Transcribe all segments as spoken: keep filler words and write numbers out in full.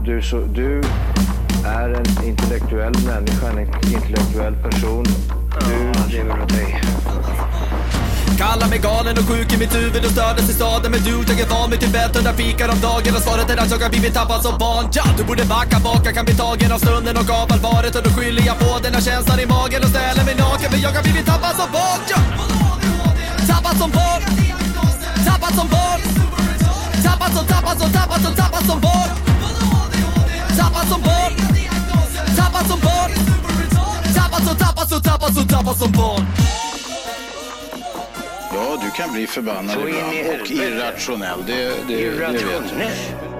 du, så, du är en intellektuell människa, en intellektuell person. Du lever åt dig. Kallar mig galen och sjuk i mitt huvud och stördes i staden. Men du, jag är van vid Tibet under fikar om dagen. Och svaret är att jag har blivit tappad som barn. Ja, du borde backa bak, jag kan bli tagen av stunden och av allvaret. Och då skyller jag på den här känslan i magen och ställer mig naken. För jag har blivit tappad som barn. Ja. Tappad som barn. Tappad som barn. Tappad som, tappad som, tappad som, tappad som barn. Tappad som barn. Tappad som barn. Tappad som, tappad som, tappad som, tappad som barn. Ja, du kan bli förbannad ibland och irrationell. Det, det, det vet jag.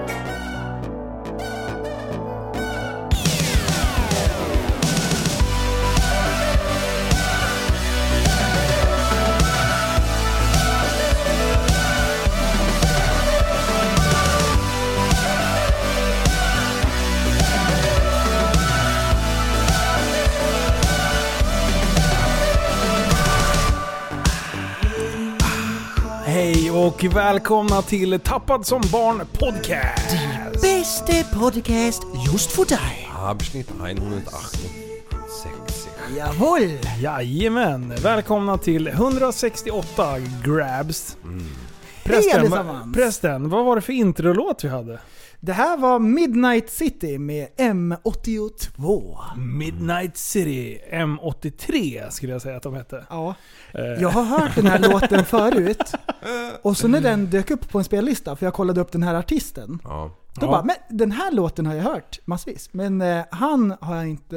Hej och välkomna till Tappad som barn podcast. Bästa podcast just för dig. Avsnitt etthundraåttiosex. Jawohl. Jajamän, välkomna till etthundrasextioåtta Grabs. Mm. Prästen, va, prästen, vad var det för introlåt vi hade? Det här var Midnight City med M åttiotvå. Midnight City M åttiotre skulle jag säga att de hette. Ja. Jag har hört den här låten förut. Och så när den dök upp på en spellista, för jag kollade upp den här artisten. Ja. Då Ja. bara, men den här låten har jag hört massvis. Men eh, han har jag inte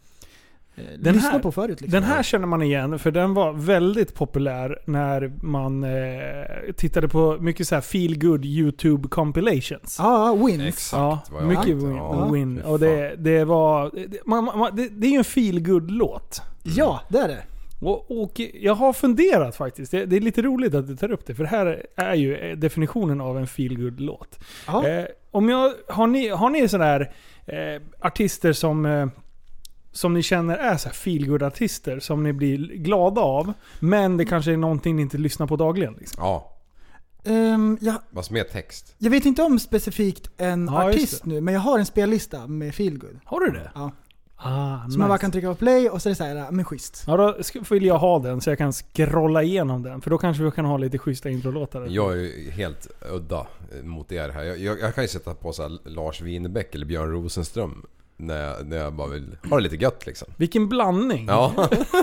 eh, Den lyssnat här- på förut. Liksom. Den här känner man igen för den var väldigt populär när man eh, tittade på mycket så här feel good YouTube compilations. Ja, Wins. Exakt. Ja, vad jag mycket tänkte. win. Ja, win. fy Och det, det var det, man, man, det, det är ju en feel good låt. Ja, det är det. Och, och jag har funderat faktiskt. Det, det är lite roligt att du tar upp det, för det här är ju definitionen av en feel good låt. Ja. Eh, om jag har ni har ni sådana här eh, artister som eh, som ni känner är så här feel good artister som ni blir glada av, men det kanske är någonting ni inte lyssnar på dagligen liksom. Ja, Um, jag, vad med text. jag vet inte om specifikt en Ja, just artist det. nu, men jag har en spellista med feelgood. Har du det? Ja. Ah, Så nice. man bara kan trycka på play och så är det så här, ja, men schysst. Ja, då sk- vill jag ha den så jag kan scrolla igenom den, för då kanske vi kan ha lite schyssta introlåtar. Jag är ju helt udda mot er här. Jag, jag, jag kan ju sätta på så här Lars Winnerbäck eller Björn Rosenström när jag, när jag bara vill ha det lite gött liksom. Vilken blandning! Ja.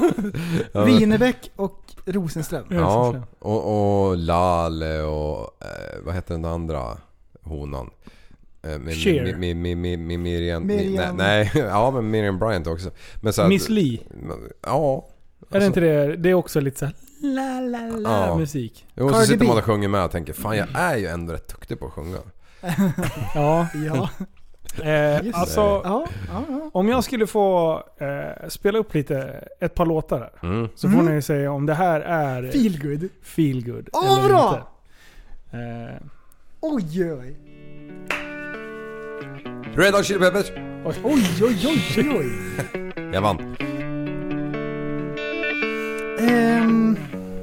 Ja. Winnerbäck och Rosenström. Ja, och, och Lale och eh, vad heter den andra honan? Eh, med, Cher. med, med, med, med, med Miriam, Miriam. Nej, nej, ja men Miriam Bryant också. Men så att, Miss Li. Ja. Är det inte det? Det är också lite så här la la la Ja. musik. Jo, så Cardi sitter B. man och sjunger med och tänker, fan jag är ju ändå rätt duktig på att sjunga. Ja. Ja. Eh, Just alltså, Ja, ja, ja. om jag skulle få eh, spela upp lite, ett par låtar här, Mm. så får Mm. ni säga om det här är Feelgood. feel good Åh, eller bra! inte. Eh, Oj, oj. Red Hot Chili Peppers. Oj, oj, oj, oj, oj. Jag vann. Ehm,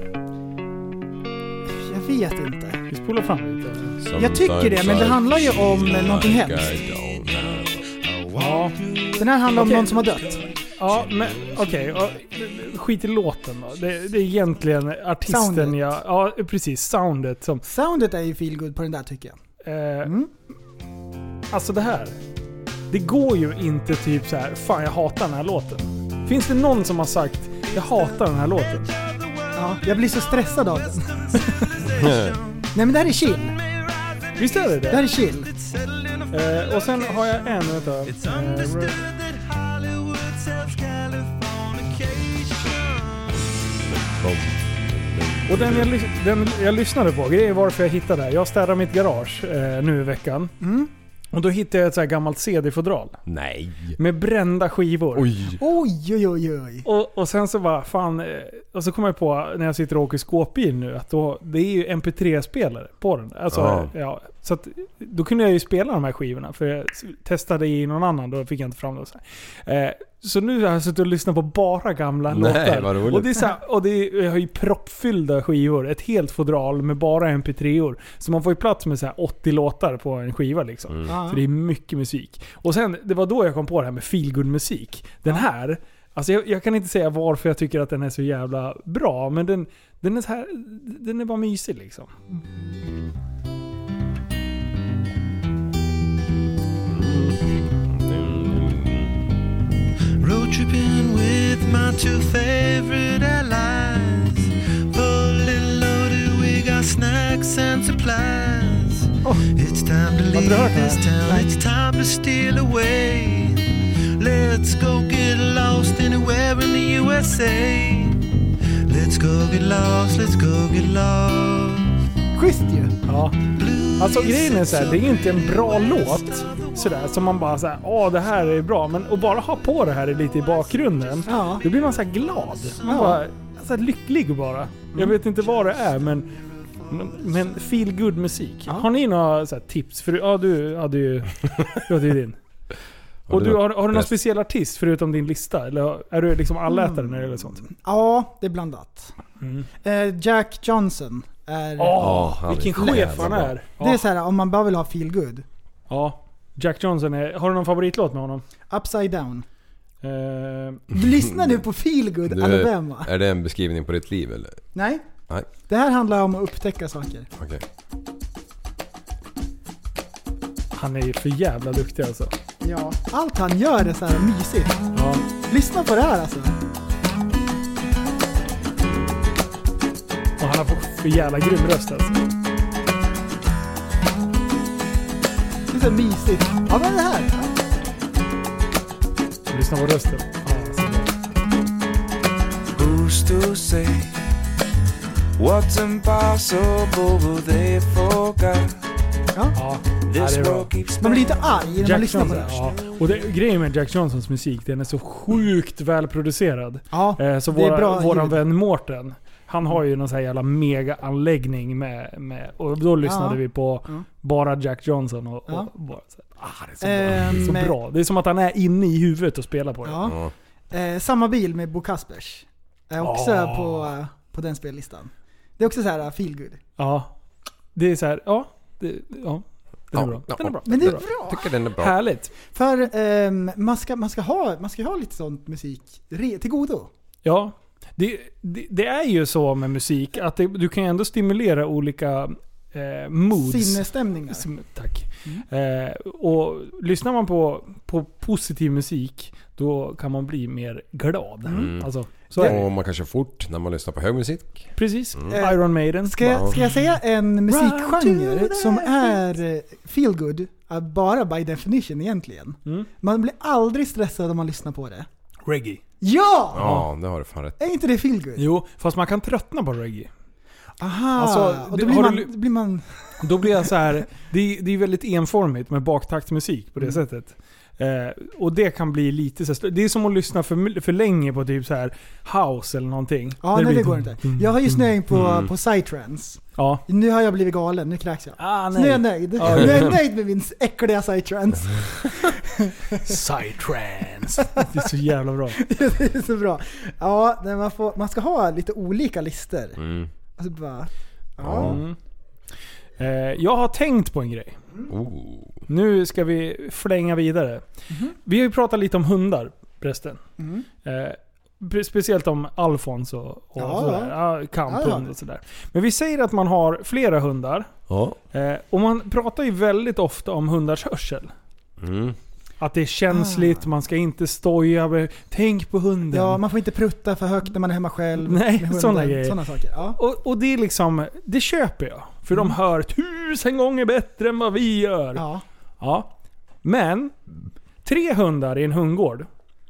jag vet inte. vi spolar fram lite. Jag tycker det, men det handlar ju om någonting hemskt. Ja, Den här handlar om Okej. någon som har dött. ja men okej. Okay, skit i låten då. Det, det är egentligen artisten Soundet. jag... Ja, precis. Soundet som... Soundet är ju feelgood på den där tycker jag. Eh, Mm. Alltså det här. Det går ju inte typ så här. Fan, jag hatar den här låten. Finns det någon som har sagt jag hatar den här låten? Ja, jag blir så stressad av den. Nej, men det här är chill. Visst är det Det här det? är chill. Eh, och sen har jag en, vänta. Eh, och den jag, lys- den jag lyssnade på, grejen är varför jag hittade det här. Jag städade mitt garage eh, nu i veckan. Mm. Och då hittade jag ett så här gammalt C D-fodral. Nej. Med brända skivor. Oj. Oj, oj, oj, oj. Och, och sen så bara, fan... eh, Och så kom jag på när jag sitter och åker skåpbil nu att då, det är ju M P tre-spelare på den. Alltså, Ja. ja. Så att, då kunde jag ju spela de här skivorna. För jag testade i någon annan, då fick jag inte fram det. Så, här. Eh, Så nu har jag suttit och lyssnat på bara gamla Nej, låtar. vad roligt. Och det är så här, och det är, jag har ju proppfyllda skivor. Ett helt fodral med bara M P tre-or. Så man får ju plats med så här åttio låtar på en skiva liksom. Mm. Ja. Så det är mycket musik. Och sen, det var då jag kom på det här med feelgood musik. Den här, alltså jag, jag kan inte säga varför jag tycker att den är så jävla bra. Men den, den är så här, den är bara mysig liksom. Road tripping with my two favorite allies. Fully loaded, we got snacks and supplies. Oh. It's time to leave this town, it's time to steal away. Let's go get lost anywhere in the U S A. Let's go get lost, let's go get lost. Schysst ju. Ja. Alltså grejen är så här, det är inte en bra låt sådär som man bara såhär, åh det här är bra, men att bara ha på det här lite i bakgrunden, Ja. då blir man så här glad. Man Ja. bara så här lycklig bara. Jag vet inte vad det är, men men, men feel good musik. Ja. Har ni några så här tips för ja du hade ju du hade ju din. Ja, Och det du var har, har du någon bäst. speciell artist förutom din lista, eller är du liksom allätare när det gäller sånt? Ja, det är blandat. Mm. Eh, Jack Johnson är... Åh, han är vilken så chef jävla han bra. är. Det är så här, om man bara vill ha feel good. Ja. Jack Johnson är, har du någon favoritlåt med honom? Upside down. Eh, Du lyssnar nu på feel good Du, Alabama. är det en beskrivning på ditt liv eller? Nej. Nej. Det här handlar om att upptäcka saker. Okej. han är ju för jävla duktig alltså. Ja. Allt han gör är så här mysigt. Ja. Lyssna på det här alltså. Och han har fått för jävla grym röst alltså. Det är så mysigt. Ja, vad är det här? Lyssna på rösten. Ja, så bra. Who's to say what's impossible will they forget? Ja. Ja, det är bra. Man blir inte arg när man Jack lyssnar på Johnson, det. ja. Och det, grejen med Jack Johnsons musik, den är så sjukt välproducerad. Ja, Eh, så det är våra, bra våran ljud. vän Mårten, han har ju någon sån här jävla mega-anläggning med, med, och då lyssnade Ja. vi på Ja. bara Jack Johnson och, Ja. och bara så här, ah, det är så, bra. Det är så Ehm, bra. Det är som att han är inne i huvudet och spelar på det. Ja. Ja. Eh, samma bil med Bo Kaspers. Är också Ah. på, på den spellistan. Det är också så här feel good. Ja. Det är så här, ja. Det, ja. Den är Ja, bra. ja. Den är bra. Men det är Den bra. Tycker den är bra. Härligt. För ehm, man, ska, man, ska ha, man ska ha lite sånt musik re, till godo. Ja, det, det, det är ju så med musik att det, du kan ju ändå stimulera olika eh, moods. Sinnesstämningar. Som, tack. Eh, och lyssnar man på, på positiv musik, då kan man bli mer glad. Mm. Alltså, så är det. Och man kanske får när man lyssnar på hög musik. Precis. Mm. Iron Maiden. Ska jag, ska jag säga en musikgenre Run to som the är feel good uh, bara by definition egentligen? Mm. Man blir aldrig stressad om man lyssnar på det. Reggae. Ja! Ja, det har du fan rätt. Är inte det feel good? Jo, fast man kan tröttna på reggae. Aha, Alltså, och det- då blir har man, du- då blir man... Då blir jag så här. Det, det är väldigt enformigt med baktaktsmusik på det Mm. sättet. Eh, och det kan bli lite så. Det är som att lyssna för, för länge på typ så här house eller någonting. Ja, När nej det blir- går inte. Jag har ju snöing på, Mm. på psytrance. Ja. Nu har jag blivit galen, nu kräks jag. Ah, Så nu är jag nöjd. Ja. Nu är jag nöjd med min äckliga psytrance. Psytrance. Det är så jävla bra. Det är så bra. Ja, när man, får, man ska ha lite olika listor. Mm. Alltså bara... Ja. Mm. Eh, jag har tänkt på en grej. Oh. Nu ska vi flänga vidare. Vi har ju pratat lite om hundar förresten. Mm. Eh, speciellt om Alfons och, och Ja. sådär. Ja, kamphund Ja, ja. och sådär. Men vi säger att man har flera hundar. Ja. Eh, och man pratar ju väldigt ofta om hundars hörsel. Mm. Att det är känsligt, Ah. man ska inte stoja. med- Tänk på hunden. Ja, man får inte prutta för högt när man är hemma själv. Nej, med hunden. såna grejer. Såna saker. Ja. Och, och det är liksom, det köper jag. För de hör tusen gånger bättre än vad vi gör. Ja. Ja. Men, tre hundar i en hundgård.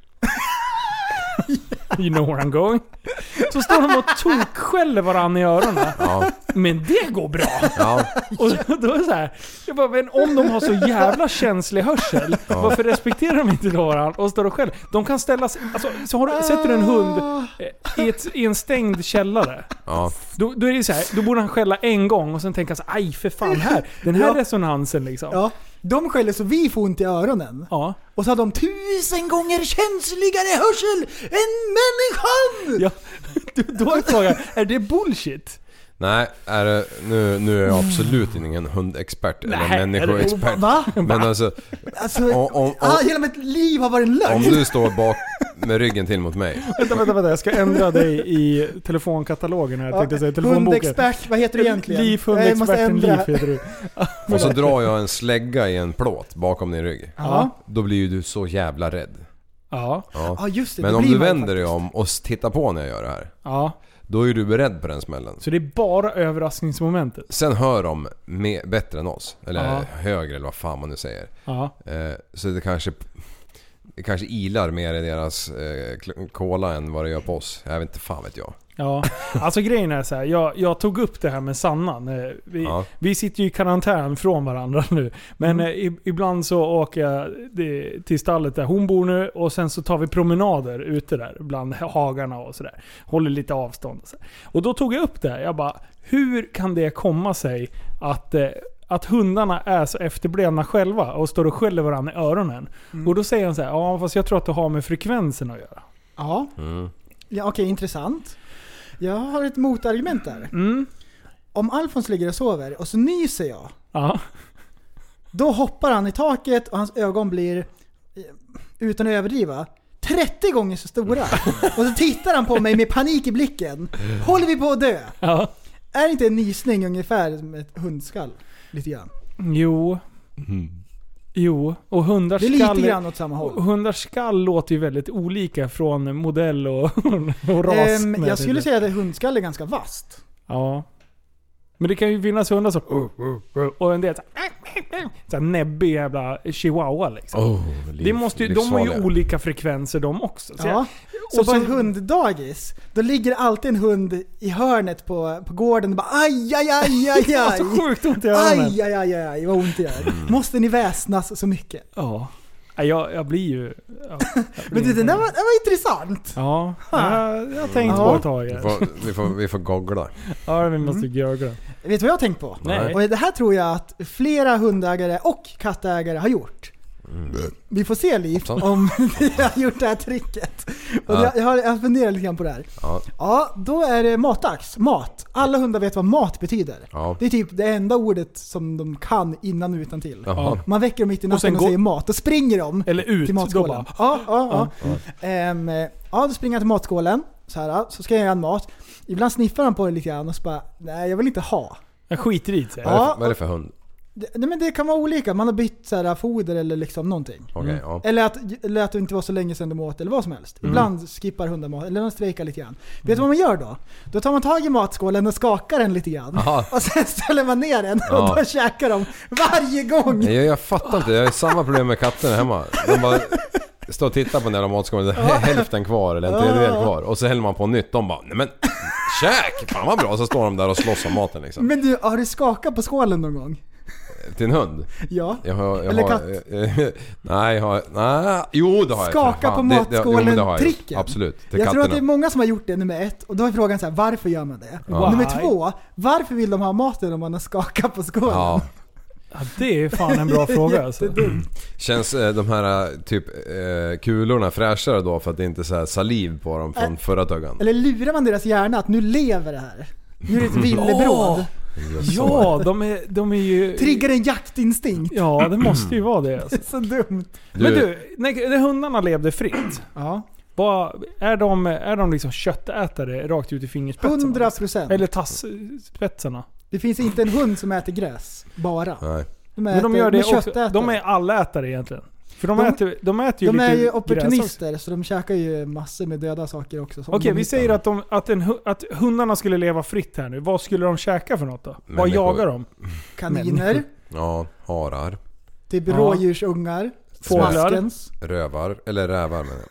You know where I'm going. Så står de och tokskäller varandra i öronen. Ja. Men det går bra. Ja. Och då är det så här, jag bara, men om de har så jävla känslig hörsel, varför respekterar de inte då varandra och står och skäller? De kan ställa sig, alltså, så har du, sätter du en hund eh, i, ett, i en stängd källare. Ja. Då, då är det så här, då borde han skälla en gång och sen tänka så här, aj för fan här, den här Ja. resonansen liksom. Ja. De skäller så vi får ont i öronen. Ja. Och så har de tusen gånger känsligare hörsel än människan! Ja. Då är frågan, är det bullshit? Nej, är det, nu, nu är jag absolut ingen hundexpert eller Nej, människoexpert. Va? Men alltså, Alltså, om, om, ah, om, hela mitt liv har varit en lögn. om du står bak med ryggen till mot mig. Vänta, vänta, vänta. Jag ska ändra dig i telefonkatalogen här. Jag tänkte säga telefonboken. Hundexpert, vad heter du egentligen? Liv, Jag måste hundexperten Liv ändra. heter du. Och så drar jag en slägga i en plåt bakom din rygg. Ja. Då blir ju du så jävla rädd. Ja. Ja. Ja, just det. Men det om blir du man ju vänder dig faktiskt. om och tittar på när jag gör det här, Ja. då är du beredd på den smällen. Så det är bara överraskningsmomentet. Sen hör de med, bättre än oss. Eller Ja. högre eller vad fan man nu säger. Ja. Eh, så det kanske det kanske ilar mer i deras eh, kl- kola än vad det gör på oss. Jag vet inte, fan vet jag. Ja, alltså grejen är så här. Jag, jag tog upp det här med Sanna. Vi, Ja. vi sitter ju i karantän från varandra nu. Men Mm. eh, ibland så åker jag det, till stallet där hon bor nu. Och sen så tar vi promenader ute där bland hagarna och sådär. Håller lite avstånd och så. Och då tog jag upp det här. Jag bara, hur kan det komma sig att... Eh, att hundarna är så efterblivna själva och står och skäller varandra i öronen. Mm. Och då säger han så här, ja fast jag tror att det har med frekvensen att göra. Ja, Mm. ja okej, intressant. Jag har ett motargument där. Mm. Om Alfons ligger och sover och så nyser jag, Ja. då hoppar han i taket och hans ögon blir, utan att överdriva, trettio gånger så stora. Och så tittar han på mig med panik i blicken. Håller vi på att dö? Ja. Är inte en nysning ungefär som ett hundskall? Lite grann. Jo. Mm. Jo. Och hundars Det är lite skall, grann åt samma håll. hundars skall låter ju väldigt olika från modell och, och ras. Ehm, jag skulle säga att hundskall är ganska vast. Ja. Men det kan ju finnas hundar som... Och en del så här näbbig jävla chihuahua liksom. Oh, Det måste ju, de har ju olika frekvenser de också. Så Ja. jag, Så och på så- ett hunddagis, då ligger alltid en hund i hörnet på, på gården och bara aj, aj, aj, aj, jag har aj. så sjukt ont i öronen. Aj, aj, aj, aj, vad ont det gör. Måste ni väsnas så mycket? Ja. Nej, Jag, jag blir ju... Ja, jag blir Men det, det där var, det var intressant. Ja, jag, jag har tänkt Ja. på ett tag. Vi här. får, vi får, vi får googla. Ja, vi måste göra det. Vet du vad jag har tänkt på? Nej. Och det här tror jag att flera hundägare och kattägare har gjort. Vi får se Liv Hoppsan. om vi har gjort det här tricket. Och Ja. jag, jag, har, jag funderar lite grann på det här. Ja. Ja, då är det matdags. Mat. Alla hundar vet vad mat betyder. Ja. Det är typ det enda ordet som de kan innan och utan till. Jaha. Man väcker dem mitt i Och sen natten och, gå- säger mat. Då springer de Eller ut. till Då matskålen. bara, Ja, ja, ja. Ehm, ja, då springer jag till matskålen. Så här, så ska jag göra en mat. Ibland sniffar de på det lite grann och så bara, nej jag vill inte ha. jag skiter i det. säger Vad, jag. är Ja. det för, vad är det för hund? Det, nej, men det kan vara olika. Man har bytt så här, foder eller liksom någonting. Okej, ja. Eller att, eller att det inte var så länge sedan de åt eller vad som helst. Ibland skippar hundar mat, eller de strejkar lite grann. Vet du vad man gör då? Då tar man tag i matskålen och skakar den lite grann. Aha. Och sen ställer man ner den och Ja. då käkar de varje gång. Nej, jag, jag fattar inte, jag har samma problem med katterna hemma. De bara står och tittar på den jävla matskålen, det är hälften kvar eller en tredjedel kvar. Och så häller man på nytt, de bara, nej men käk! Fan vad bra, så står de där och slåss om maten liksom. Men du, har du skakat på skålen någon gång? Till en hund? Ja. Jag har, jag Eller har, katt. eh, nej, jag har, nej, jo det har jag. Skaka Fan, på det- det- jo, men det har jag gjort. matskålen-tricken. Absolut, till Jag tror att det är katterna. många som har gjort det, nummer ett. Och då är frågan så här, varför gör man det? Ja. Nummer Why? två, varför vill de ha maten om man har skakat på skålen? Ja, Ja, det är fan en bra fråga alltså. känns eh, de här eh, typ eh, kulorna fräschare då för att det inte är så här saliv på dem från förra tuggan? Eller lurar man deras hjärna att nu lever det här? Nu är det ett villebråd. Ja, de är, de är ju... Triggar en jaktinstinkt. Ja, det måste ju vara det alltså. Det är så dumt. Men du, när, när hundarna levde fritt, Ja. vad, är, de, är de liksom köttätare rakt ut i fingerspetsarna? hundra procent. Eller tassspetsarna? Det finns inte en hund som äter gräs. Bara. Nej. De Men de gör det också. köttätare. De är allätare egentligen. För de, De- äter, de äter ju De lite är ju gräs också. opportunister, så de käkar ju massor med döda saker också. som Okej, de vi hittar. säger att, de, att, en, hu- att hundarna skulle leva fritt här nu. Vad skulle de käka för något då? Vad Människor. jagar de? Kaniner, Ja, harar, typ Ja. rådjursungar, Fåglar. smaskens. rövar, eller rävar men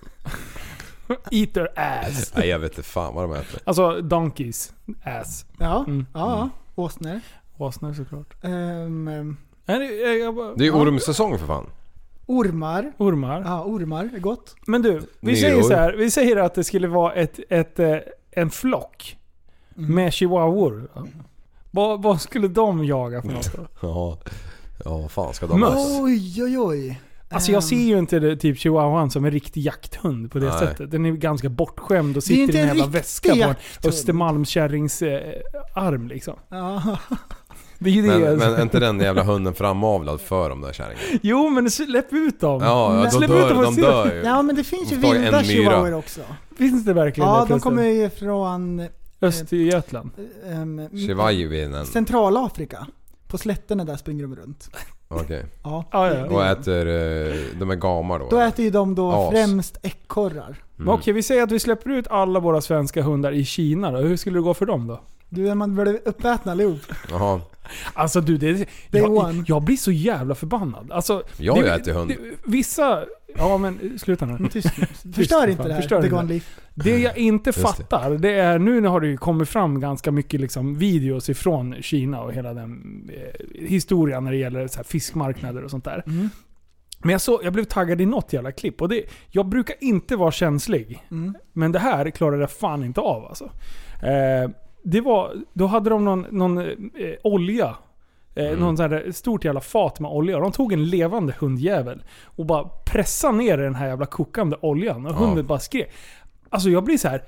Eat their ass. nej jag vet inte fan vad de äter. Alltså donkeys ass. Ja, Mm. ja, åsnor. Åsnor såklart. Ehm, ehm, Nej, det är- jag bara- Det är ju ormsäsong för fan. ormar. Ormar. Ja, ormar är gott. Men du, vi Myror. säger så här. Vi säger att det skulle vara ett, ett, eh, en flock Mm. med chihuahuor. Vad, vad skulle de jaga för något då? Ja. Ja, vad fan ska de Möss. ha? Oj, oj, oj. Alltså jag ser ju inte det, typ chihuahuan som en riktig jakthund på det Nej. sättet. Den är ganska bortskämd och Det är sitter inte i en en jävla riktig väska på en jakthund. Östermalmskärrings eh, arm liksom. Ja. Det är ju det. Men, men är inte den jävla hunden framavlad för de där kärringarna? Jo men släpp ut dem. Ja, ja de, Släpp ut dör, dem och de se. dör ju. Ja, men det finns ju De får en vilda myra. chihuahuor också. Finns det verkligen Ja, det de förresten? kommer ju från Östergötland. um, Chihuahuinen. Centralafrika. På slätterna där springer de runt. Okej. Ja. Ja, ja. Och äter, eh, de är gamar då? Då eller? äter ju de då As. främst ekorrar. Men okej, vi säger att vi släpper ut alla våra svenska hundar i Kina då. Hur skulle det gå för dem då? Du, är man blir uppätna allihop. Jaha. Alltså du, det, Day jag, one. jag blir så jävla förbannad. Alltså, Jag det, äter hund. det, vissa... Ja men sluta nu. Tyst nu. Förstör inte fan, det här. förstör The inte. Gone Leaf. Det jag inte det. fattar, det är nu har det ju kommit fram ganska mycket liksom videos ifrån Kina och hela den eh, historien när det gäller så här fiskmarknader och sånt där. Mm. Men jag, så, jag blev taggad i något jävla klipp och det, jag brukar inte vara känslig. Mm. Men det här klarade jag fan inte av alltså. Eh, det var, då hade de någon, någon eh, olja. Eh, Mm. Någon sån här stort jävla fat med olja. De tog en levande hundjävel och bara pressade ner den här jävla kokande oljan. Och Ja. hunden bara skrek. Alltså jag blir så här.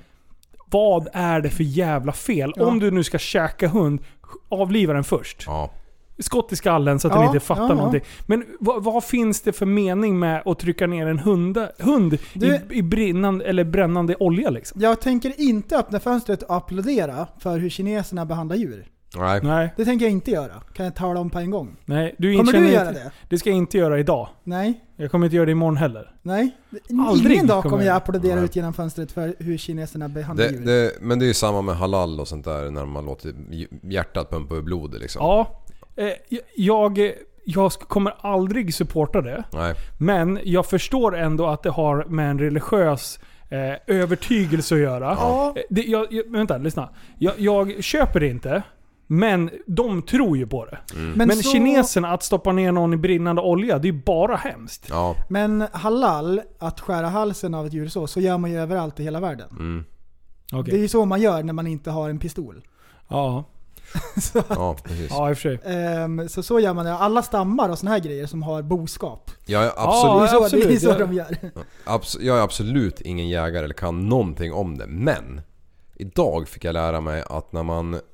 Vad är det för jävla fel? Ja. Om du nu ska käka hund, avliva den först. Ja. Skott i skallen så att Ja, den inte fattar ja, ja. någonting. Men vad, vad finns det för mening med att trycka ner en hund, hund Du- i, i brinnande, eller brännande olja liksom? Jag tänker inte öppna fönstret och applådera för hur kineserna behandlar djur. Nej. Nej, Det tänker jag inte göra. Kan jag tala om på en gång? nej. Du Kommer känner du göra inte- det? Det ska jag inte göra idag. Nej? Jag kommer inte göra det imorgon heller. Nej? Aldrig Ingen dag kommer kommer jag jag. applådera Nej. ut genom fönstret för hur kineserna behandlar Det, djur. det, men det är ju samma med halal och sånt där när man låter hjärtat pumpa ur blodet liksom. Ja, eh, jag, jag kommer aldrig supporta det. Nej. Men jag förstår ändå att det har med en religiös eh, övertygelse att göra. Ja. Eh, Det, jag, jag, vänta, lyssna. Jag, jag köper det inte. Men de tror ju på det. Mm. Men, Men så, kineserna, att stoppa ner någon i brinnande olja, det är ju bara hemskt. Ja. men halal, att skära halsen av ett djur så, så gör man ju överallt i hela världen. Mm. Okej. Det är ju så man gör när man inte har en pistol. Ja. så, Ja, precis. ja, i och för sig. ehm, så så gör man det. Alla stammar och såna här grejer som har boskap. Jag är Det absolut, är så, absolut, det är så ja. de gör. abs- jag är absolut ingen jägare eller kan någonting om det. Men idag fick jag lära mig att när man, eh,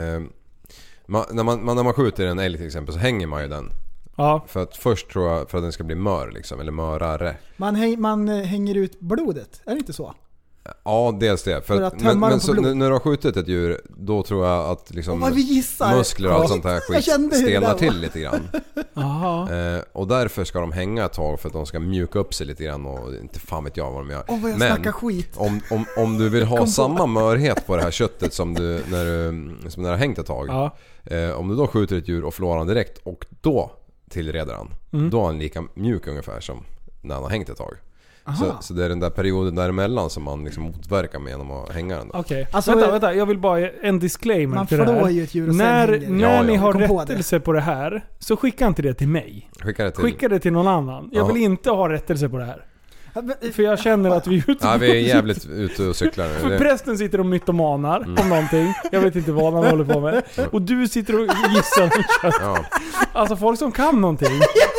man, när, man man när man skjuter en älg till exempel så hänger man ju den. Ja. För att först tror jag för att den ska bli mör liksom, eller mörare. Man, häng, man eh, hänger ut blodet, är det inte så? Ja, dels det. För För att, att tömma men dem men på så, blod. n- när du har skjutit ett djur, då tror jag att liksom Åh, vad vi gissar! muskler och allt Ja. sånt här Jag skit kände hur det stelnar där var. till lite grann. Aha. Eh, och därför ska de hänga ett tag för att de ska mjuka upp sig lite grann och inte fan vet jag vad de gör. Åh, vad jag Men snackar skit. om, om, om du vill ha Kom på. samma mörhet på det här köttet som du när du, som när du har hängt ett tag. Ja. Eh, om du då skjuter ett djur och förlorar han direkt och då tillreder han. Mm. Då är han lika mjuk ungefär som när han har hängt ett tag. Aha. Så, så det är den där perioden däremellan som man liksom motverkar med genom att hänga den. Då. Okej. Alltså, vänta, eh, vänta. Jag vill bara en disclaimer Man till det flår här. ju ett djur och När, sen hänger. när Ja, ni ja. har Kom på rättelse på det här, så skicka inte det till mig. Skicka det till... Skicka det till någon annan. Jag Ja. vill inte ha rättelse på det här. Ja, men, För jag känner att vi är ute Ja, vi är jävligt ute och cyklar nu. För Det- prästen sitter och mytomanar Mm. om någonting. Jag vet inte vad han håller på med. Och du sitter och gissar. Ja. Alltså folk som kan någonting.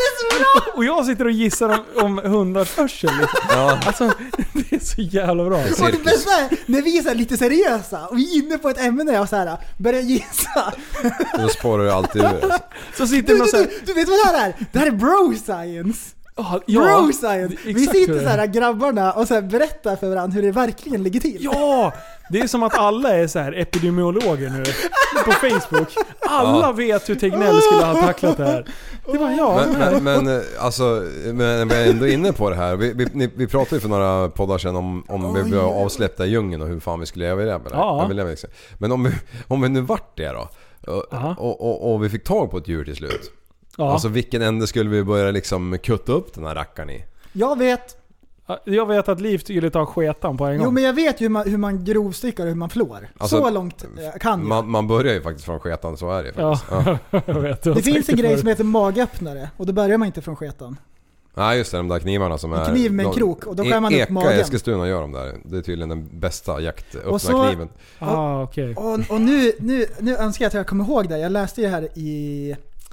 Och jag sitter och gissar om, om hundars hörsel. Liksom. Ja. Alltså, det är så jävla bra. och det Cirkus. bästa är, när vi är så här lite seriösa och vi är inne på ett ämne och så här börjar gissa. Då spårar det alltid ur. Alltså. Så sitter Du, man du, så här, du, du vet vad det här är? Det här är bro science. ah, Bro science. det- Vi exakt sitter hur så det är. här grabbarna och så här berättar för varandra hur det verkligen ligger till. Ja! Det är som att alla är så här epidemiologer nu på Facebook. Alla Ja. vet hur Tegnell skulle ha tacklat det här. Det var jag. Men, men, men alltså, men vi är ändå inne på det här. Vi, vi, ni- vi pratade ju för några poddar sedan om, om vi blev avsläppta i djungeln och hur fan vi skulle överleva det. Ja. Överleva, liksom. Men om vi, om vi nu vart det då Aha. och, och, och, och vi fick tag på ett djur till slut. Ja. Alltså vilken ände skulle vi börja liksom kutta upp den här rackaren i? Jag vet. Jag vet att Liv skulle ta sketan på en gång. Jo men jag vet ju hur man, hur man grovstyckar och hur man flår. Alltså, så långt eh, kan jag. Man, man börjar ju faktiskt från sketan, så är det ju Ja, faktiskt. Ja. jag vet. Du har Det finns sagt en grej förut. som heter magöppnare och då börjar man inte från sketan. Nej just det, de där knivarna som En är... kniv med en de- krok och då skär man upp Eka magen. i Eskilstuna gör de där. Det är tydligen den bästa jakt, öppna Och så- kniven. Ah, okej. Och, och nu, nu, nu önskar jag att jag kommer ihåg det. Jag läste ju här i,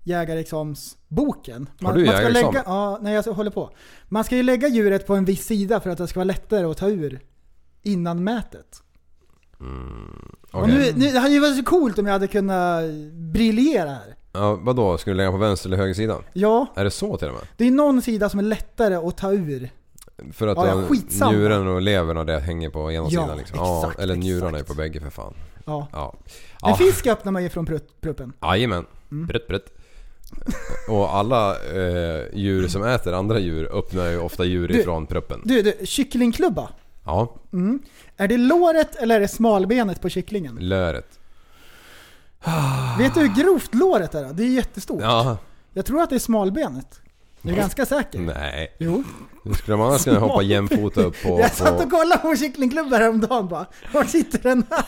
jägarexamsboken. Har du man ska jägarexamen? lägga, ja, nej, jag håller på. Man ska ju lägga djuret på en viss sida för att det ska vara lättare att ta ur innan mätet. Mm, Och okay. nu, nu, det hade ju varit så coolt om jag hade kunnat briljera här. Ja, vadå? Ska du lägga på vänster eller höger sida? Ja. Är det så till och med? Det är någon sida som är lättare att ta ur. För att ja, ja, ja, njuren och levern och det hänger på ena ja, sidan liksom. Exakt, ja, eller njurarna exakt. är på bägge för fan. Ja. Ja. En Ja. fisk öppnar man ju från prutt, pruppen. Jajamän. Mm. Brutt, brutt. Och alla eh, djur som äter andra djur öppnar ju ofta djur Du- ifrån pruppen. Du, du, kycklingklubba. Ja, Mm. Är det låret eller är det smalbenet på kycklingen? löret. Vet du hur grovt låret är då? Det är jättestort. Ja, Jag tror att det är smalbenet. Jag är ganska säker. nej. Jo. Nu skulle man annars kunna hoppa jämfota upp på... Jag satt på... och kollade på kycklingklubbar häromdagen bara. Var sitter den här?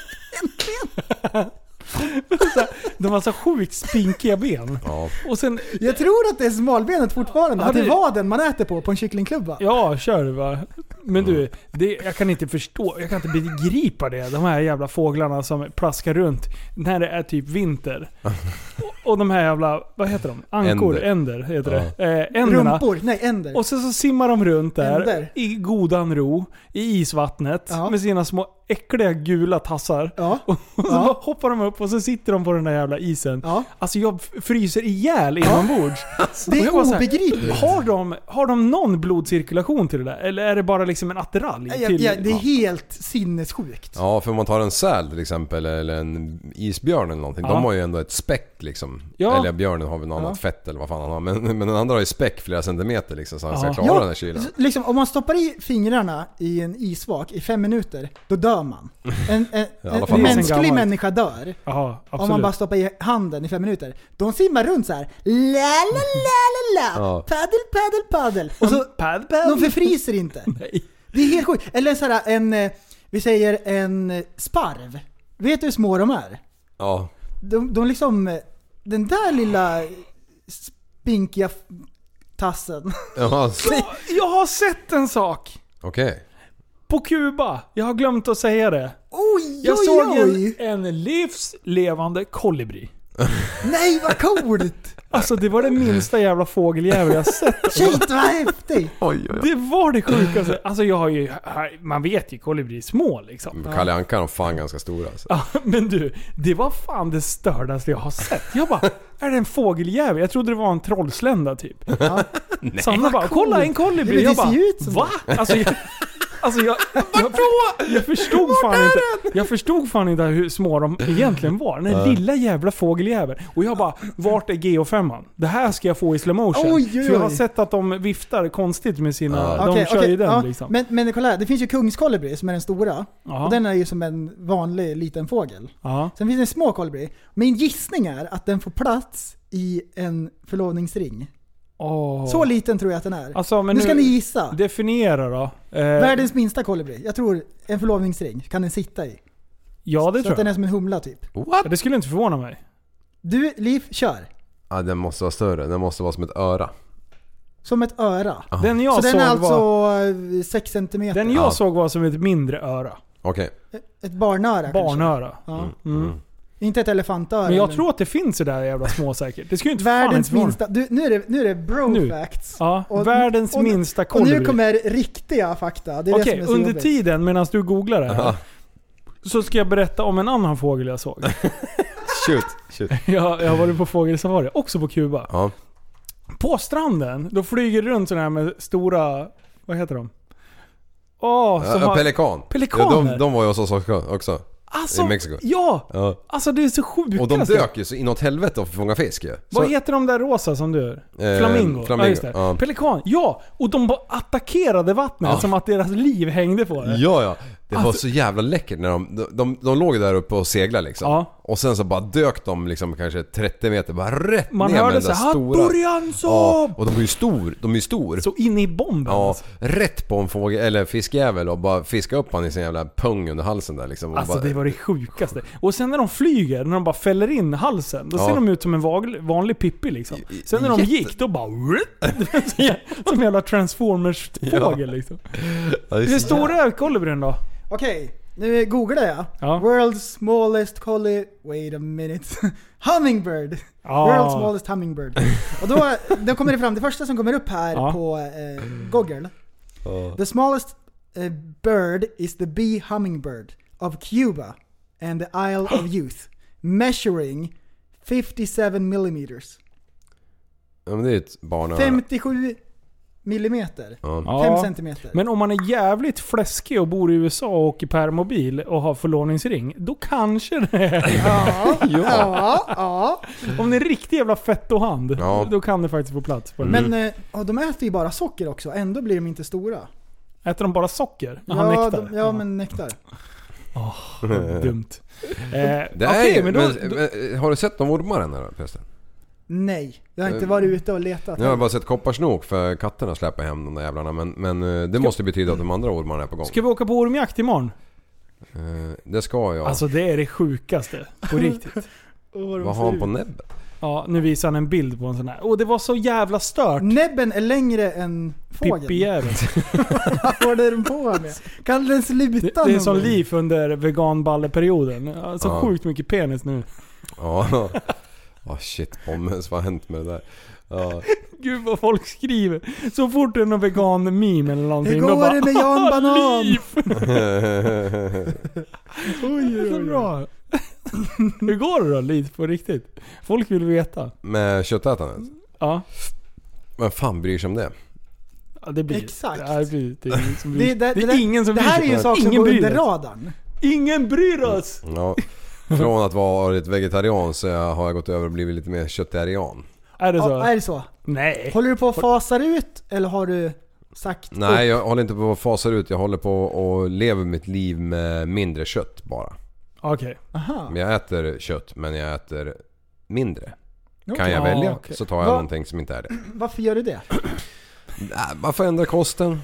De har så sjukt spinkiga ben. Ja. Och sen, Jag tror att det är smalbenet fortfarande. Ja, Att det det- var den man äter på på en kycklingklubba. ja, kör det va. Men du, det, jag kan inte förstå, jag kan inte begripa det. De här jävla fåglarna som plaskar runt när det är typ vinter. Och, och de här jävla, vad heter de? Ankor, Änder. änder heter Ja. det. Eh, änderna. Rumpor, nej änder. Och så, så simmar de runt där Änder. i godan ro i isvattnet Ja. med sina små äckliga gula tassar. Ja. Och så Ja. bara hoppar de upp och så sitter de på den där jävla isen. Ja. Alltså jag f- fryser ihjäl inombords. Det Och jag är bara så här, obegripligt. Har de, har de någon blodcirkulation till det där? Eller är det bara liksom en attiralj? Ja, Till, ja, det är helt sinnessjukt. Ja, för om man tar en säl till exempel eller en isbjörn eller någonting. Ja. De har ju ändå ett späck liksom. Ja. Eller björnen har väl något Ja. annat fett eller vad fan han har. Men, men den andra har ju späck flera centimeter liksom så han ska Ja. klara Ja, den här kylan. liksom, om man stoppar i fingrarna i en isvak i fem minuter, då dör man. En, en, alla en, fall en det. mänsklig Gammalt. människa dör. Jaha, absolut. Om man bara stoppar i handen i fem minuter. De simmar runt så här. La la la la la. Ja. Paddel, paddel, paddel. Och så, Pad, pad. de förfryser inte. Nej. Det är helt sjukt. Eller så här, en, eh, vi säger en sparv. Vet du hur små de är? Ja. De, de liksom, eh, den där lilla spinkiga f- tassen. Ja, så- Jag, jag har sett en sak. okej. På Kuba. Jag har glömt att säga det. Oj, Jag oj, såg oj. en, en livslevande kolibri. Nej, vad coolt! Alltså det var det minsta jävla fågeljävel jag sett. Shit, vad häftigt! Oj, oj, oj. Det var det sjukaste. Alltså jag har ju, man vet ju kolibri är små liksom. Kalle Anka är fan ganska stora alltså. Ja, men du, det var fan det stördaste jag har sett. Jag bara, är det en fågeljävel? Jag trodde det var en trollslända typ. Ja. Sanna bara, kolla en kolibri. Det Jag bara, ser ut som va? Alltså jag, alltså jag, jag, jag förstod fan inte. Jag förstod fan inte hur små de egentligen var. Den här lilla jävla fågeljäveln. Och jag bara, vart är G O fem? Det här ska jag få i slow motion. Oj, oj, För jag har oj. sett att de viftar konstigt med sina, Ja. de Okej, kör okej, ju den ja. liksom. Men, men kolla här, det finns ju kungskolibri som är den stora. Ja. Och den är ju som en vanlig liten fågel. Ja. Sen finns det en små kolibri. Min gissning är att den får plats i en förlovningsring. Åh. Så liten tror jag att den är. Alltså, men nu ska nu- ni gissa. Definiera då. Eh, Världens minsta kolibri. Jag tror en förlovningsring kan den sitta i. ja, det Så tror att den jag. är som en humla typ. What? Det skulle inte förvåna mig. Du, Liv, kör. Ja, den måste vara större. Den måste vara som ett öra. Som ett öra. Den jag Så den såg är alltså var, sex centimeter. den jag Ja. såg var som ett mindre öra. Okej. Ett barnöra kanske. Barnöra. Ja. Mm. Inte ett elefantöra. Men jag eller- tror att det finns så där jävla små säkert. Det skulle ju inte fan Världens inte förvåna. minsta. Du, nu är det, nu är det bro Nu. facts. Ja, Och- världens och- minsta Och kolibri. nu kommer riktiga fakta. Det är det Okej, som är så under jobbigt. tiden medan du googlar det här, Ja. så ska jag berätta om en annan fågel jag såg. Shoot. Shoot. jag, jag har varit på fågelsafari, också på Kuba. Ja. På stranden, då flyger det runt sådana här med stora, vad heter de? Åh, som Ja, har, pelikan. Pelikaner. Ja, de, de var ju hos oss också. också. alltså, i Mexiko. Ja! Ja. Alltså det är så sjukt. Och de dök ju så inåt helvete och fånga fisk ju. Vad Så- heter de där rosa som du Eh, Flamingo. flamingo, Ja, just det. ja. Pelikan. Ja, och de bara attackerade vattnet Ja. som att deras liv hängde på det. Ja, ja. Det var Alltså- så jävla läckert när de, de, de, de låg där uppe och seglade liksom. Ja. Och sen så bara dök de liksom kanske trettio meter bara rätt Man ner med hörde den så där här, stora... början så! Ja, och de är ju stor. De är ju stor. Så in i bomben. Ja, Alltså, rätt på en fågel, eller fiskjävel och bara fiska upp han i sin jävla pung under halsen där liksom. Och alltså bara, det var det sjukaste. Och sen när de flyger, när de bara fäller in halsen, då Ja. ser de ut som en vanlig, vanlig Pippi liksom. I- Sen när de jätte- gick, då bara... som en jävla Transformers-fågel liksom. Ja, det är Hur så stor är kolibrin då? Okej, Nu googlar jag. Ja. World's smallest collie... Wait a minute. Hummingbird. Ja. World's smallest hummingbird. Och då, då kommer det fram, det första som kommer upp här Ja. på eh, Google. Ja. The smallest uh, bird is the bee hummingbird of Cuba and the Isle of Youth, measuring fifty-seven millimeters. Ja, men det är ett barnöra. femtiosju millimeter. Ja. Ja. fem centimeter. Men om man är jävligt fläskig och bor i U S A och åker permobil och har förlovningsring, då kanske det. Ja, ja, ja. Om det är riktigt jävla fett och hand, Ja. då kan det faktiskt få plats på den. Mm. Men eh, ja, de äter ju bara socker också, ändå blir de inte stora. Äter de bara socker? Ja, Han nektar. de, ja, men nektar. Dumt. Eh, Det okej, är ju, men då, men, då, men, har du sett de ormarna då, förresten? Nej, jag har inte Eh, varit ute och letat. Jag har bara sett kopparsnok för katterna släpper hem de där jävlarna. Men, men eh, det måste betyda att de andra ormarna är på gång. ska vi åka på ormjakt imorgon? Eh, Det ska jag. Alltså det är det sjukaste. På riktigt. Vad har han på näbbet? Ja, nu visar han en bild på en sån här. Och det var så jävla stört. Näbben är längre än fågeln. Pippijävel. Vad håller den på med? Kan den sluta Det, det är någon som gång? liv under veganballeperioden. Alltså Ja. sjukt mycket penis nu. Ja. Ja shit, pommes, vad har hänt med det där? Ja. Gud vad folk skriver. Så fort det är någon vegan meme eller någonting. Hur då går bara, det med Jan Banan? Liv! Oj, oj, oj. Så bra. Hur går det då, Liv, på riktigt? Folk vill veta. Med köttätandet? Ja. Men fan bryr sig om det? Ja, det blir, Exakt. Ja, det, blir, det, är ingen som Det, bryr, det, det, det, är ingen som det bryr här är sig. ju en sak som Ingen går bryr under sig. radarn. Ingen bryr oss! Ja. Från att vara varit vegetarian så jag har jag gått över och blivit lite mer köttarian. Är det så? Ja, är det så? Nej. Håller du på att fasa ut eller har du sagt Nej, upp? jag håller inte på att fasa ut. Jag håller på och lever mitt liv med mindre kött bara. Okej. Aha. Men jag äter kött, men jag äter mindre. Okej. Kan jag Ja, välja okej. så tar jag Va? någonting som inte är det. Varför gör du det? Nej, man får ändra kosten.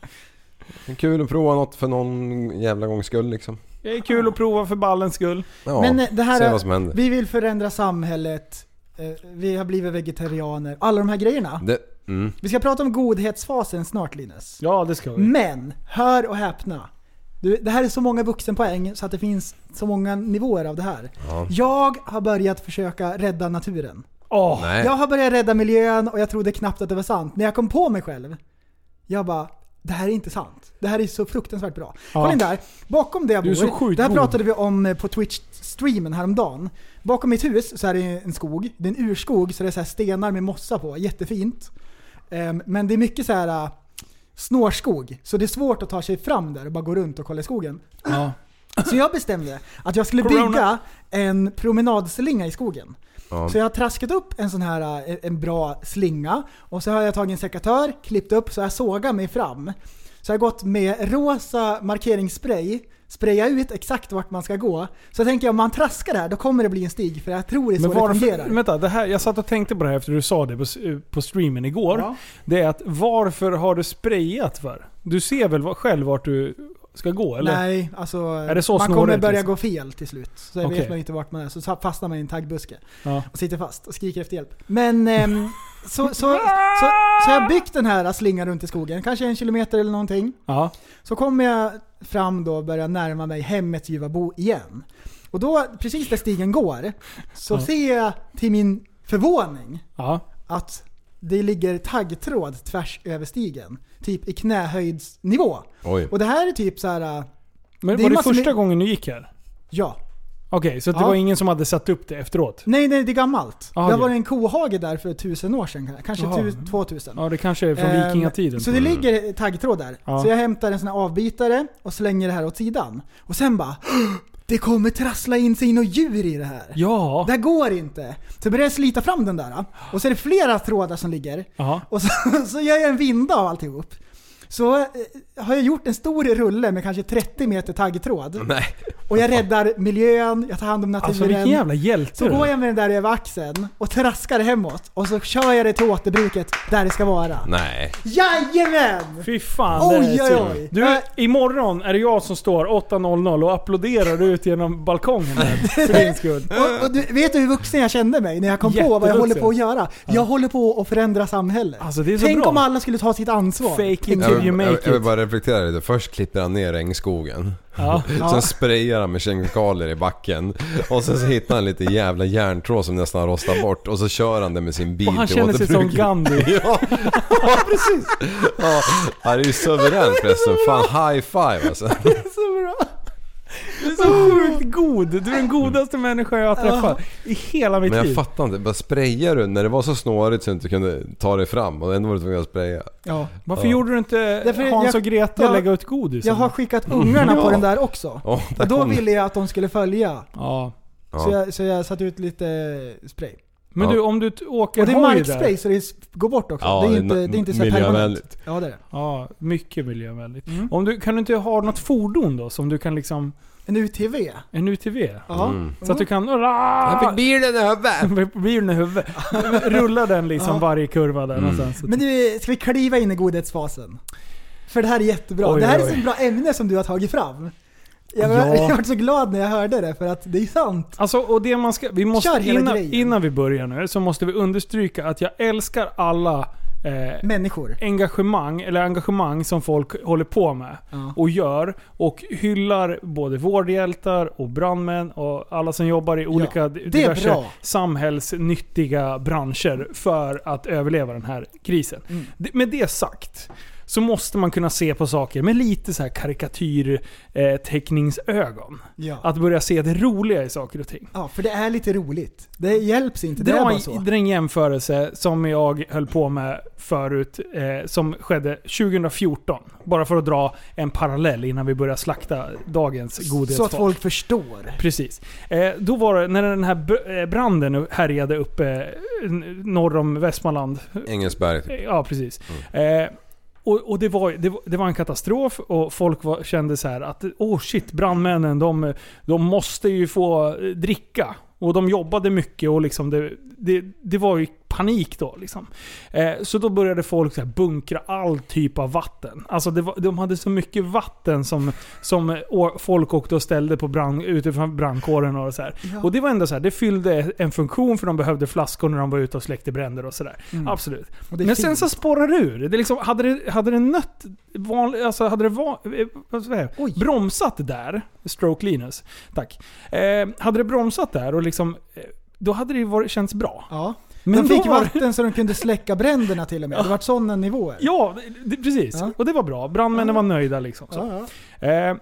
Det är kul att prova något för någon jävla gångs skull liksom. Det är kul att prova för ballens skull. Ja, Men eh, det här se är, vad som händer. vi vill förändra samhället. eh, Vi har blivit vegetarianer. Alla de här grejerna. Det, mm. Vi ska prata om godhetsfasen snart, Linus. Ja, det ska vi. Men, hör och häpna. Du, det här är så många vuxenpoäng så att det finns så många nivåer av det här. Ja. Jag har börjat försöka rädda naturen. Åh, Nej. Jag har börjat rädda miljön och jag trodde knappt att det var sant. När jag kom på mig själv, jag bara, det här är inte sant. Det här är så fruktansvärt bra. Ja. Kolla in där, bakom det jag Du är så bor, sjukt det här god. pratade vi om eh, på Twitch-streamen häromdagen. Bakom mitt hus så är det en skog. Det är en urskog så det är så här stenar med mossa på. Jättefint. Um, men det är mycket så här uh, snårskog. Så det är svårt att ta sig fram där och bara gå runt och kolla i skogen. ja. Så jag bestämde att jag skulle Corona. bygga en promenadslinga i skogen. Ja. Så jag har traskat upp en sån här eh, en bra slinga och så har jag tagit en sekatör, klippt upp så jag sågar mig fram. Så jag har gått med rosa markeringsspray, spraya ut exakt vart man ska gå. Så jag tänker om man traskar där då kommer det bli en stig för jag tror det är så Men det varför, fungerar. vänta, det här, jag satt och tänkte på det här efter du sa det på, på streamen igår. Ja. Det är att varför har du sprayat för? Du ser väl vad- själv vart du ska gå, eller? Nej, alltså det så man kommer snårigt, börja liksom? gå fel till slut. Så jag Okej. vet man inte vart man är. Så fastnar man i en taggbuske Ja. och sitter fast och skriker efter hjälp. Men ehm, så, så, så, så jag har byggt den här slingan runt i skogen, kanske en kilometer eller någonting. Ja. Så kommer jag fram då och börjar närma mig hemmets ljuva bo igen. Och då, precis där stigen går, så Ja. ser jag till min förvåning Ja. att det ligger taggtråd tvärs över stigen. Typ i knähöjdsnivå. Oj. Och det här är typ så här. Men Det är var det massor första med- gången du gick här? Ja. Okej, så att det Ja. var ingen som hade satt upp det efteråt? Nej, nej, det är gammalt. Ah, det har okej. varit en kohage där för tusen år sedan. Kanske Jaha. tu, tvåtusen. Ja, det kanske är från Ehm, vikingatiden. Så det ligger taggtråd där. Ja. Så jag hämtar en sån här avbitare och slänger det här åt sidan. Och sen bara, det kommer trassla in sig något djur i det här. Ja. Det här går inte. Så börjar jag slita fram den där. Och så är det flera trådar som ligger. Ja. Och så, så gör jag en vinda av alltihop. Så eh, har jag gjort en stor rulle med kanske trettio meter taggtråd. Nej. Och jag räddar miljön, jag tar hand om naturen. Alltså vilken jävla hjälte Så du är. går jag med den där över axeln och traskar hemåt. Och så kör jag det till återbruket där det ska vara. Nej. Jajamän! Fy fan, det Oj, är oj, synd. oj. Du, imorgon är det jag som står åtta noll noll och applåderar ut genom balkongen där, för din skull. Och, och du, vet du hur vuxen jag kände mig när jag kom på vad jag Jättevuxen. håller på att göra? Jag håller på att förändra samhället. Alltså, det är så Tänk bra. om alla skulle ta sitt ansvar. Fake it Tänk Ja, till jag, you make jag, jag vill it. bara reflektera lite. Först klipper han ner regnskogen. Ja. Sen Ja. sprayar han med kemikalier i backen. Och sen så hittar han lite jävla järntråd som nästan rostar bort. Och så kör han det med sin bil Och han till känner sig som återbruk. Gandhi. Ja, ja, precis. Ja, han är ju suverän förresten. Fan, high five alltså. Det är så bra. Du är så sjukt god. Du är den godaste människa jag har träffat i hela mitt Men jag liv. fattar inte. Bara sprayar du när det var så snårigt så du inte kunde ta dig fram. Och ändå var du tvungen att spraya. Ja. Varför Ja. gjorde du inte Därför Hans jag- och Greta jag- lägga ut godis? Jag har skickat ungarna på Ja. den där också. Ja, där Och då kom det. ville jag att de skulle följa. Ja. Ja. Så, jag, så jag satt ut lite spray. Men Ja. du, om du t- åker Och det är hoj markspray där. så det går bort också. Ja, det är det är inte, na- det är inte så här permanent. miljövänligt. Ja, det är det. Ja, mycket miljövänligt. Mm. Om du, kan du inte ha något fordon då som du kan liksom... En U T V. En U T V? Ja. Mm. Så att du kan... Jag fick bilen i huvudet. Bilen i huvudet. Rulla den liksom Ja. varje kurva där Mm. någonstans. Men nu ska vi kliva in i godhetsfasen. För det här är jättebra. Oj, det här oj. är så bra ämne som du har tagit fram. Jag var, Ja. jag var så glad när jag hörde det för att det är sant. Alltså, och det man ska... Vi måste, Kör hela innan, grejen. innan vi börjar nu så måste vi understryka att jag älskar alla eh, Människor. engagemang, eller engagemang som folk håller på med Ja. och gör och hyllar både vårdhjältar och brandmän och alla som jobbar i olika Ja, det är diverse bra. samhällsnyttiga branscher för att överleva den här krisen. Mm. Det- Med det sagt så måste man kunna se på saker med lite så här karikatyr eh, teckningsögon. Ja. Att börja se det roliga i saker och ting. ja, för det är lite roligt. Det hjälps inte, det är Dra bara en, så. dra en jämförelse som jag höll på med förut, eh, som skedde tjugohundrafjorton. Bara för att dra en parallell innan vi börjar slakta dagens godhetsfas. Så att folk förstår. Precis. Eh, då var det när den här br- eh, branden härjade uppe eh, norr om Västmanland. Engelsberg. Eh, Ja, precis. Eh, och och det, var, det, var, det var en katastrof och folk var, kände så här att oh shit, brandmännen de, de måste ju få eh, dricka. Och de jobbade mycket och liksom det, det, det var ju panik då. Liksom. Eh, så då började folk så här bunkra all typ av vatten. Alltså det var, de hade så mycket vatten som, som å, folk åkte och ställde på brand, utifrån brandkåren och så här. Ja. Och det var ändå så här, det fyllde en funktion för de behövde flaskor när de var ute och släckte bränder och sådär. Mm. Absolut. Och det är Men fint. sen så spårar det ur. Det liksom, hade, det, hade det nött vanlig, alltså hade det va, eh, vad ska jag säga, Oj. bromsat där, stroke Linus, tack. Eh, hade det bromsat där och liksom, eh, då hade det ju varit, känts bra. Ja. Men de fick då var det- vatten så de kunde släcka bränderna till och med. Det var sådana nivåer. Ja, det, det, precis. Ja. Och det var bra. Brandmännen Ja. var nöjda liksom. Så. Ja, ja. Eh,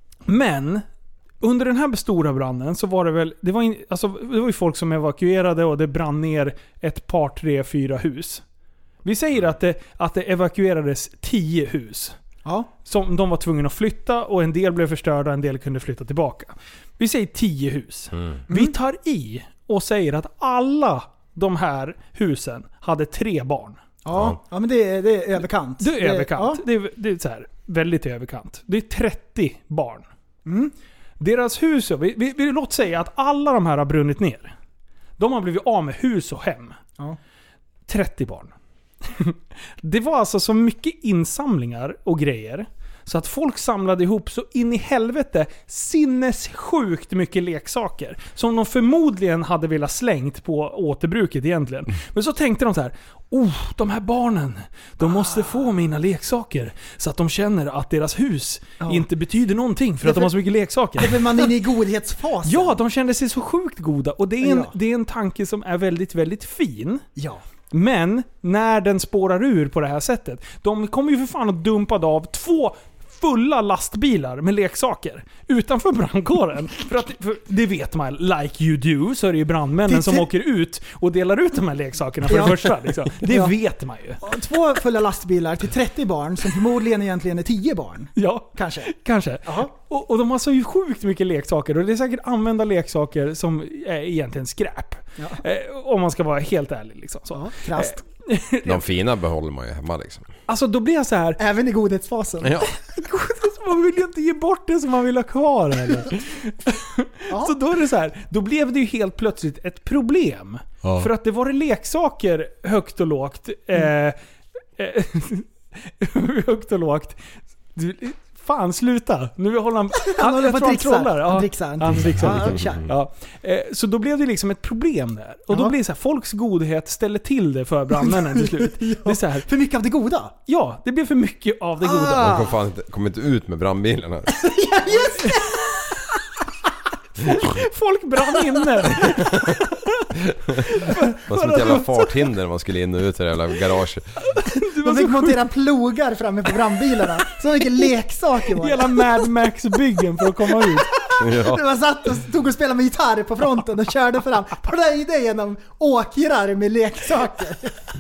men under den här stora branden så var det väl, det var, in, alltså, det var ju folk som evakuerade och det brann ner ett par, tre, fyra hus. Vi säger att det, att det evakuerades tio hus. Ja. Som de var tvungna att flytta och en del blev förstörda, en del kunde flytta tillbaka. Vi säger tio hus. Mm. Vi tar i och säger att alla de här husen hade tre barn. Ja. ja, men det är, det är överkant. Det är överkant. Ja. Det är, det är så här, väldigt överkant. Det är trettio barn. Mm. Deras hus, vi, vi, vi låt säga att alla de här har brunnit ner. De har blivit av med hus och hem. Ja. trettio barn. Det var alltså så mycket insamlingar och grejer så att folk samlade ihop så in i helvete sinnessjukt mycket leksaker som de förmodligen hade velat slängt på återbruket egentligen. Men så tänkte de så här: oh, de här barnen, de måste få mina leksaker så att de känner att deras hus Ja. inte betyder någonting för att de har så mycket leksaker. Det är väl man är inne i godhetsfasen. Ja, de kände sig så sjukt goda och det är en, Ja. det är en tanke som är väldigt, väldigt fin. Ja. Men när den spårar ur på det här sättet, de kommer ju för fan att dumpade av två fulla lastbilar med leksaker utanför brandkåren. För att, för det vet man, like you do, så är det ju brandmännen Det- som åker ut och delar ut de här leksakerna för Ja. det första. Liksom. Det Ja. vet man ju. Två fulla lastbilar till trettio barn som förmodligen egentligen är tio barn. Ja, Kanske. kanske. Jaha. Och, och de har så ju sjukt mycket leksaker och det är säkert använda leksaker som är egentligen skräp. Ja. Eh, om man ska vara helt ärlig. Liksom, så. Ja, krasst. De fina behåller man ju hemma liksom. Alltså då blir jag så här. Även i godhetsfasen. Ja. Man vill ju inte ge bort det som man vill ha kvar heller. Ja. Så då är det så här, då blev det ju helt plötsligt ett problem. Ja. För att det var leksaker högt och lågt. Eh, eh, högt och lågt. Du, fan sluta. Nu håller han... Han håller på att dricksa. Ja, Han dricksar. han dricksar Ja, lite. kör. Ja. Eh, Så då blev det liksom ett problem där. Och då Ja. blir det så här, folks godhet ställer till det för brandmännen till slut. Det är så här, För mycket av det goda. ja, det blev för mycket av det goda. Ah. De kom fan inte, kom inte ut med brandbilarna. Ja, just det! Folk brann inne. Det var som ett jävla farthinder när man skulle in och ut i det jävla garaget. De fick montera plogar framme på brandbilarna. Så mycket leksaker var det. Hela Mad Max-byggen för att komma ut. Ja. Det var satt och stod och spelade med gitarr på fronten och körde fram. Plöjde genom åkrar med leksaker.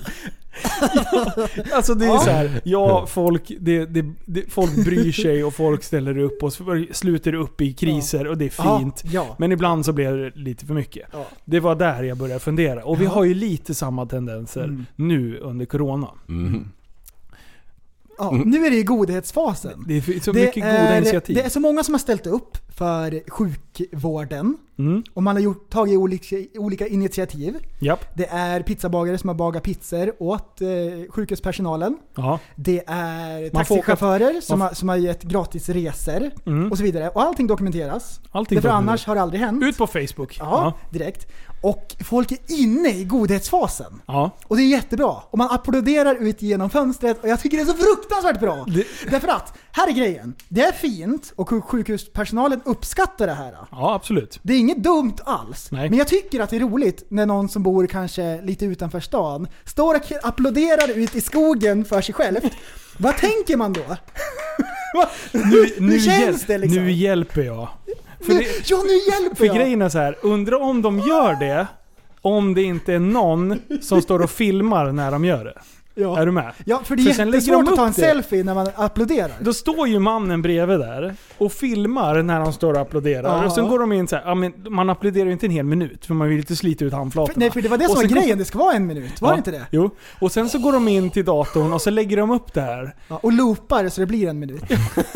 Alltså det är Ja. så här, ja, folk, det, det, det, folk bryr sig och folk ställer upp och sluter upp i kriser och det är fint. Ja, ja. Men ibland så blir det lite för mycket. Ja. Det var där jag började fundera. Och vi Ja. har ju lite samma tendenser Mm. nu under corona. Mm. Ja, nu är det i godhetsfasen. Det är så Det mycket goda är, initiativ. det är så många som har ställt upp för sjukvården. Mm. Och man har gjort, tagit olika, olika initiativ. Japp. Det är pizzabagare som har bagat pizzor åt eh, sjukhuspersonalen. Ja. Det är Man får åka- taxichaufförer som, man har, som har gett gratis resor Mm. och så vidare. Och allting dokumenteras. Allting Därför dokumenteras. annars har det aldrig hänt. Ut på Facebook. Ja, direkt. Och folk är inne i godhetsfasen. Ja. Och det är jättebra. Och man applåderar ut genom fönstret och jag tycker det är så fruktansvärt bra. Det- Därför att, här är grejen. Det är fint och sjuk- sjukhuspersonalen uppskattar det här. Ja, absolut. Det är inget dumt alls. Nej. Men jag tycker att det är roligt när någon som bor kanske lite utanför stan står och applåderar ut i skogen för sig själv. Vad tänker man då? Nu, Hur nu, känns hjäl- det liksom? nu hjälper jag. För, Nu, det, ja, nu hjälper för jag! grejen är så här, undrar om de gör det om det inte är någon som står och filmar när de gör det. Ja. Är du med? Ja, för det För är sen lägger jättesvårt de att ta en upp det. selfie när man applåderar. Då står ju mannen bredvid där och filmar när de står och applåderar. Ja. Och sen går de in så här, ja, men man applåderar ju inte en hel minut för man vill inte slita ut handflatorna. För, nej, för det var det Och som var sen går- grejen. Det ska vara en minut. Var Ja, det inte det? Jo. Och sen så går de in till datorn och så lägger de upp det här. Ja, och loopar så det blir en minut.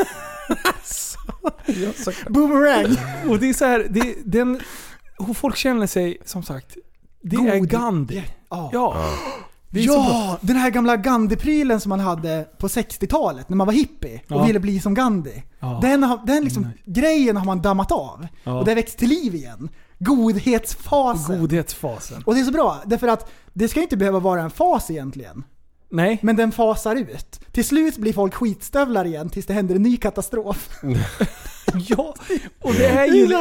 Boomerang! Och det är så här, det, den, och folk känner sig, som sagt, det är God- Gandhi. Ja. Ja. Det är så bra. Ja, den här gamla Gandhi-prylen som man hade på sextiotalet när man var hippie och Ja. ville bli som Gandhi. Ja. Den, har, den liksom, grejen har man dammat av. Ja. Och det väcks till liv igen. Godhetsfasen. Godhetsfasen. Och det är så bra, därför att det ska inte behöva vara en fas egentligen. Nej. Men den fasar ut. Till slut blir folk skitstövlar igen tills det händer en ny katastrof. Ja, och det är ju...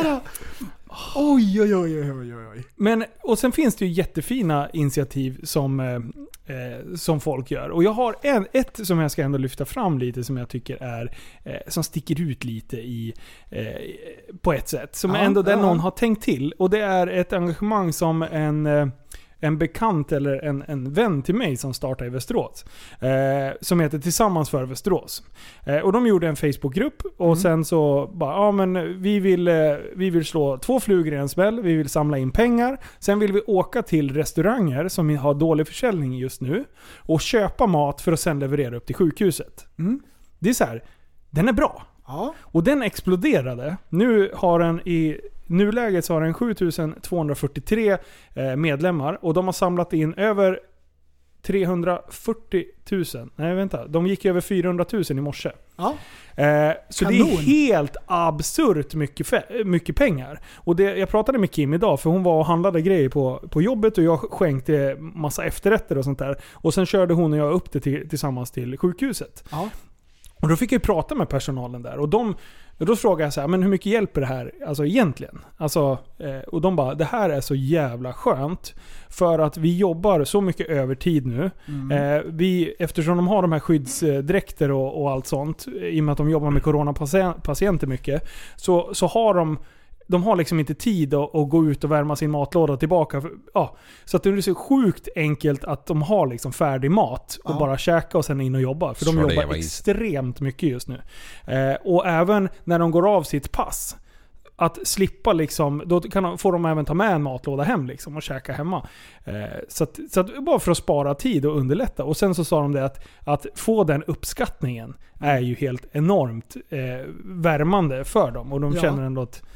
Oj, oj, oj, oj, oj, oj. Men, och sen finns det ju jättefina initiativ som, eh, eh, som folk gör. Och jag har en, ett som jag ska ändå lyfta fram lite som jag tycker är, eh, som sticker ut lite i, eh, på ett sätt. Som Ja, ändå där ja. någon har tänkt till. Och det är ett engagemang som en... Eh, en bekant eller en, en vän till mig som startade i Västerås. Eh, som heter Tillsammans för Västerås. Eh, och de gjorde en Facebookgrupp och Mm. sen sen så bara, ja men vi vill, eh, vi vill slå två flugor i en smäll, vi vill samla in pengar. Sen vill vi åka till restauranger som har dålig försäljning just nu och köpa mat för att sen leverera upp till sjukhuset. Mm. Det är så här, den är bra. Ja. Och den exploderade. Nu har den i nuläget så har den sjutusen tvåhundrafyrtiotre eh, medlemmar och de har samlat in över trehundrafyrtio tusen. Nej vänta, de gick över fyrahundratusen i morse. Ja. Eh, så Kanon. det är helt absurt mycket, fe- mycket pengar. Och det, jag pratade med Kim idag för hon var och handlade grejer på, på jobbet och jag skänkte massa efterrätter och sånt där. Och sen körde hon och jag upp det till, tillsammans till sjukhuset. Ja. Och då fick jag ju prata med personalen där och de, då frågade jag så här, men hur mycket hjälper det här alltså egentligen? Alltså, eh, och de bara, det här är så jävla skönt för att vi jobbar så mycket övertid nu. Mm. Eh, vi, eftersom de har de här skyddsdräkter och, och allt sånt, i och med att de jobbar med coronapatienter mycket, så, så har de de har liksom inte tid att, att gå ut och värma sin matlåda tillbaka. Ja, så att det är så sjukt enkelt att de har liksom färdig mat och Ja. bara käka och sen in och jobba. För de Så det jobbar var is. extremt mycket just nu. Eh, och även när de går av sitt pass, att slippa liksom, då kan de, får de även ta med en matlåda hem liksom och käka hemma. Eh, så att, så att bara för att spara tid och underlätta. Och sen så sa de det att, att få den uppskattningen är ju helt enormt eh, värmande för dem. Och de Ja. känner ändå att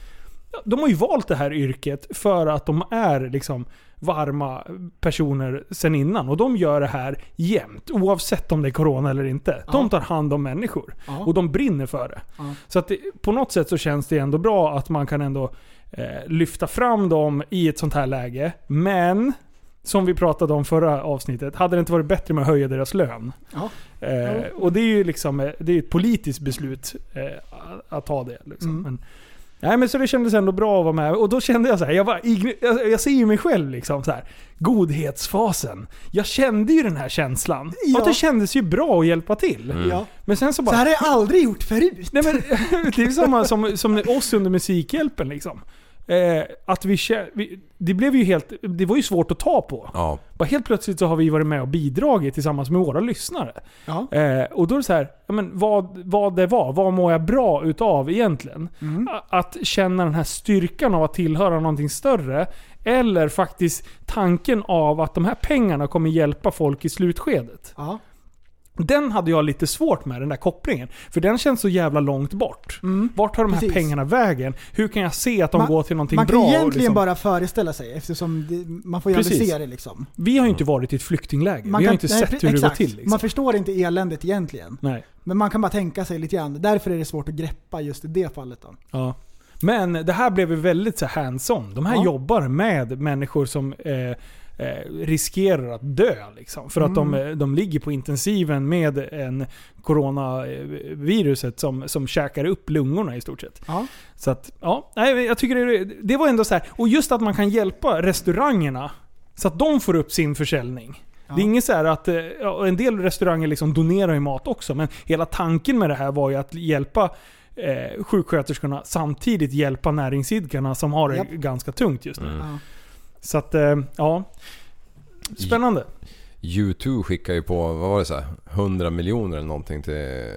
de har ju valt det här yrket för att de är liksom varma personer sen innan. Och de gör det här jämt, oavsett om det är corona eller inte. Ja. De tar hand om människor. Ja. Och de brinner för det. Ja. Så att det, på något sätt så känns det ändå bra att man kan ändå eh, lyfta fram dem i ett sånt här läge. Men som vi pratade om förra avsnittet, hade det inte varit bättre med att höja deras lön? Ja. Eh, och det är ju liksom det är ett politiskt beslut eh, att ta det. Liksom. Mm. Men, nej, men så det kändes ändå bra att vara med. Och då kände jag så här, jag, var, jag, jag ser ju mig själv liksom så här, godhetsfasen. Jag kände ju den här känslan. Ja. Att det kändes ju bra att hjälpa till. Mm. Ja. Men sen så bara... Så här har jag aldrig gjort förut. Nej, men det är samma som, som oss under Musikhjälpen liksom. Eh, att vi, vi det blev ju helt det var ju svårt att ta på. Ja. Bara helt plötsligt så har vi varit med och bidragit tillsammans med våra lyssnare. Ja. Eh, och då är det så här, ja, men vad, vad det var, vad mår jag bra utav egentligen? Mm. Att känna den här styrkan av att tillhöra någonting större, eller faktiskt tanken av att de här pengarna kommer hjälpa folk i slutskedet. Ja. Den hade jag lite svårt med, den där kopplingen. För den känns så jävla långt bort. Mm, Vart har de här precis. pengarna vägen? Hur kan jag se att de man, går till någonting man bra? Man kan egentligen liksom... bara föreställa sig, eftersom det, man får ju aldrig se det liksom. Vi har ju inte varit i ett flyktingläge. Man vi har kan, inte nej, sett hur exakt. det går till. Liksom. Man förstår inte eländet egentligen. Nej. Men man kan bara tänka sig lite grann. Därför är det svårt att greppa just i det fallet då. Ja. Men det här blev ju väldigt så hands-on. De här ja. jobbar med människor som... Eh, Eh, riskerar att dö liksom, för att mm. de, de ligger på intensiven med en coronaviruset som, som käkar upp lungorna i stort sett. Ja. Så att, ja, nej, jag tycker det, det var ändå så här, och just att man kan hjälpa restaurangerna så att de får upp sin försäljning. Ja. Det är inget så här att ja, en del restauranger liksom donerar ju mat också, men hela tanken med det här var ju att hjälpa eh, sjuksköterskorna, samtidigt hjälpa näringsidkarna som har det Japp. ganska tungt just nu. Mm. Ja. Så att, ja. Spännande. YouTube skickar ju på, vad var det så här, hundra miljoner eller någonting till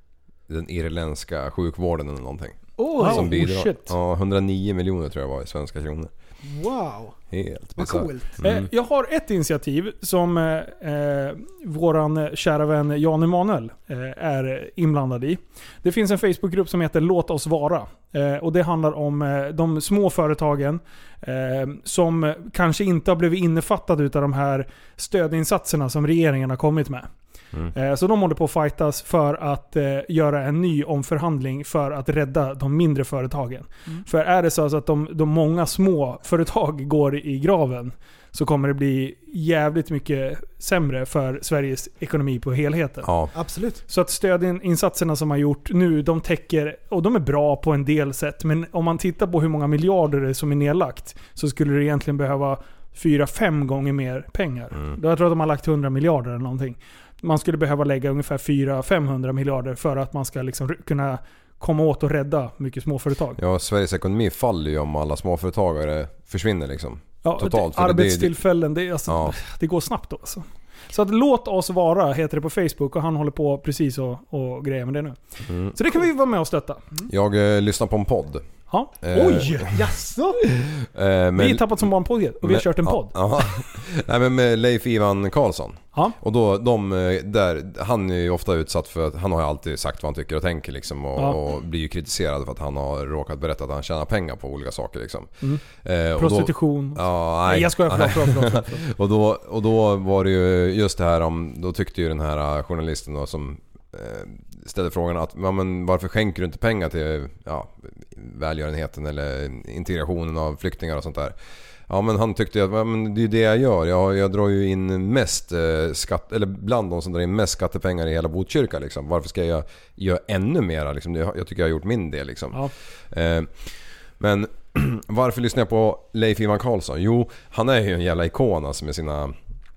den irländska sjukvården eller någonting. Oh, som oh bidrar. shit. Ja, hundranio miljoner tror jag var i svenska kronor. Wow. Helt vad coolt. Mm. Jag har ett initiativ som eh, våran kära vän Jan Emanuel eh, är inblandad i. Det finns en Facebookgrupp som heter Låt oss vara. Eh, och det handlar om eh, de små företagen eh, som kanske inte har blivit innefattade utav de här stödinsatserna som regeringen har kommit med. Mm. Så de håller på att fightas för att eh, göra en ny omförhandling för att rädda de mindre företagen. Mm. För är det så att de, de många små företag går i graven, så kommer det bli jävligt mycket sämre för Sveriges ekonomi på helheten. Ja, absolut. Så att stödinsatserna som har gjort nu, de täcker, och de är bra på en del sätt, men om man tittar på hur många miljarder det som är nedlagt, så skulle det egentligen behöva fyra, fem gånger mer pengar. Mm. Då jag tror att de har lagt hundra miljarder eller någonting. Man skulle behöva lägga ungefär fyra till femhundra miljarder för att man ska liksom kunna komma åt och rädda mycket småföretag. Ja, Sveriges ekonomi faller ju om alla småföretagare försvinner liksom. Ja, totalt. Arbetstillfällen, det, det, alltså, ja. det går snabbt då alltså. Så att Låt oss vara heter det på Facebook, och han håller på precis och, och grejer med det nu. Mm. Så det kan vi vara med och stötta. Mm. Jag eh, lyssnar på en podd. Ja. Eh, Oj, jaså? Eh, men, vi är tappat som barnpodd och vi men, har kört en ja, podd. Ja. Nej, men med Leif Ivan Karlsson. Ja. Och då, de där, han är ju ofta utsatt för att han har ju alltid sagt vad han tycker och tänker liksom, och, ja. och blir ju kritiserad för att han har råkat berätta att han tjänar pengar på olika saker liksom. Mm. Eh, och Prostitution. Då, ja, nej. nej, jag skojar, förlåt, förlåt, förlåt, förlåt. och, då, och då var det ju just det här om, då tyckte ju den här journalisten då, som eh, ställde frågan att ja, men varför skänker du inte pengar till ja, välgörenheten eller integrationen av flyktingar och sånt där. Ja, men han tyckte att ja, men det är det jag gör. Jag, jag drar ju in mest eh, skatt, eller bland de som drar in mest skattepengar i hela Botkyrka liksom. Varför ska jag göra ännu mer liksom? Jag tycker jag har gjort min del liksom. Ja. Eh, men varför lyssnar jag på Leif Ivan Karlsson? Jo, han är ju en jävla ikon alltså, med sina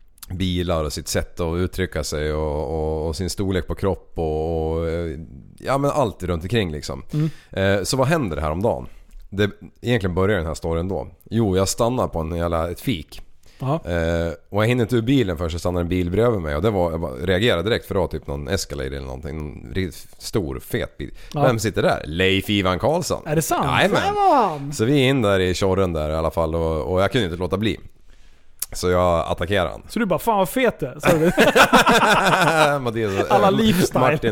bilar och sitt sätt att uttrycka sig och, och, och sin storlek på kropp och, och ja, men allt runt omkring liksom. Mm. Eh, så vad händer här om dagen? Det, egentligen börjar den här storyn då. Jo, jag stannar på en jävla, ett fik. Eh, och jag hinner inte ur bilen först, så stannar en bil bredvid mig. Och det var, jag bara reagerade direkt för det var typ någon Escalade eller någonting. En riktigt stor, fet bil. Ja. Vem sitter där? Leif Ivan Karlsson. Är det sant? Jajamän. Så vi är in där i tjorren där i alla fall. Och, och jag kunde inte låta bli. Så jag attackerade han. Så du bara, fan vad fet det. Mattias, alla lifestyle. Martin,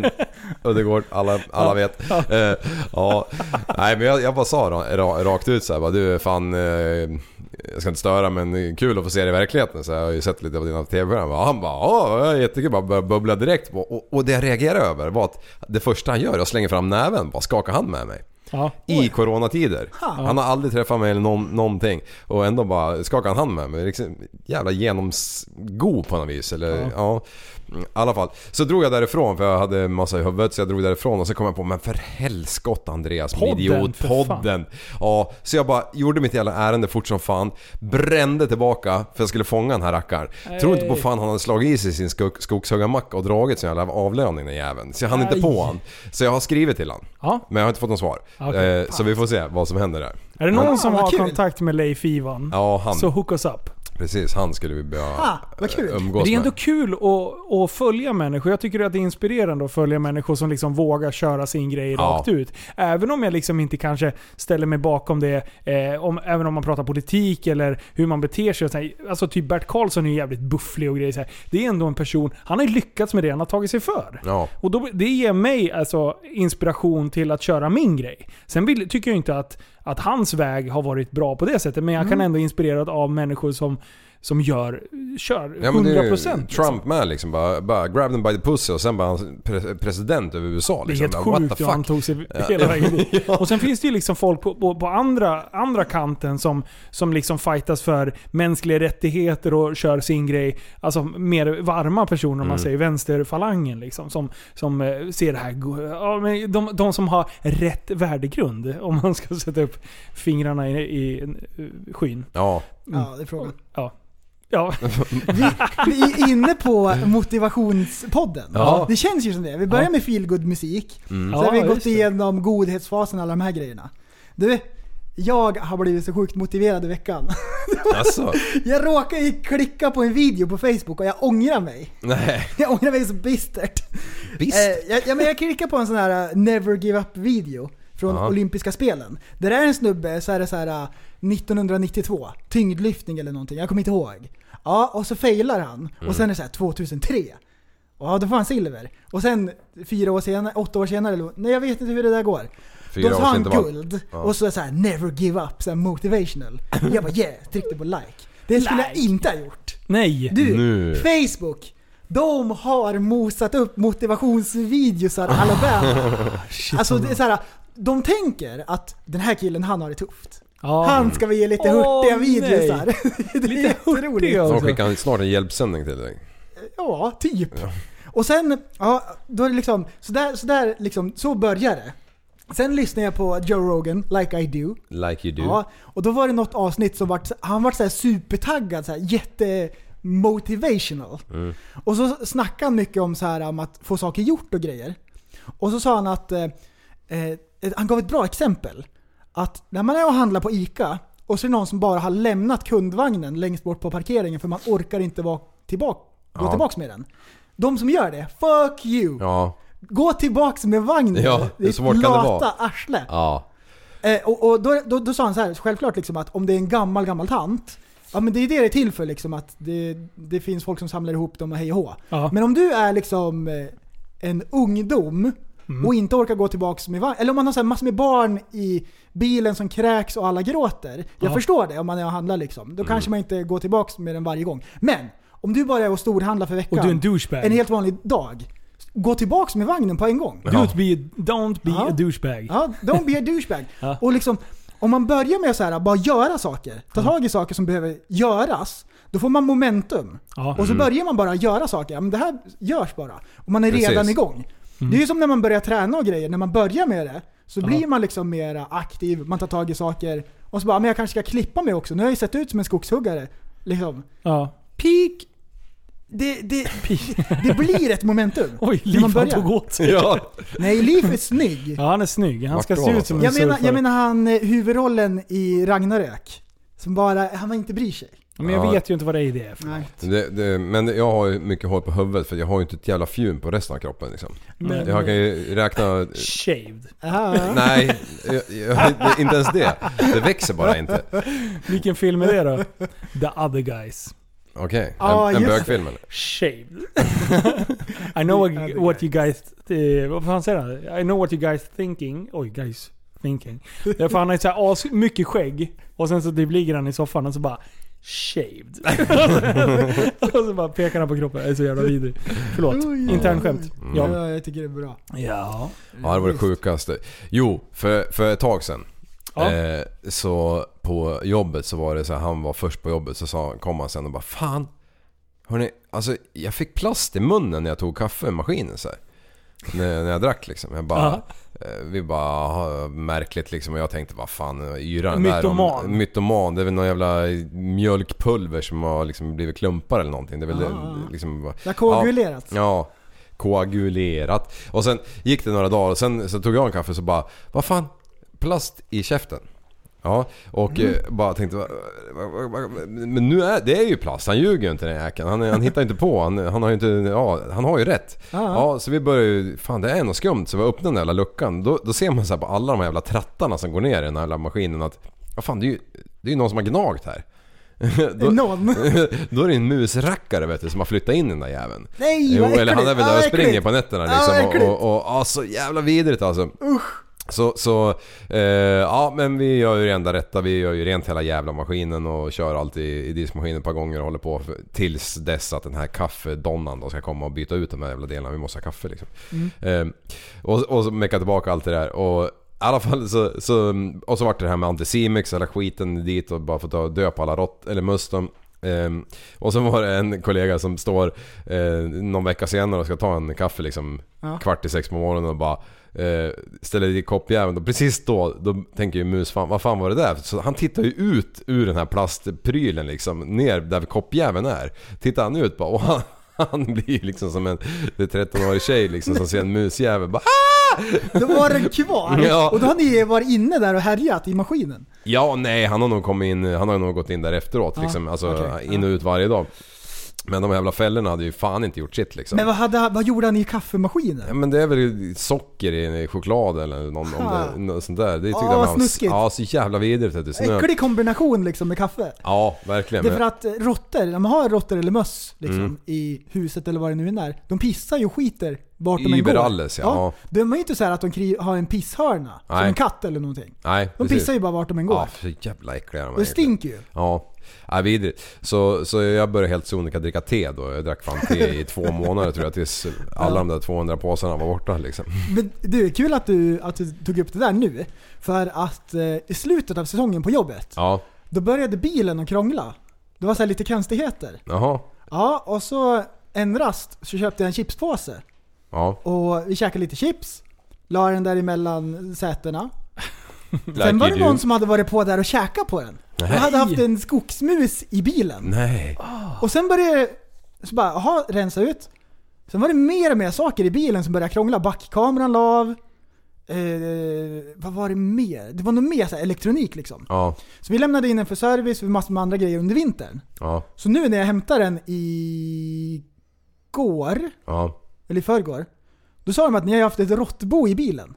Uddegård, alla, alla vet. Ja. Uh, ja. Nej, men jag, jag bara sa ra, rakt ut så här, bara, du är fan... Uh, jag ska inte störa, men kul att få se det i verkligheten. Så jag har ju sett lite av dina tv-program. Och han bara, ja, jättekul, bara bubbla direkt. Och, och det jag reagerade över var att det första han gör är att slänga fram näven, bara skaka hand med mig. Ja. I coronatider. Ha. Han har aldrig träffat mig eller någon, någonting. Och ändå bara skakar han hand med mig. Liksom, jävla genomsgo på något vis. Eller, ja. Ja. I alla fall. Så drog jag därifrån, för jag hade en massa i huvudet. Så jag drog därifrån och så kom jag på, men för helskott Andreas, podden, idiot, podden. Ja, så jag bara gjorde mitt jävla ärende fort som fan. Brände tillbaka för jag skulle fånga den här rackaren. Tror inte på fan han hade slagit i sig sin skog, skogshuggarmacka och dragit sin jävla avlöning den jäveln. Så jag hann inte på han. Så jag har skrivit till han. Ja. Men jag har inte fått någon svar. Okay. Eh, så vi får se vad som händer där. Är det någon men, som ah, har kul. kontakt med Leif Ivan? Ja, han. Så hook us up. Precis, han skulle vi börja ah, vad kul. umgås Det är ändå med. kul att, att följa människor. Jag tycker att det är inspirerande att följa människor som liksom vågar köra sin grej ja. rakt ut. Även om jag liksom inte kanske ställer mig bakom det, eh, om, även om man pratar politik eller hur man beter sig. Och så här, alltså typ Bert Karlsson är ju jävligt bufflig och grejer. Så här. Det är ändå en person, han har ju lyckats med det han har tagit sig för. Ja. Och då, det ger mig alltså inspiration till att köra min grej. Sen vill, tycker jag inte att, att hans väg har varit bra på det sättet. Men jag kan ändå inspireras av människor som som gör, kör ja, hundra procent. Trump liksom. med liksom, bara, bara grab them by the pussy och sen bara pre- president över U S A. Liksom. Det är helt sjukt hur han tog sig hela vägen dit. Och sen finns det ju liksom folk på, på, på andra, andra kanten som, som liksom fightas för mänskliga rättigheter och kör sin grej. Alltså mer varma personer, om man mm. säger vänsterfalangen liksom, som, som ser det här. Ja, men de, de som har rätt värdegrund, om man ska sätta upp fingrarna i, i, i skyn. Ja. Ja, det är frågan. Ja. Ja. vi, vi är inne på motivationspodden. Ja. Det känns ju som det. Vi börjar med feelgood musik. Mm. Så har ja, vi gått igenom godhetsfasen och alla de här grejerna. Du, jag har blivit så sjukt motiverad i veckan. Alltså. Jag råkade klicka på en video på Facebook och jag ångrar mig. Nej. Jag ångrar mig så bistert. Visst. Eh, jag, jag, men jag klickade på en sån här Never Give Up video från Aha. olympiska spelen. Där är en snubbe, så är det så här nittonhundranittiotvå, tyngdlyftning eller någonting, jag kommer inte ihåg. Ja, och så failar han. Mm. Och sen är det så här tjugohundratre. Ja, då får han silver. Och sen fyra år senare, åtta år senare, eller, nej jag vet inte hur det där går. Fyra då tar han var... guld. Ja. Och så är det så här never give up, så här motivational. Jag bara yeah, tryckte på like. Det skulle like. jag inte ha gjort. Nej. Du, nu. Facebook, de har mosat upp motivationsvideosar Alabama. Alltså det är så här, de tänker att den här killen, han har det tufft. Oh. Han ska vi ge lite hurtiga oh, videosar. Det är lite hurtiga. Så skickar snart en hjälpsändning till dig. Ja, typ. Ja. Och sen, ja, då är det liksom, så där, så där liksom, så börjar det. Sen lyssnade jag på Joe Rogan, Like I Do. Like you do. Ja, och då var det något avsnitt som var, han var så här supertaggad, så här, jätte motivational. Mm. Och så snackade han mycket om så här, om att få saker gjort och grejer. Och så sa han att eh, eh, han gav ett bra exempel. Att när man är och handlar på ICA och så är det någon som bara har lämnat kundvagnen längst bort på parkeringen för man orkar inte vara tillbaka, gå ja. tillbaks med den. De som gör det, fuck you. Ja. Gå tillbaks med vagnen. Ja, det är så svårt kan det vara. Arsle. Ja. Eh, och och då, då, då sa han så här, självklart liksom att om det är en gammal, gammal tant, ja men det är det det är till för liksom, att det, det finns folk som samlar ihop dem och hej och hå. Ja. Men om du är liksom en ungdom mm. och inte orkar gå tillbaks med vagn, eller om man har så här massor med barn i bilen som kräks och alla gråter. Jag ja. förstår det om man är och handlar liksom. Då mm. kanske man inte går tillbaks med den varje gång. Men om du bara är och storhandlar för veckan, och du är en douchebag, en helt vanlig dag, gå tillbaks med vagnen på en gång. Ja. Don't be, don't be ja. a douchebag. Ja, don't be a douchebag. Ja. Och liksom, om man börjar med att så här, bara göra saker, ta tag i saker som behöver göras, då får man momentum. Ja. Och så börjar man bara göra saker. Ja, men det här görs bara. Och man är redan Precis. igång. Mm. Det är ju som när man börjar träna och grejer. När man börjar med det så ja. blir man liksom mer aktiv. Man tar tag i saker. Och så bara, men jag kanske ska klippa mig också. Nu har jag ju sett ut som en skogshuggare. Liksom. Ja. Peak. Det, det, det blir ett momentum. Oj, Liv har tog åt sig. Ja. Nej, Liv är snygg. Ja, han är snygg. Han ska se ut som en jag menar, jag menar han huvudrollen i Ragnarök. Som bara, han var inte bryr sig. Men jag ja. vet ju inte vad det är det är för Nej. Det, det, men jag har ju mycket hår på huvudet för jag har ju inte ett jävla fjun på resten av kroppen liksom. Men, jag kan ju räkna... Shaved. Nej, jag, jag, inte ens det. Det växer bara inte. Vilken film är det då? The Other Guys. Okej, okay. Ah, en, en just bögfilm eller? Shaved. I know what, what you guys... Uh, vad fan säger han? I know what you guys thinking. Oj, guys thinking. Därför han har så här as mycket skägg. Och sen så typ ligger han i soffan och så bara... Shaved. Och så bara pekar han på kroppen. Det är så jävla vidrig. Förlåt. Intern skämt. Ja. Ja, jag tycker det är bra. Ja. Ja, det var det sjukaste. Jo, för, för ett tag sedan. Ja. Eh, så på jobbet så var det så här, han var först på jobbet så sa, kom han sen och bara fan, hörni, alltså jag fick plast i munnen när jag tog kaffe i maskinen så här. När, när jag drack liksom. Jag bara, eh, vi bara, märkligt liksom. Och jag tänkte, vad fan, yra den där om, mytoman, det är väl någon jävla mjölkpulver som har liksom blivit klumpar eller någonting. Det är väl det, liksom, det har koagulerat. Ja, ja, koagulerat. Och sen gick det några dagar och sen så tog jag en kaffe så bara, vad fan, plast i käften. Ja, och mm. eh, bara tänkte va, va, va, men nu är det är ju plast. Han ljuger ju inte den äken. Han, han hittar inte på. Han, han har ju inte ja, han har ju rätt. Ah. Ja, så vi börjar ju fan det är något skumt så vi öppnar den där jävla luckan. Då, då ser man så här på alla de här jävla trattarna som går ner i den här jävla maskinen att ja fan det är ju det är ju någon som har gnagt här. då, då är det en musrackare vet du som har flyttat in den där jäveln. Nej, jo, eller han är väl där och springer äckligt. På nätterna liksom ah, och, och, och, och ah, så jävla vidrigt alltså. Usch. Så, så eh, ja men vi gör ju det enda rätta. Vi gör ju rent hela jävla maskinen och kör alltid i, i diskmaskinen ett par gånger och håller på för, tills dess att den här kaffedonnan då ska komma och byta ut de här jävla delarna. Vi måste ha kaffe liksom. Mm. eh, och, och så mecka tillbaka allt det där och i alla fall så, så och så vart det här med Anticimex eller skiten dit och bara få ta dö på alla rått eller mustum. Um, och så var det en kollega som står uh, någon vecka senare och ska ta en kaffe liksom ja. Kvart i sex på morgonen och bara uh, ställer i koppjäveln och precis då, då tänker ju mus fan, vad fan var det där? Så han tittar ju ut ur den här plastprylen liksom ner där koppjäveln är. Tittar han ut bara och han, han blir liksom som en tretton-årig tjej liksom som ser en musjävel bara då var den kvar. Ja. Och då har ni varit inne där och härjat i maskinen. Ja, nej, han har nog kommit in, han har nog gått in där efteråt ja, liksom, alltså okay. in och ut varje dag. Men de jävla fällorna hade ju fan inte gjort shit liksom. Men vad, hade, vad gjorde han i kaffemaskinen? Ja, men det är väl socker i choklad eller någon, om det, något sånt där. Det tyckte oh, jag var snuskigt. Ja, så jävla vidrigt. Äcklig kombination liksom med kaffe. Ja, verkligen. Det är för att råttor, när man har råttor eller möss liksom, mm. i huset eller vad det nu är, de pissar ju och skiter vart de än går. Alles, ja. Ja. De är ju inte så här att de har en pisshörna som en katt eller någonting. Nej, de precis. pissar ju bara vart de än går. Ja, för jävla äckliga de är. Det stinker ju. Ja. Ja, vidrigt. Så, så jag började helt sonika dricka te då. Jag drack fan te i två månader tror jag tills alla de där tvåhundra påsarna var borta liksom. Men du, kul att du, att du tog upp det där nu. För att eh, i slutet av säsongen på jobbet ja. Då började bilen att krångla. Det var så här lite konstigheter. Jaha. Ja, och så en rast så köpte jag en chipspåse. Ja. Och vi käkade lite chips. La den där emellan sätena. Like Sen var det någon som hade varit på där och käkat på den. Jag hade haft en skogsmus i bilen. Nej. Och sen började så bara, aha, rensa ut. Sen var det mer och mer saker i bilen som började krångla. Backkameran la av. Eh, vad var det mer? Det var nog mer så här elektronik liksom. Ja. Så vi lämnade in den för service för massor med andra grejer under vintern. Ja. Så nu när jag hämtar den i går, ja. eller i förrgår, då sa de att ni har haft ett råttbo i bilen.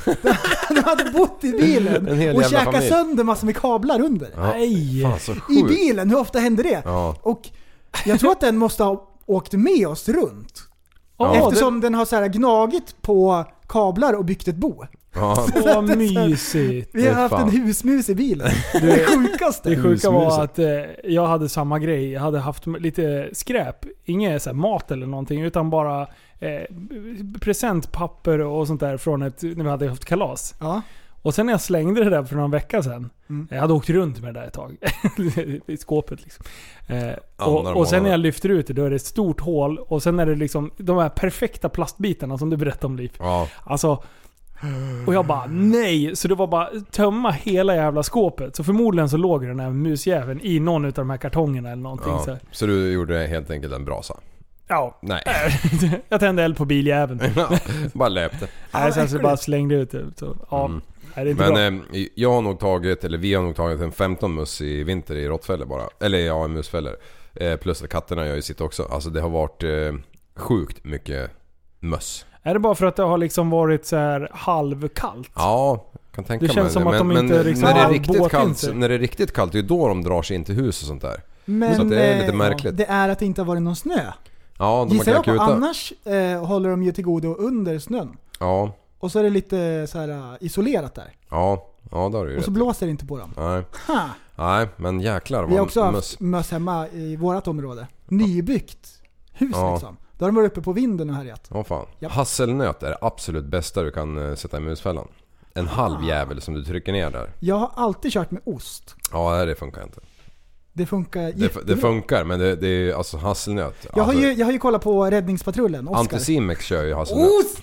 De hade bott i bilen och käkat sönder massor med kablar under. Ja. Nej. Fan, så sjukt. I bilen, hur ofta händer det? Ja. Och jag tror att den måste ha åkt med oss runt. Ja, eftersom det... den har så här gnagit på kablar och byggt ett bo. Ja. Åh, mysigt. Vi har haft en husmus i bilen. Det är sjukaste. Det sjuka var att eh, jag hade samma grej. Jag hade haft lite skräp. Inget så här mat eller någonting, utan bara eh, presentpapper och sånt där från ett, när vi hade haft kalas. Ja. Och sen när jag slängde det där för någon vecka sedan. Mm. Jag hade åkt runt med det där ett tag. I skåpet liksom. Eh, och, och sen när jag lyfter ut det, då är det ett stort hål. Och sen är det liksom de här perfekta plastbitarna som du berättade om, Liv. Ja. Alltså... Och jag bara, nej. Så det var bara tömma hela jävla skåpet. Så förmodligen så låg den här musjäveln i någon av de här kartongerna eller någonting. Ja. Så. så du gjorde helt enkelt en brasa? Ja. Nej. Jag tände eld på biljäveln. Ja, bara löpte. Nej, sen så bara slängde ut det. Så, ja. Mm. Nej, det är Men bra. eh, jag har nog tagit, eller vi har nog tagit en femton mus i vinter i råttfällor bara. Eller ja, en musfällor. Eh, plus att katterna gör ju sitt också. Alltså det har varit eh, sjukt mycket möss. Är det bara för att det har liksom varit så här halvkallt? Ja, kan tänka mig. Det känns som att men, de inte men, liksom när, det är har riktigt kallt, sig. när det är riktigt kallt, det är ju då de drar sig in till hus och sånt där. Men så att det är lite eh, märkligt. det är att det inte har varit någon snö. Ja, de Gissar har jag på, kutat. annars eh, håller de ju till godo under snön. Ja, Och så är det lite så här uh, isolerat där. ja, ja, där är det ju Och så rätt. blåser det inte på dem. Nej. Ha! Nej, men jäklar vad Vi har också haft möss. möss hemma i vårat område. Nybyggt hus Ja. liksom. Då har de varit uppe på vinden och härjat. Åh fan. Japp. Hasselnöt är det absolut bästa du kan eh, sätta i musfällan. En halv jävel som du trycker ner där. Jag har alltid kört med ost. Ja, det funkar inte. Det funkar Det, jättebra. det funkar, men det, det är alltså hasselnöt. Jag har, alltså, ju, jag har ju kollat på Räddningspatrullen, Oscar. Anticimex kör ju hasselnöt. Ost!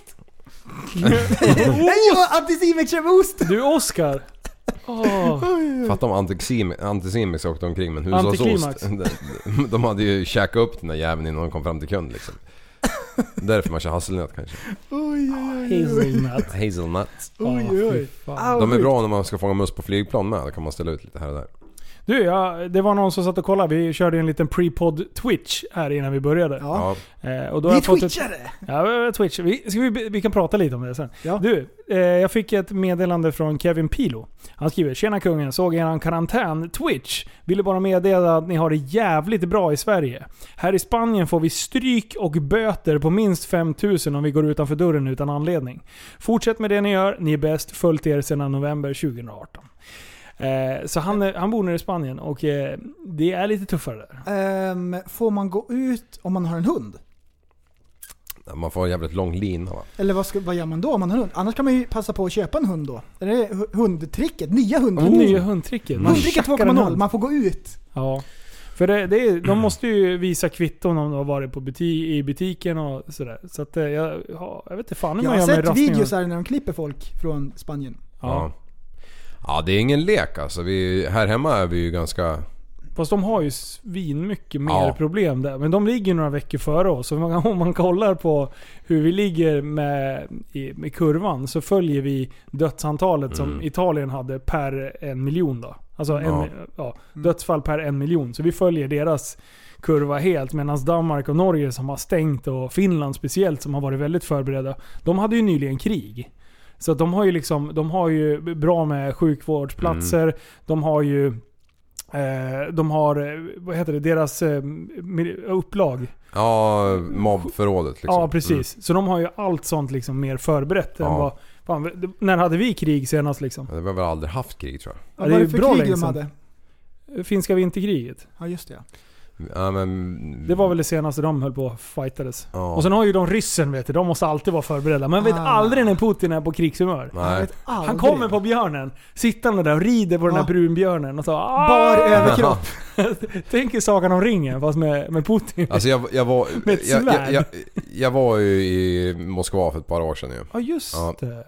Nej, Anticimex kör med ost! Du Oscar. Oh. Fatta om Anticimex, Anticimex åkte omkring med en hushållsost. Antiklimax. De, de hade ju käkat upp den där jäveln innan de kom fram till kund liksom. Därför man kör hasselnöt kanske. Oj, oj, oj. Hazelnut. Hazelnut. Oj, Åh, oj. fy fan. De är bra när man ska fånga mus på flygplan med. Då kan man ställa ut lite här och där. Du, ja, det var någon som satt och kollade. Vi körde en liten pre-pod Twitch här innan vi började. Ja. Ja. Eh, och då har Vi jag fått ett, twitchade! ja, Twitch. Vi, ska vi, vi kan prata lite om det sen. Ja. Du, eh, jag fick ett meddelande från Kevin Pilo. Han skriver: Tjena kungen, såg eran karantän Twitch. Ville bara meddela att ni har det jävligt bra i Sverige. Här i Spanien får vi stryk och böter på minst fem tusen om vi går utanför dörren utan anledning. Fortsätt med det ni gör. Ni är bäst. Följt er sedan november tjugoarton. Eh, så han, är, han bor nere i Spanien och eh, det är lite tuffare där. Ehm, får man gå ut om man har en hund? Man får en jävligt lång lina va? Eller vad, ska, vad gör man då om man har en hund? Annars kan man ju passa på att köpa en hund då. Är det hu- hundtricket? Nya hundtricket? Oh, nya hundtricket. Man Hundtricket tjackar två en punkt noll, hund. man får gå ut. Ja. För det, det är, de måste ju visa kvitton om de har varit på butik, i butiken och sådär. Så att eh, jag, ja, jag vet inte fan hur Jag man har gör med sett rastningar. videos här när de klipper folk från Spanien. Ja. Ja. Ja, det är ingen lek alltså. Vi, här hemma är vi ju ganska... Fast de har ju svin mycket mer Ja. problem där. Men de ligger några veckor före oss. Så man, om man kollar på hur vi ligger med, i, med kurvan så följer vi dödsantalet som Mm. Italien hade per en miljon då. Alltså en, Ja. ja, dödsfall per en miljon. Så vi följer deras kurva helt. Medan Danmark och Norge som har stängt och Finland speciellt som har varit väldigt förberedda. De hade ju nyligen krig. Så att de har ju liksom, de har ju bra med sjukvårdsplatser. Mm. De har ju eh, de har, eh, vad heter det, deras eh, mil- upplag. Ja, mobbförrådet liksom. Ja, precis. Så de har ju allt sånt liksom mer förberett än Ja. vad, fan, när hade vi krig senast liksom? Mm. Vi har väl aldrig haft krig tror jag. Ja, Vad det är var det för bra krig länge de sedan. hade? Finska vinterkriget. Ja, just det. Ja, men... Det var väl det senaste de höll på och fightades. Ja. Och sen har ju de ryssen, vet du, de måste alltid vara förberedda. Man vet Ah. aldrig när Putin är på krigshumör. Jag Nej. vet aldrig. Han kommer på björnen, sittande där och rider på den här Ja. brunbjörnen och så "Ah!" Bar överkropp. Tänk er Sagan om ringen fast med, med Putin. Alltså jag, jag var... Med ett jag, jag, svärd. jag, jag var ju i Moskva för ett par år sedan ju. Ja just Ja. det.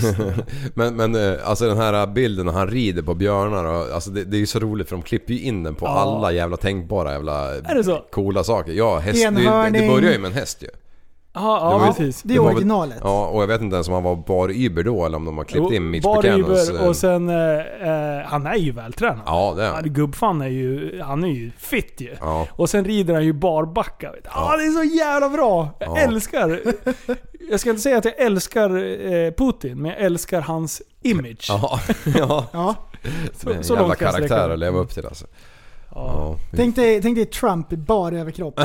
men, men eh, alltså den här bilden när han rider på björnar och, alltså det, det är ju så roligt för de klipper ju in den på Ja. alla jävla tänkbara jävla Är det så? coola saker. Ja, häst, det, det Enhörning. börjar ju med en häst ju. Ja, Det ja var ju- precis. Det är Det var väl- originalet. Ja, och jag vet inte ens om han var bar Uber då eller om de har klippt in Mitch Bar Buchanans... Uber och sen, eh, eh, han är ju vältränad. Ja, det är Ja, han. gubbfan är ju, han är ju fit ju. Ja. Och sen rider han ju barbacka. Ja, ah, det är så jävla bra! Jag Ja. älskar... Jag ska inte säga att jag älskar eh, Putin, men jag älskar hans image. Ja, ja. Ja. Så- Det är en så jävla långt kan jag sträcka karaktär mig. att leva upp till alltså. Ja. Ja. Tänk dig, tänk dig Trump i bar överkropp.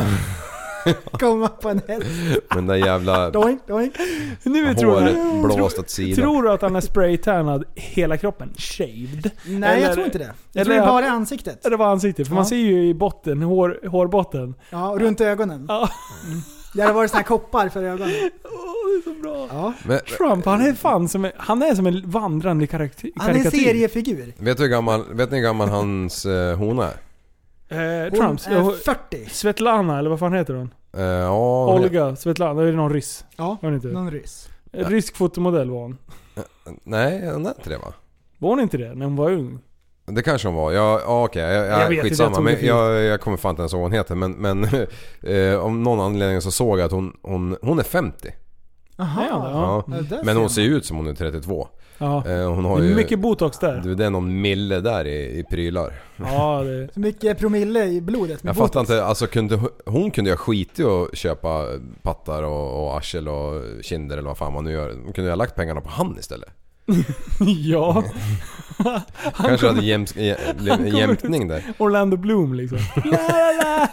Komma på en häst. Men den jävla Doink, doink. Nu tror håret jag... blåst åt sidan. Tror du att han är spraytannad hela kroppen? Shaved? Nej, Eller- jag tror inte det. Jag eller- tror det är bara i ansiktet. Det var ansiktet. För Ja. man ser ju i botten, hår, hårbotten. Ja, och runt ögonen. Ja. Det har varit såna här koppar för ögonen. Åh, det är så bra. Ja. Men, Trump, han är fan som en, han är som en vandrande karaktär. Han är en seriefigur. vet du hur gammal, vet ni hur gammal hans eh, hona är? Eh, Hon Trumps. är Ja, fyrtio. Svetlana, eller vad fan heter hon? Eh, ja, hon- Olga Svetlana, det är någon ryss. Ja, Var hon inte? någon ryss. Rysk fotomodell var hon. Nej, hon är inte det va? Var hon inte det när hon var ung? Det kanske hon var. Ja, ja okej. Jag, Jag jag, vet inte, skitsamma. jag tog det men fel. jag, jag kommer fan inte ens ihåg vad hon heter. Men, men eh, om någon anledning så såg jag att hon, hon, hon är femtio. Aha. Ja, Ja. Ja, där Men hon ser ser ju ut som hon är trettiotvå. Ja. Eh, hon har Det är ju... mycket botox där. Du, det är någon mille där i, i prylar. Ja, det... Så mycket promille i blodet. med Jag fattar botox. inte, alltså kunde, hon kunde ju ha skitit och köpa pattar och, och arsel och kinder eller vad fan man nu gör. Hon kunde ju ha lagt pengarna på han istället. Ja. Kanske hade jäms, jä, jämtning där. Orlando Bloom liksom. ja.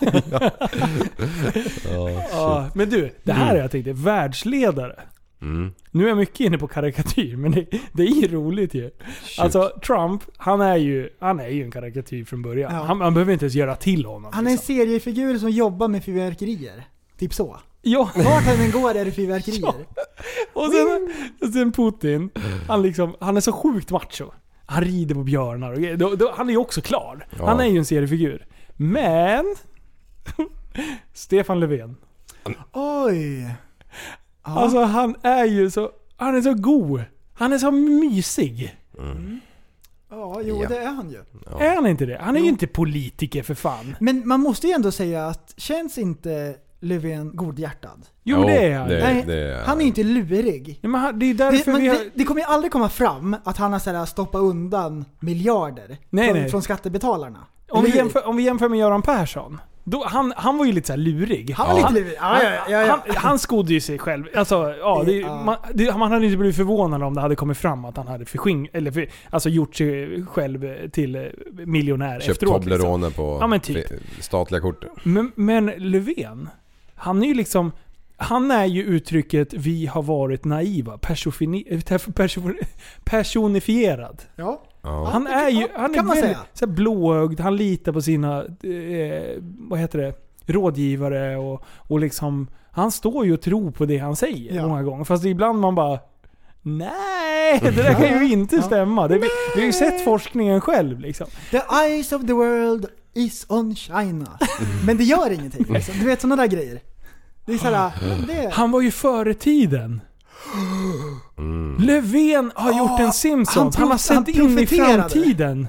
Oh, ja, men du, det här är jag tänkte, världsledare. Mm. Nu är jag mycket inne på karikatyr, men det, det är ju roligt ju. Shit. Alltså Trump, han är ju han är ju en karikatyr från början. Ja. Han, man behöver inte ens göra till honom. Han är en liksom. seriefigur som jobbar med fyrverkerier. Typ så. Ja. Vart han än går är det fyrverkerier. Ja. Och sen, och sen Putin, han, liksom, han är så sjukt macho. Han rider på björnar och grejer. då, då, han är ju också klar. Ja. Han är ju en seriefigur. Men Stefan Löfven. Oj. Ja. Alltså han är ju så han är så god. Han är så mysig. Mm. Ja, jo Ja. det är han ju. Ja. Är han inte det? Han är ju Jo. inte politiker för fan. Men man måste ju ändå säga att känns inte Löfven godhjärtad? Jo, Jo, det är han. det- Nej, det är han är ju inte lurig. Ja, men han- det är Det, därför man, vi har... det, det kommer ju aldrig komma fram att han har så här stoppat undan miljarder Nej, från, nej. från skattebetalarna. Om vi, Eller hur? jämför, om vi jämför med Göran Persson. Då, han, han var ju lite så här lurig. Han var Ja. lite lurig. Ja, ja, ja, ja. Han, han skodde ju sig själv. Alltså, ja, det, Ja. man, det, man hade inte blivit förvånad om det hade kommit fram att han hade försking, eller för, alltså gjort sig själv till eh, miljonär Köpt efteråt. Toblerone på Ja, men typ. fe- statliga kortet. Men, men Löfven, han är ju liksom... Han är ju uttrycket vi har varit naiva. Persofini, person, personifierad. Ja. Ja. Han är ju... ja, Han är kan man väldigt säga. så här blåögd. Han litar på sina... Eh, vad heter det? Rådgivare och, och liksom... Han står ju och tror på det han säger Ja. många gånger. Fast ibland man bara... Nej, det där kan ju inte stämma. Det, vi, vi har ju sett forskningen själv liksom. The eyes of the world is on China. Men det gör ingenting. Liksom. Du vet sådana där grejer. Det är såhär... Det, Han var ju före tiden. Mm. Löfven har Ja, gjort en Simpsons. Han, han har prof- sett han in i profeterade. framtiden.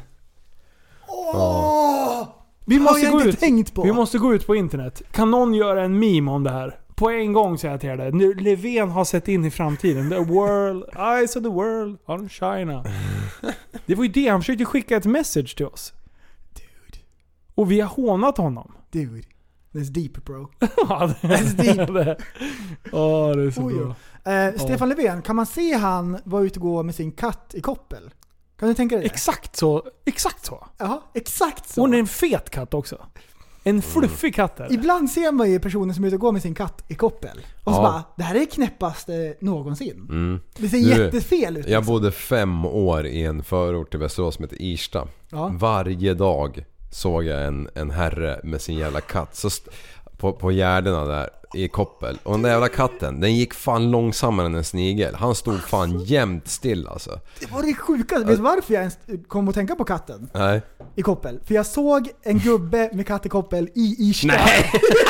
åh! Vi Har måste, jag gå inte ut, tänkt på. vi måste gå ut på internet. Kan någon göra en meme om det här? På en gång säger jag till er det. Nu, Löfven har sett in i framtiden. The world, eyes of the world on China. Det var ju det. Han försökte skicka ett message till oss. Dude. Och vi har hånat honom. Dude. That's deep bro. Ja, det That's deep. det. Åh, det är så Oj, bra. Eh, Stefan Löfven, kan man se han vara ute och gå med sin katt i koppel? Kan du tänka dig det? Exakt så. Exakt så. Ja, exakt så. Hon är en fet katt också. En fluffig katt är det. Ibland ser man ju personer som är ute och går med sin katt i koppel. Och så Ja. bara, det här är det knäppaste någonsin. Mm. Det ser Du, jättefel ut. Jag liksom. bodde fem år i en förort till Västerås som heter Irsta. Ja. Varje dag såg jag en, en herre med sin jävla katt så st- på, på gärdena där i koppel. Och den där jävla katten, den gick fan långsammare än en snigel. Han stod fan jämt still alltså. Det var det sjukaste. Vet du varför jag ens kom att tänka på katten Nej. i koppel? För jag såg en gubbe med katt i koppel i Irsta. Nej!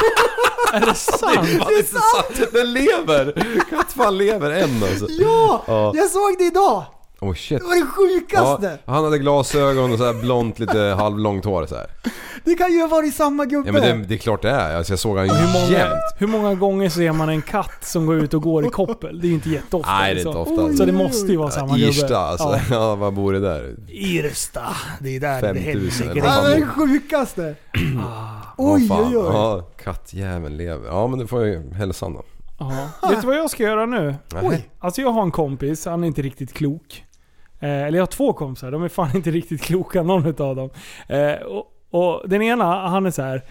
Är det sant? Det är sant! Den lever! Kattfan lever än alltså. Ja! Ja. Jag såg det idag! Oh shit. Det var det sjukaste! Ja, han hade glasögon och så här blont, lite halvlångt hår så här. Det kan ju ha varit samma gubbe. Ja men det, det är klart det är. Alltså, jag såg han Hur många, jämt. hur många gånger ser man en katt som går ut och går i koppel? Det är ju inte jätteofta. Nej, det är så. inte ofta. Så det måste ju vara samma gubbe. Irsta alltså. Ja. Ja. Vad bor det där? Irsta. Det är där fem det tusen händer eller Ja, vad det fan. är det sjukaste. Åh, Oj, fan. oj, oj. Ja, kattjäveln lever. Ja men du får ju hälsa då. Ja. Vet du vad jag ska göra nu? Oj. Alltså jag har en kompis, han är inte riktigt klok. Eh, eller jag har två kompisar, de är fan inte riktigt kloka någon utav dem. Eh, och, och den ena, han är så här.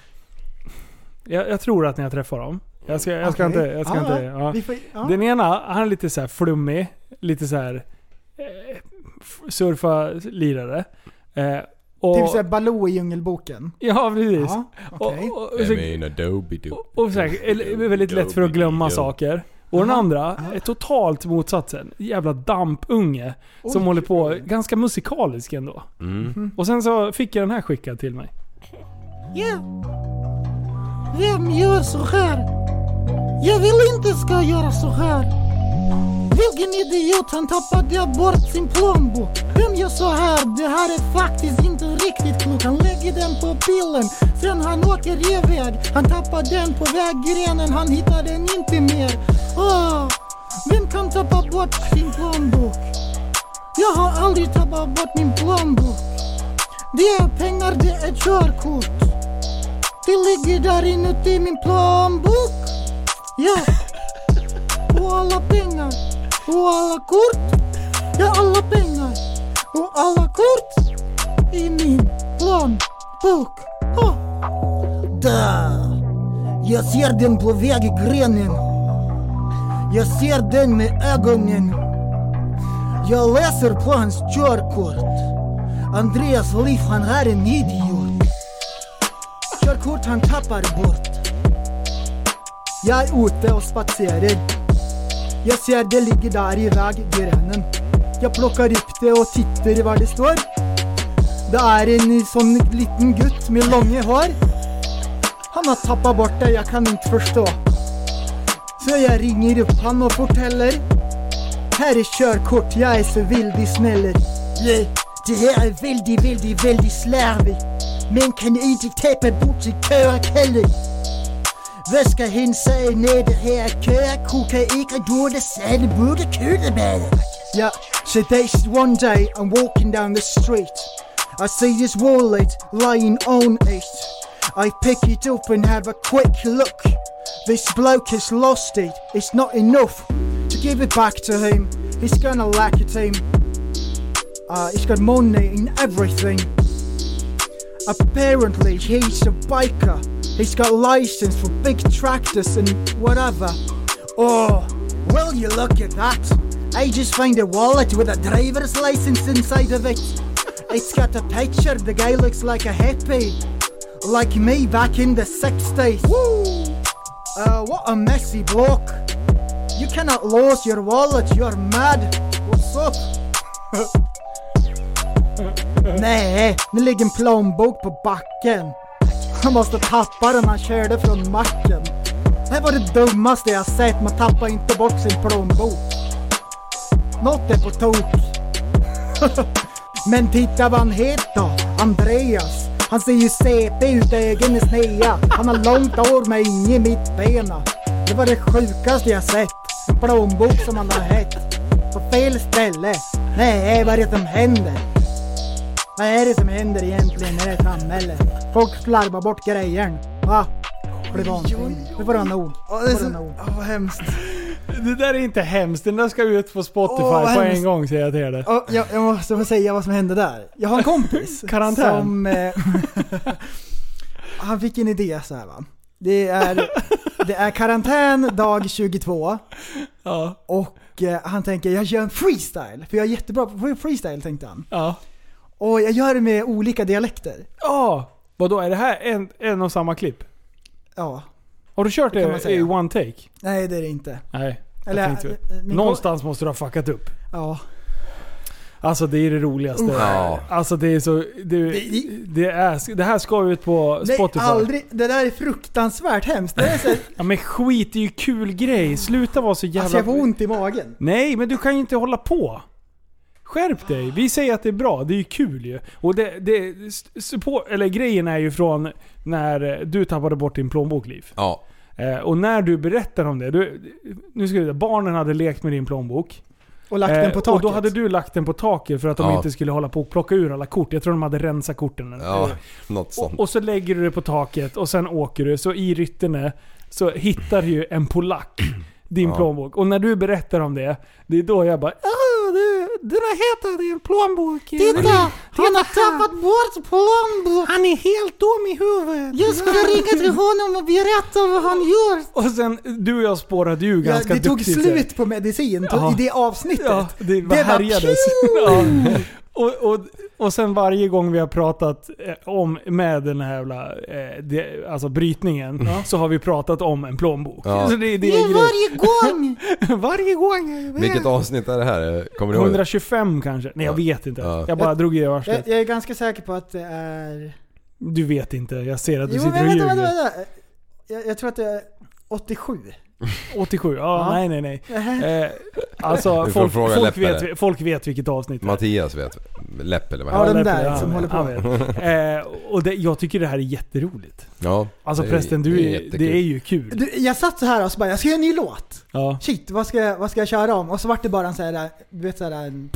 Jag, jag tror att när jag träffar dem. Jag ska, jag ska Okej. inte... Jag ska Ja, inte ja. vi får- ja. Den ena, han är lite så här flummig. Lite så här eh, f- surfa-lirare. Eh, och, Typ såhär Baloo i Djungelboken. ja, precis. Ja, okej. Och, och, och, Jag så, menar Adobe do. och, och så här, eller- väldigt lätt för att glömma saker. Och den Aha. andra är totalt motsatsen. Jävla dampunge. Som Oj. håller på, ganska musikalisk ändå. Mm. Och sen så fick jag den här skickad till mig. Ja. Vem gör så här? Jag vill inte ska göra så här. Vilken idiot, han tappade bort sin plånbok. Vem gör så här? Det här är faktiskt inte riktigt klokt. Han lägger den på pillen, sen han åker iväg. Han tappar den på väggrenen, han hittar den inte mer. Åh, vem kan tappa bort sin plånbok? Jag har aldrig tappat bort min plånbok. Det är pengar, det är körkort. Det ligger där inuti min plånbok. Ja. Och alla pengar och alla kort. Jag har alla pengar och alla kort i min planbok. Oh. Där. Jag ser den på väg i grenen. Jag ser den med ögonen. Jag läser på hans körkort. Andreas liv, han är en idiot. Körkort han tappar bort. Jag är ute och spatserar. Jag ser det ligger där i väggrenen. Jag plockar upp det och tittar vad det står. Det är en sån liten gutt med långa hår. Han har tappat bort det, jag kan inte förstå. Så jag ringer upp han och fortäller. Här är körkort, jag är så väldigt snäll. Yeah, det här är väldigt, väldigt, väldigt slarvigt. Men kan inte täppa bort sig körkället. Vad ska hen säga när det här körkort kan inte dåligt säga det borde kunna med. Yeah, so there's one day I'm walking down the street. I see this wallet lying on it. I pick it up and have a quick look. This bloke has lost it. It's not enough to give it back to him. He's gonna lack it him. Uh, he's got money in everything. Apparently he's a biker. He's got license for big tractors and whatever. Oh, will you look at that? I just found a wallet with a driver's license inside of it. It's got a picture. The guy looks like a hippie. Like me back in the sixties. Woo! Uh, what a messy bloke. You cannot lose your wallet, you're mad. What's up? Nej, nu ligger en plånbok på backen. Han måste tappa den han körde från macken. Det var det dummaste jag sett. Man tappar inte bort sin plånbok. Något är på tok. Men titta vad han heter, Andreas. Han ser ju C P ut, ögonen är snea. Han har långt hår med inge mittbena. Det var det sjukaste jag sett. En plånbok som han har hett på fel ställe. Nej, vad är det som händer? Vad är det som händer egentligen i det här samhället? Folk slarvar bort grejer. Va? Det var det får vara nog. Åh, det är så, åh, vad hemskt. Det där är inte hemskt. Den där ska ut på Spotify Åh, på hemskt. en gång, säger jag till dig. Åh, jag, jag måste få säga vad som hände där. Jag har en kompis Karantän. som eh, han fick en idé så här, va. Det är det är karantän dag tjugotvå. Ja. Och eh, han tänker jag gör en freestyle för jag är jättebra på freestyle, tänkte han. Ja. Och jag gör det med olika dialekter. Ja. Vadå, är det här en, en och samma klipp? Ja. Har du kört Det kan det, man säga. i one take? Nej, det är det inte. Nej. Jag Eller, tänkte, äh, min någonstans måste du ha fuckat upp. Ja. Alltså det är det roligaste. Uh. Ja. Alltså det är så det, det, är, det här ska ut på Spotify. Nej, aldrig. Det där är fruktansvärt hemskt. Det är så, ja, men skit är ju kul grej. Sluta vara så jävla... alltså jag får ont i magen. Nej, men du kan ju inte hålla på. Skärp dig. Vi säger att det är bra. Det är ju kul ju. Och det, det support, eller grejen är ju från när du tappade bort din plånbok, Liv. Ja. Eh, och när du berättar om det. Du, nu ska vi, barnen hade lekt med din plånbok. Och lagt den på taket. Och då hade du lagt den på taket för att de Ja. inte skulle hålla på och plocka ur alla kort. Jag tror de hade rensat korten. Ja, något sånt. Och, och så lägger du det på taket och sen åker du. Så i Ryttene så hittar du ju en polack din Ja. plånbok. Och när du berättar om det, det är då jag bara ah, det, den har hetat din plånbok. Titta, han har tappat bort plånbok. Han är helt dum i huvudet. Jag ska ringa till honom och berätta vad han gör. Och sen, du och jag spårade ju Ja, ganska det tog duktigt. slut på medicin Ja. i det avsnittet. Ja, det, Det var härjades. Ja. Och, och, och sen varje gång vi har pratat eh, om med den här jävla, eh, det, alltså brytningen, så har vi pratat om en plånbok. Ja. Så det, det Det är är varje gång. varje gång. Vilket avsnitt är det här? Kommer du ihåg? hundratjugofem kanske? Nej, jag Ja. vet inte. Ja. Jag bara drog i Jag, arslet. jag är ganska säker på att det är... Du vet inte. Jag ser att du Jo, sitter men och vänta, ljuger. vänta, vänta. Jag, jag tror att det är åttiosju. åttiosju? Ja, Ja. nej, nej, nej. Nähä. Eh, alltså, Vi får folk, fråga folk, Läppare. vet, folk vet vilket avsnitt det är. Mattias vet. Läpp eller vad Ja, heter den Läppare, där ja, som ja, håller på. ja, eh, och det, jag tycker det här är jätteroligt. Ja. Alltså det är- förresten, du, det är är, jättekul. det är ju kul. Du, jag satt så här och så bara, jag ska göra en ny låt. Ja. Shit, vad ska, jag- vad ska jag köra om? Och så vart det bara en sån här, du vet såhär en...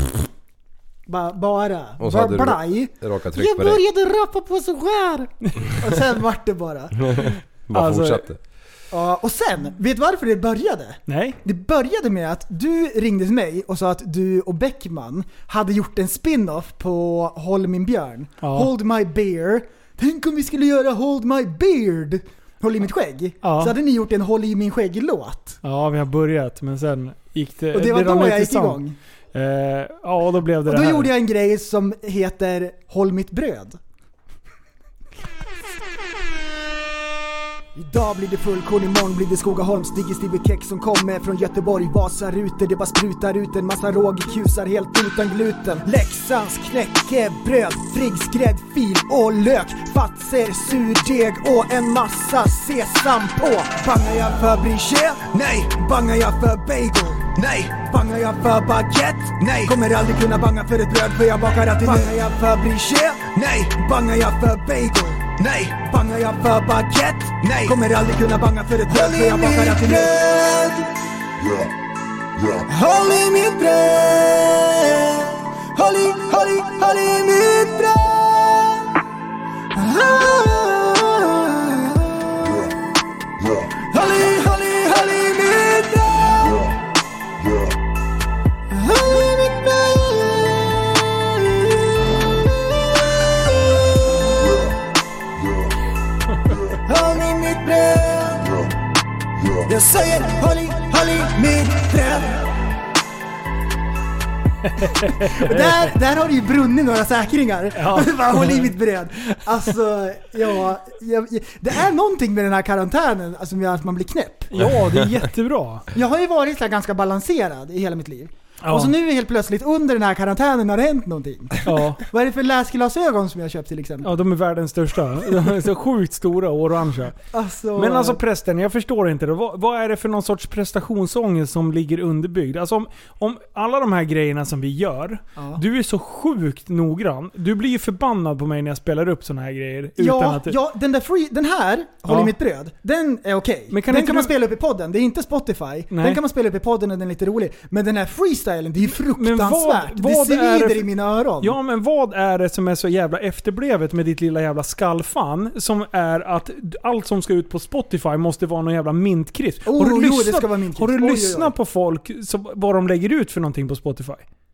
Ba, bara. Och så Ba, hade du- blaj. Råkar tryck Jag på det. började rappa på så här. Och sen vart det bara. Bara Alltså, fortsatte. Ja, och sen, vet du varför det började? Nej. Det började med att du ringde till mig och sa att du och Beckman hade gjort en spin-off på Håll min björn. Ja. Hold my bear. Tänk om vi skulle göra Hold my beard. Håll i mitt skägg. Ja. Så hade ni gjort en Håll i min skägg-låt. Ja, vi har börjat, men sen gick det... Och det var rann då ut jag i gick sand. igång. Eh, ja, och då blev det Och det då här. gjorde jag en grej som heter Håll mitt bröd. Idag blir det fullkorn, imorgon blir det Skogaholms Digestibekex som kommer från Göteborg. Vasaruter, det bara sprutar ut en massa rågkusar helt utan gluten. Leksands knäckebröd, Friggs gräddfil och lök, Fatser, surdeg och en massa sesam på. Bangar jag för brichet? Nej. Bangar jag för bagel? Nej. Bangar jag för baguette? Nej. Kommer aldrig kunna banga för ett bröd för jag bakar alltid. Bangar jag för brichet? Nej. Bangar jag för bagel? Nej. Bangar jag för baguette? Nej. Kommer aldrig kunna banga för ett bröd för jag bakar alltid. Håll i mitt bröd. Håll i, håll i, håll i mitt bröd. Håll i, håll i, håll i mitt bröd. Håll i mitt bröd. Håll i mitt bröd. Jag säger håll i, håll i mitt bröd. där, där har det ju brunnit några säkringar. Ja. Bara håll i mitt bröd. Alltså, ja, jag, det är någonting med den här karantänen som gör att man blir knäpp. Ja, det är jättebra. Jag har ju varit så här ganska balanserad i hela mitt liv. Ja. Och så nu helt plötsligt under den här karantänen har det hänt någonting. Ja. Vad är det för läsglasögon som jag köpt till exempel? Ja, de är världens största. De är så sjukt stora och orangea. Alltså, Men alltså prästen, jag förstår inte det. Vad, vad är det för någon sorts prestationsångest som ligger underbyggd? Alltså om, om alla de här grejerna som vi gör, ja. du är så sjukt noggrann. Du blir ju förbannad på mig när jag spelar upp såna här grejer. Utan Ja, att... ja den, där free, den här, Håll Ja. i mitt bröd, den är okej. Men kan den inte kan man du- spela upp i podden, det är inte Spotify. Nej. Den kan man spela upp i podden och den är lite rolig. Men den här freestylen, det är ju fruktansvärt. vad- vad det är det svider för- i mina öron. Ja, men vad är det som är så jävla efterblevet med ditt lilla jävla skallfan? Som är att allt som ska ut på Spotify måste vara någon jävla mintkriss. Oh, har du jo, lyssnat, det ska vara mintkriss. har du Oj, oj, oj. lyssnat på folk som, vad de lägger ut för någonting på Spotify?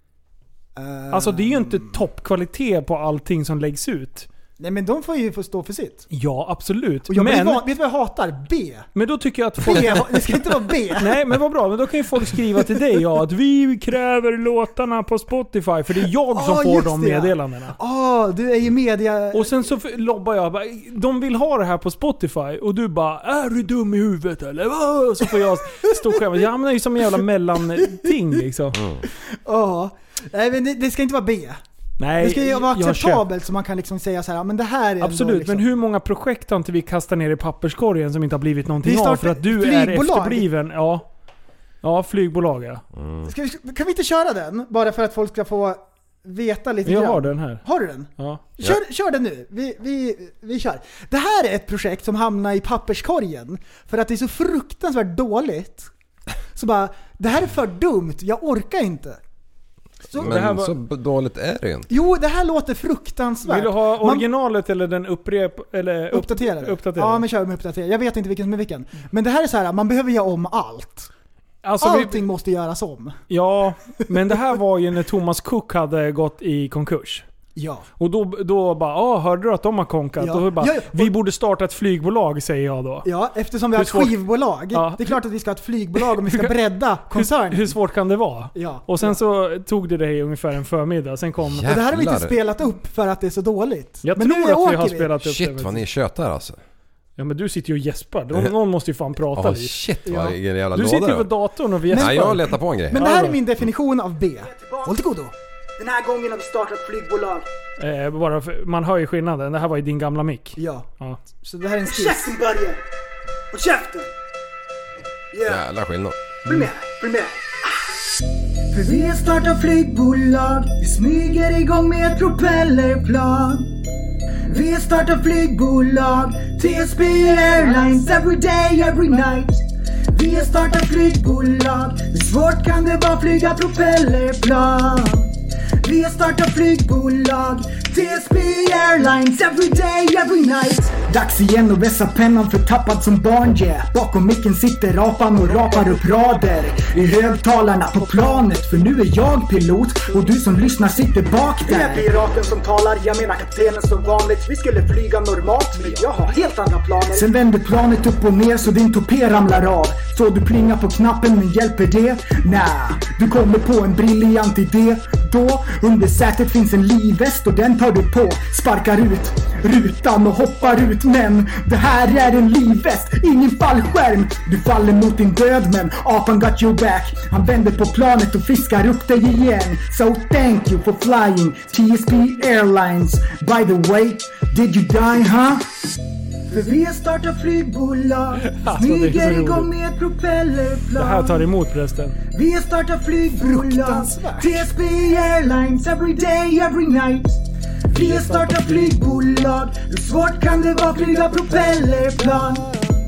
Uh, Alltså det är ju inte toppkvalitet på allting som läggs ut. Nej, men de får ju få stå för sitt. Ja, absolut. Och jag Men, men, vet du vad jag hatar? B. men då tycker jag att folk... B. Det ska inte vara B. Nej, men vad bra. Men då kan ju folk skriva till dig, ja, att vi kräver låtarna på Spotify. För det är jag som Ah, får just de det. meddelandena. Ja, oh, du är ju media... Och sen så lobbar jag bara, de vill ha det här på Spotify. Och du bara, är du dum i huvudet eller? Och så får jag stå och skämma. Jag hamnar ju som en jävla mellanting liksom. Ja. Nej, men det, det ska inte vara B. Nej, Det ska ju vara jag acceptabelt så man kan liksom säga så här, men det här är ändå absolut, liksom... men hur många projekt har inte vi kastat ner i papperskorgen som inte har blivit någonting Vi av startar för att du är flygbolag. efterbliven? Ja. Ja, flygbolag ja. Ska vi, kan vi inte köra den? Bara för att folk ska få veta lite Jag grann. har den här. Har du den? Ja. Kör, kör den nu. Vi, vi, vi kör. Det här är ett projekt som hamnar i papperskorgen för att det är så fruktansvärt dåligt. Så bara, det här är för dumt. Jag orkar inte. Så, Men det här så var... dåligt är det ju inte. Jo, det här låter fruktansvärt. Vill du ha Man- originalet eller den upprep... Eller upp, Uppdaterade. uppdaterade? Ja, men kör med uppdaterade. Jag vet inte vilken som är vilken. Men det här är så här, man behöver göra om allt. Alltså, Allting vi, måste göras om. ja, men det här var ju när Thomas Cook hade gått i konkurs. Ja. Och då, då bara, ah, hörde du att de har konkat? Ja. Och då bara, Ja, ja. vi borde starta ett flygbolag, säger jag då. Ja, eftersom vi har Hur ett svårt- skivbolag. Ja. Det är klart att vi ska ha ett flygbolag om vi ska bredda koncernen. Hur, hur svårt kan det vara? Ja. Och sen Ja. så tog det dig ungefär en förmiddag, sen kom... Ja. Och det här har vi inte Jävlar. spelat upp för att det är så dåligt. Jag Men tror nu att vi åker har spelat upp Shit det. vad ni tjötar alltså. Ja, men du sitter ju och gäspar. Någon, någon måste ju fan prata Ja lite. shit Ja. vad vilken jävla Du låda sitter ju det på var. datorn och vi gäspar. Nej, jag letar på en grej. Men det Ja, här då. är min definition av B. Håll till godo. Den här gången har vi startat ett flygbolag. Eh, bara för, man hör ju skillnaden. Det här var ju din gamla mick. Ja. Ja. Så det här är en skiss. Käften Börje! Och käften! Yeah, Jävla skillnad. följ med, följ med. För vi har startat flygbolag. Vi smyger igång med ett propellerplan. Vi har startat flygbolag. T S B Airlines every day, every night. Vi har startat flygbolag. Hur svårt kan det vara flyga propellerplan? Vi har startat flygbolag. T S B Airlines every day, every night. Dags igen att vässa pennan för tappad som barn, yeah. Bakom micken sitter apan och rapar upp rader i högtalarna på planet. För nu är jag pilot och du som lyssnar sitter bak där. Det är piraten som talar, jag menar kaptenen som vanligt. Vi skulle flyga normalt, men jag har helt andra planer. Sen vänder planet upp och ner så din topé ramlar av. Så du plingar på knappen, men hjälper det? Nah, du kommer på en briljant idé. Då under sätet finns en livväst och den tar du på. Sparkar ut rutan och hoppar ut. Men det här är en livväst, ingen fallskärm. Du faller mot din död, men apan got your back. Han vänder på planet och fiskar upp dig igen. So thank you for flying T S B Airlines. By the way, did you die, huh? För vi har startat flygbolag. Smyger igång med ett propellerplan. Det här tar emot förresten. Vi har startat flygbolag. T S B Airlines every day, every night. Vi har startat flygbolag. Hur svårt kan det vara flyga propellerplan?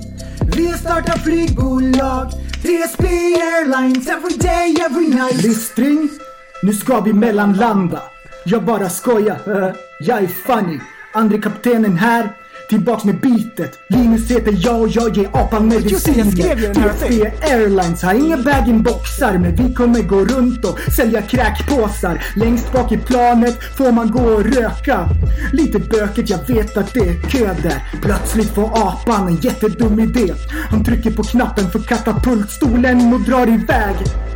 Vi har startat flygbolag. T S B Airlines every day, every night. Lystring, nu ska vi mellanlanda. Jag bara skojar, jag är funny. Andre kaptenen här, tillbaks med bitet. Linus heter jag och jag ger apan mediciner. T S B Airlines har inga bag-in-boxar, men vi kommer gå runt och sälja kräkpåsar. Längst bak i planet får man gå och röka. Lite böket, jag vet att det är kö där. Plötsligt får apan en jättedum idé. Han trycker på knappen för katapultstolen och drar iväg.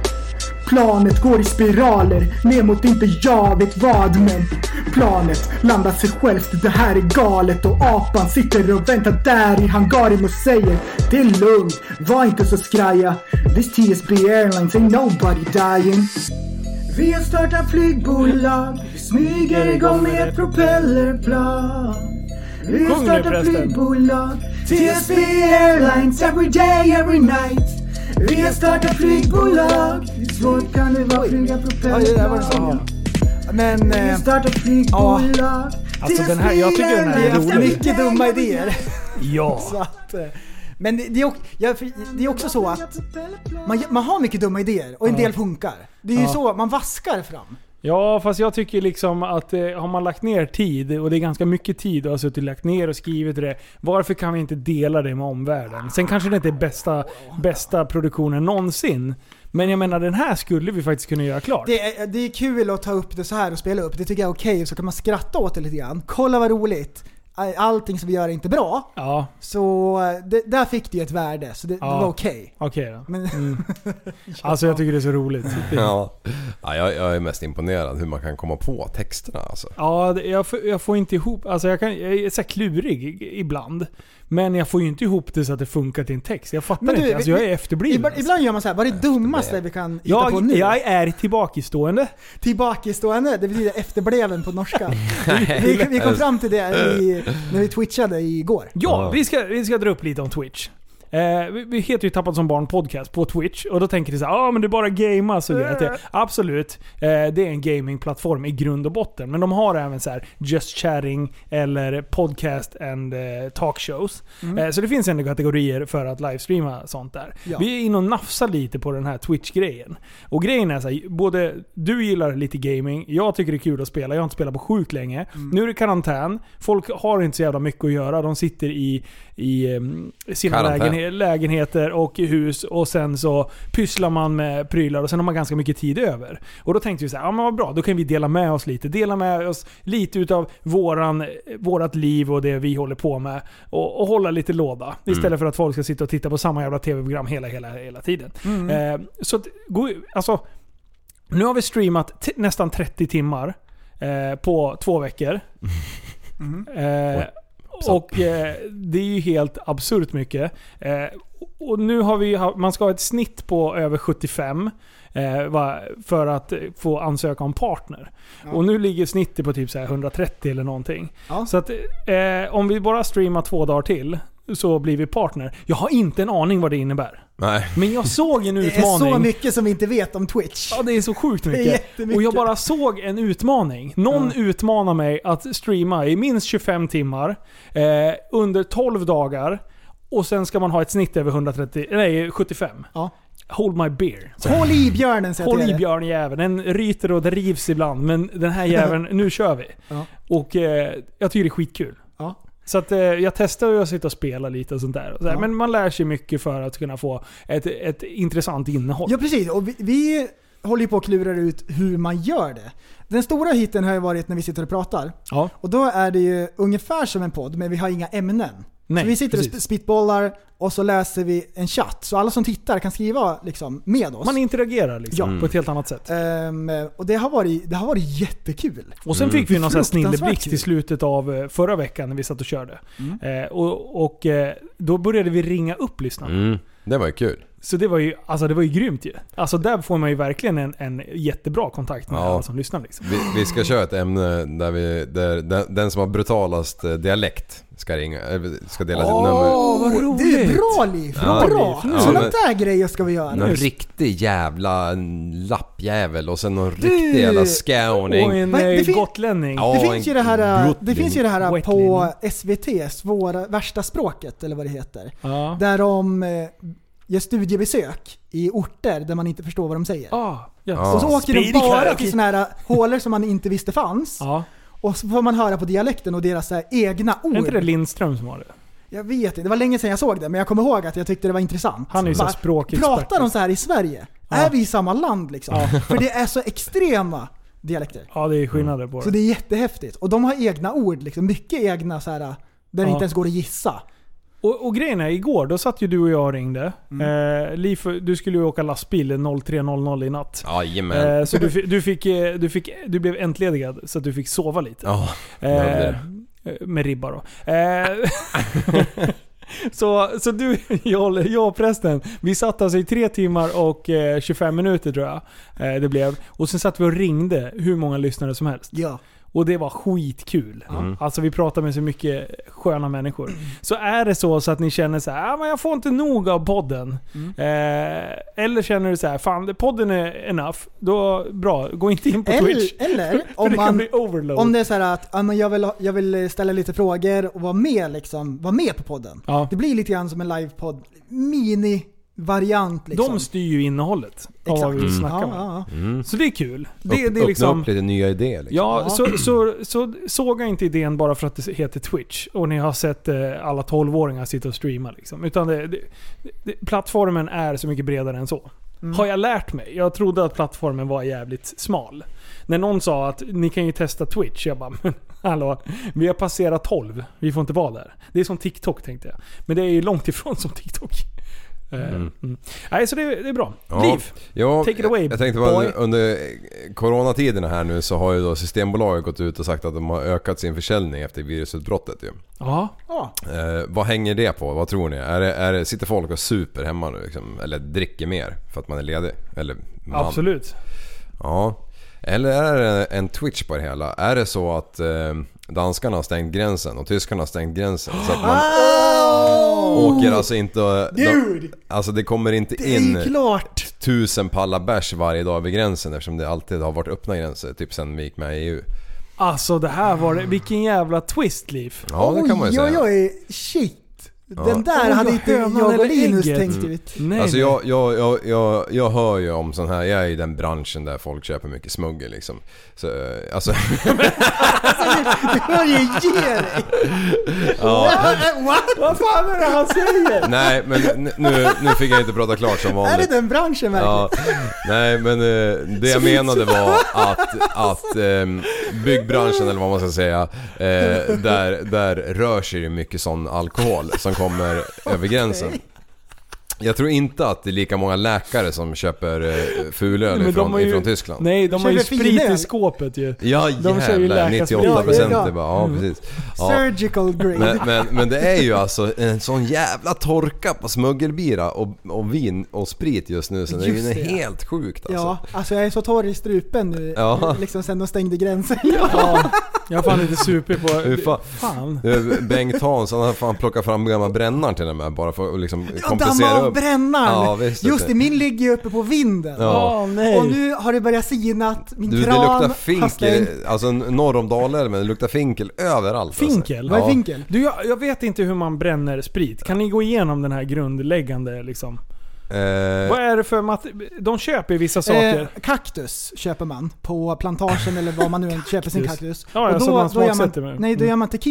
Planet går i spiraler, ner mot inte jag vet vad, men planet landar sig självt, det här är galet. Och apan sitter och väntar där i hangaren och säger: det är lugnt, var inte så skraja. This T S B Airlines ain't nobody dying. Vi har startat flygbolag, vi smyger igång med ett propellerplan. Vi har startat flygbolag, T S B Airlines every day, every night. Vi har startat flygbolag. Hur svårt kan det vara flyga propellerplan? Men Vi har startat flygbolag. Ja. Alltså den här, jag tycker den här är rolig. Mycket dumma idéer. Ja. Så att, men det, det, är, ja, det är också så att man, man har mycket dumma idéer och en del funkar. Det är ju Ja. så man vaskar fram. Ja, fast jag tycker liksom att eh, har man lagt ner tid, och det är ganska mycket tid och har suttit lagt ner och skrivit det, varför kan vi inte dela det med omvärlden? Sen kanske det inte är bästa, bästa produktionen någonsin, men jag menar den här skulle vi faktiskt kunna göra klart. Det är, det är kul att ta upp det så här och spela upp. Det tycker jag är okej, så kan man skratta åt det lite grann. Kolla vad roligt. Allting som vi gör är inte bra. Ja. Så det, där fick det ett värde, så det, Ja. det var okej. Okej då. Men Mm. Alltså jag tycker det är så roligt. Ja, ja jag, jag är mest imponerad hur man kan komma på texterna alltså. Ja, det- jag, får- jag får inte ihop, alltså jag, kan, jag är så här klurig i- ibland, men jag får ju inte ihop det så att det funkar till en text. Jag fattar Men du, inte, alltså jag är vi- efterbliven. Ibland, ibland gör man så här, vad är det dummaste vi kan hitta på jag, nu? jag är tillbakastående. Tillbakastående, det betyder efterbleven på norska. vi, vi kom fram till det i, när vi twitchade igår. Ja, vi ska, vi ska dra upp lite om Twitch. Eh, vi, vi heter ju Tappad som barn podcast på Twitch, och då tänker ni så här: ja ah, men det är bara gamas och grejer. Det, absolut, eh, det är en gamingplattform i grund och botten, men de har även så här just chatting eller podcast and eh, talkshows. Mm. Eh, så det finns ändå kategorier för att livestreama sånt där. Ja. Vi är inne och nafsar lite på den här Twitch-grejen. Och grejen är så här, både du gillar lite gaming, jag tycker det är kul att spela, jag har inte spelat på sjukt länge. Mm. Nu är det karantän, folk har inte så jävla mycket att göra, de sitter i, i um, sina Karantän. lägenheter lägenheter och hus, och sen så pysslar man med prylar och sen har man ganska mycket tid över. Och då tänkte vi så här: ja men vad bra, då kan vi dela med oss lite. Dela med oss lite utav våran, vårat liv och det vi håller på med, och, och hålla lite låda. Istället Mm. för att folk ska sitta och titta på samma jävla tv-program hela, hela, hela tiden. Mm. Eh, så att, gå, alltså, nu har vi streamat t- nästan trettio timmar eh, på två veckor. Mm. Eh, och eh, det är ju helt absurt mycket. Eh, och nu har vi man ska ha ett snitt på över sjuttiofem eh, va, för att få ansöka om partner. Ja. Och nu ligger snittet på typ så här hundratrettio eller någonting. Ja. Så att eh, om vi bara streamar två dagar till så blir vi partner. Jag har inte en aning vad det innebär. Nej. Men jag såg en Det är utmaning. så mycket som vi inte vet om Twitch. Ja, det är så sjukt Det är mycket. jättemycket. Och jag bara såg en utmaning. Någon Ja. utmanar mig att streama i minst tjugofem timmar eh, under tolv dagar, och sen ska man ha ett snitt över hundratrettio, nej sjuttiofem. Ja. Hold my beer. Håll i björnen, säger jag Håll till i er. björnjäveln. Den ryter och drivs ibland, men den här jäveln, nu kör vi. Ja. Och eh, jag tycker det är skitkul. Ja. Så att, eh, jag testade att sitta och spela lite och sånt där. Och så här. Ja. Men man lär sig mycket för att kunna få ett, ett intressant innehåll. Ja, precis. Och vi, vi håller ju på att klura ut hur man gör det. Den stora hitten har ju varit när vi sitter och pratar. Ja. Och då är det ju ungefär som en podd, men vi har inga ämnen. Nej, så vi sitter precis. och spitbollar och så läser vi en chatt. Så alla som tittar kan skriva liksom, med oss. Man interagerar liksom, Ja. på ett helt annat sätt. Um, och det har, varit, det har varit jättekul. Och sen fick vi någon sån här snilleblick Fruktansvärt till kul. slutet av eh, förra veckan när vi satt och körde. Eh, och och eh, då började vi ringa upp lyssnarna. Mm. Det var ju kul. Så det var ju, alltså det var ju grymt ju. Alltså där får man ju verkligen en, en jättebra kontakt med Ja. alla som lyssnar liksom. Vi, vi ska köra ett ämne där, vi, där den, den som har brutalast eh, dialekt ska ringa, äh, ska dela sitt nummer. vad roligt. Det är bra Liv! Ja. Bra! Ja, Sådana men- där grejer ska vi göra. Någon riktig jävla lappjävel och sen någon riktig jävla skåning. Och en Men det eh, fin- gotlänning. Ja. Det finns ju det här, Brooklyn. det finns ju det här Wetling. på S V T, svåra, värsta språket eller vad det heter. Ja. Där de eh, gör studiebesök i orter där man inte förstår vad de säger. Ah, ja. Ja. Och så åker de Speedy bara Karaoke. till såna här hålor som man inte visste fanns. Ja. Och så får man höra på dialekten och deras så här, egna Är inte det ord. Lindström som har det? Jag vet inte, det var länge sedan jag såg det, men jag kommer ihåg att jag tyckte det var intressant. Han är ju så Bara, språkexpert. pratar de så här i Sverige? Ja. Är vi i samma land liksom? För det är så extrema dialekter. Ja, det är skillnader på det. Så det är jättehäftigt. Och de har egna ord, liksom, mycket egna så här, där det Ja. inte ens går att gissa. Och, och grejen är, igår då satt ju du och jag och ringde. Mm. Eh, Liv, du skulle ju åka lastbil noll tre noll noll i natt. Jajamän. Eh, så du, fi- du, fick, eh, du, fick, du blev entledigad så att du fick sova lite. Ja, Eh, det. med ribba då. Eh, så, så du, jag, jag och prästen, vi satt alltså i tre timmar och eh, tjugofem minuter tror jag eh, det blev. Och sen satt vi och ringde hur många lyssnare som helst. Ja. Och det var skitkul. Mm. Alltså vi pratar med så mycket sköna människor. Så är det så, så att ni känner så här, ah, men jag får inte nog av podden. Mm. Eh, eller känner du så här, fan podden är enough. Då, bra, gå inte in på Twitch. Eller, eller För om, det kan man, bli overload. om det är så här att ja, men jag, vill, ha- jag vill ställa lite frågor och vara med, liksom, vara med på podden. Ja. Det blir lite grann som en livepodd. Mini-variant liksom. De styr ju innehållet av vad vi Exakt. snackar Ja, om. ja, ja. Mm. Så det är kul. Det, Upp, det är öppna liksom... upp lite nya idéer liksom. Ja, Ja. så, så, så såg jag inte idén bara för att det heter Twitch och ni har sett eh, alla tolvåringar sitta och streama liksom. Utan det, det, det, plattformen är så mycket bredare än så. Mm. Har jag lärt mig. Jag trodde att plattformen var jävligt smal. När någon sa att ni kan ju testa Twitch, jag bara, men hallå, vi har passerat tolv. Vi får inte vara där. Det är som TikTok tänkte jag. Men det är ju långt ifrån som TikTok. Eh, Mm. Mm. Nej, så det, det är bra. Ja. Liv, Ja, take it away, jag tänkte bara, boy. under coronatiderna här nu så har ju då Systembolaget gått ut och sagt att de har ökat sin försäljning efter virusutbrottet ju. Ja. Ja. Eh, vad hänger det på? Vad tror ni? Är det, är det, sitter folk och super hemma nu liksom, eller dricker mer för att man är ledig? Eller man? Absolut. Ja. Eller är det en Twitch på det hela? Är det så att eh, danskarna har stängt gränsen och tyskarna har stängt gränsen så att man åker alltså inte... Dude! De, alltså det kommer inte Det är in ju klart! tusen pallar bärs varje dag vid gränsen eftersom det alltid har varit öppna gränser typ sen vi gick med i E U. Alltså det här var det, vilken jävla twist, Liv. Ja, det kan man ju oj, säga. oj, oj, shit. Ja. Den där Oj, hade och inte hönan jag och eller Linus ägget. tänkt ut. Nej, Alltså nej. jag, jag, jag, jag, jag hör ju om sån här, jag är i den branschen där folk köper mycket smuggel liksom. Så, alltså... Du hör ju ge dig! ja. What? Vad fan är det han säger? Nej, men n- nu, nu fick jag inte prata klart som Är vanligt. det den branschen verkligen? Ja, nej men eh, det jag menade var att, att eh, byggbranschen eller vad man ska säga eh, där, där rör sig ju mycket sån alkohol som kommer över gränsen. Jag tror inte att det är lika många läkare som köper eh, fulöl Men de ifrån, har ju- ifrån Tyskland. Nej, de har ju Köper sprit finöl. i skåpet ju. Ja De kör ju jävlar, läkarsprit. nittioåtta procent Ja, ja. bara, ja precis. Ja. Surgical grade. Men, men, men det är ju alltså en sån jävla torka på smuggelbira och, och vin och sprit just nu så det är Just ju det. helt sjukt alltså. Ja, alltså jag är så torr i strupen nu, Ja. liksom sen de stängde gränsen. Ja, jag har fan inte super på... Hur fan? Fan. Eh, Bengt Hans, han har fan plockat fram gamla brännaren till och med bara för att liksom Ja, kompensera damma av upp. brännaren! Ja, visst, Just det, det. min ligger ju uppe på vinden. Ja. Åh, nej. Och nu har det börjat sinat, min Du, det kran luktar har finkel, stängt. alltså norr om Dalälven, det luktar finkel överallt. Finkel? Alltså. Vad är Ja. finkel? Du, jag, jag vet inte hur man bränner sprit. Kan ni gå igenom den här grundläggande liksom? Eh, Vad är det för mat... De köper ju vissa saker. Eh, kaktus köper man på plantagen eller vad man nu än köper sin kaktus. Ja, ja, och som man då, då, gör smaksätter man, med. nej, då Mm. gör man tequila.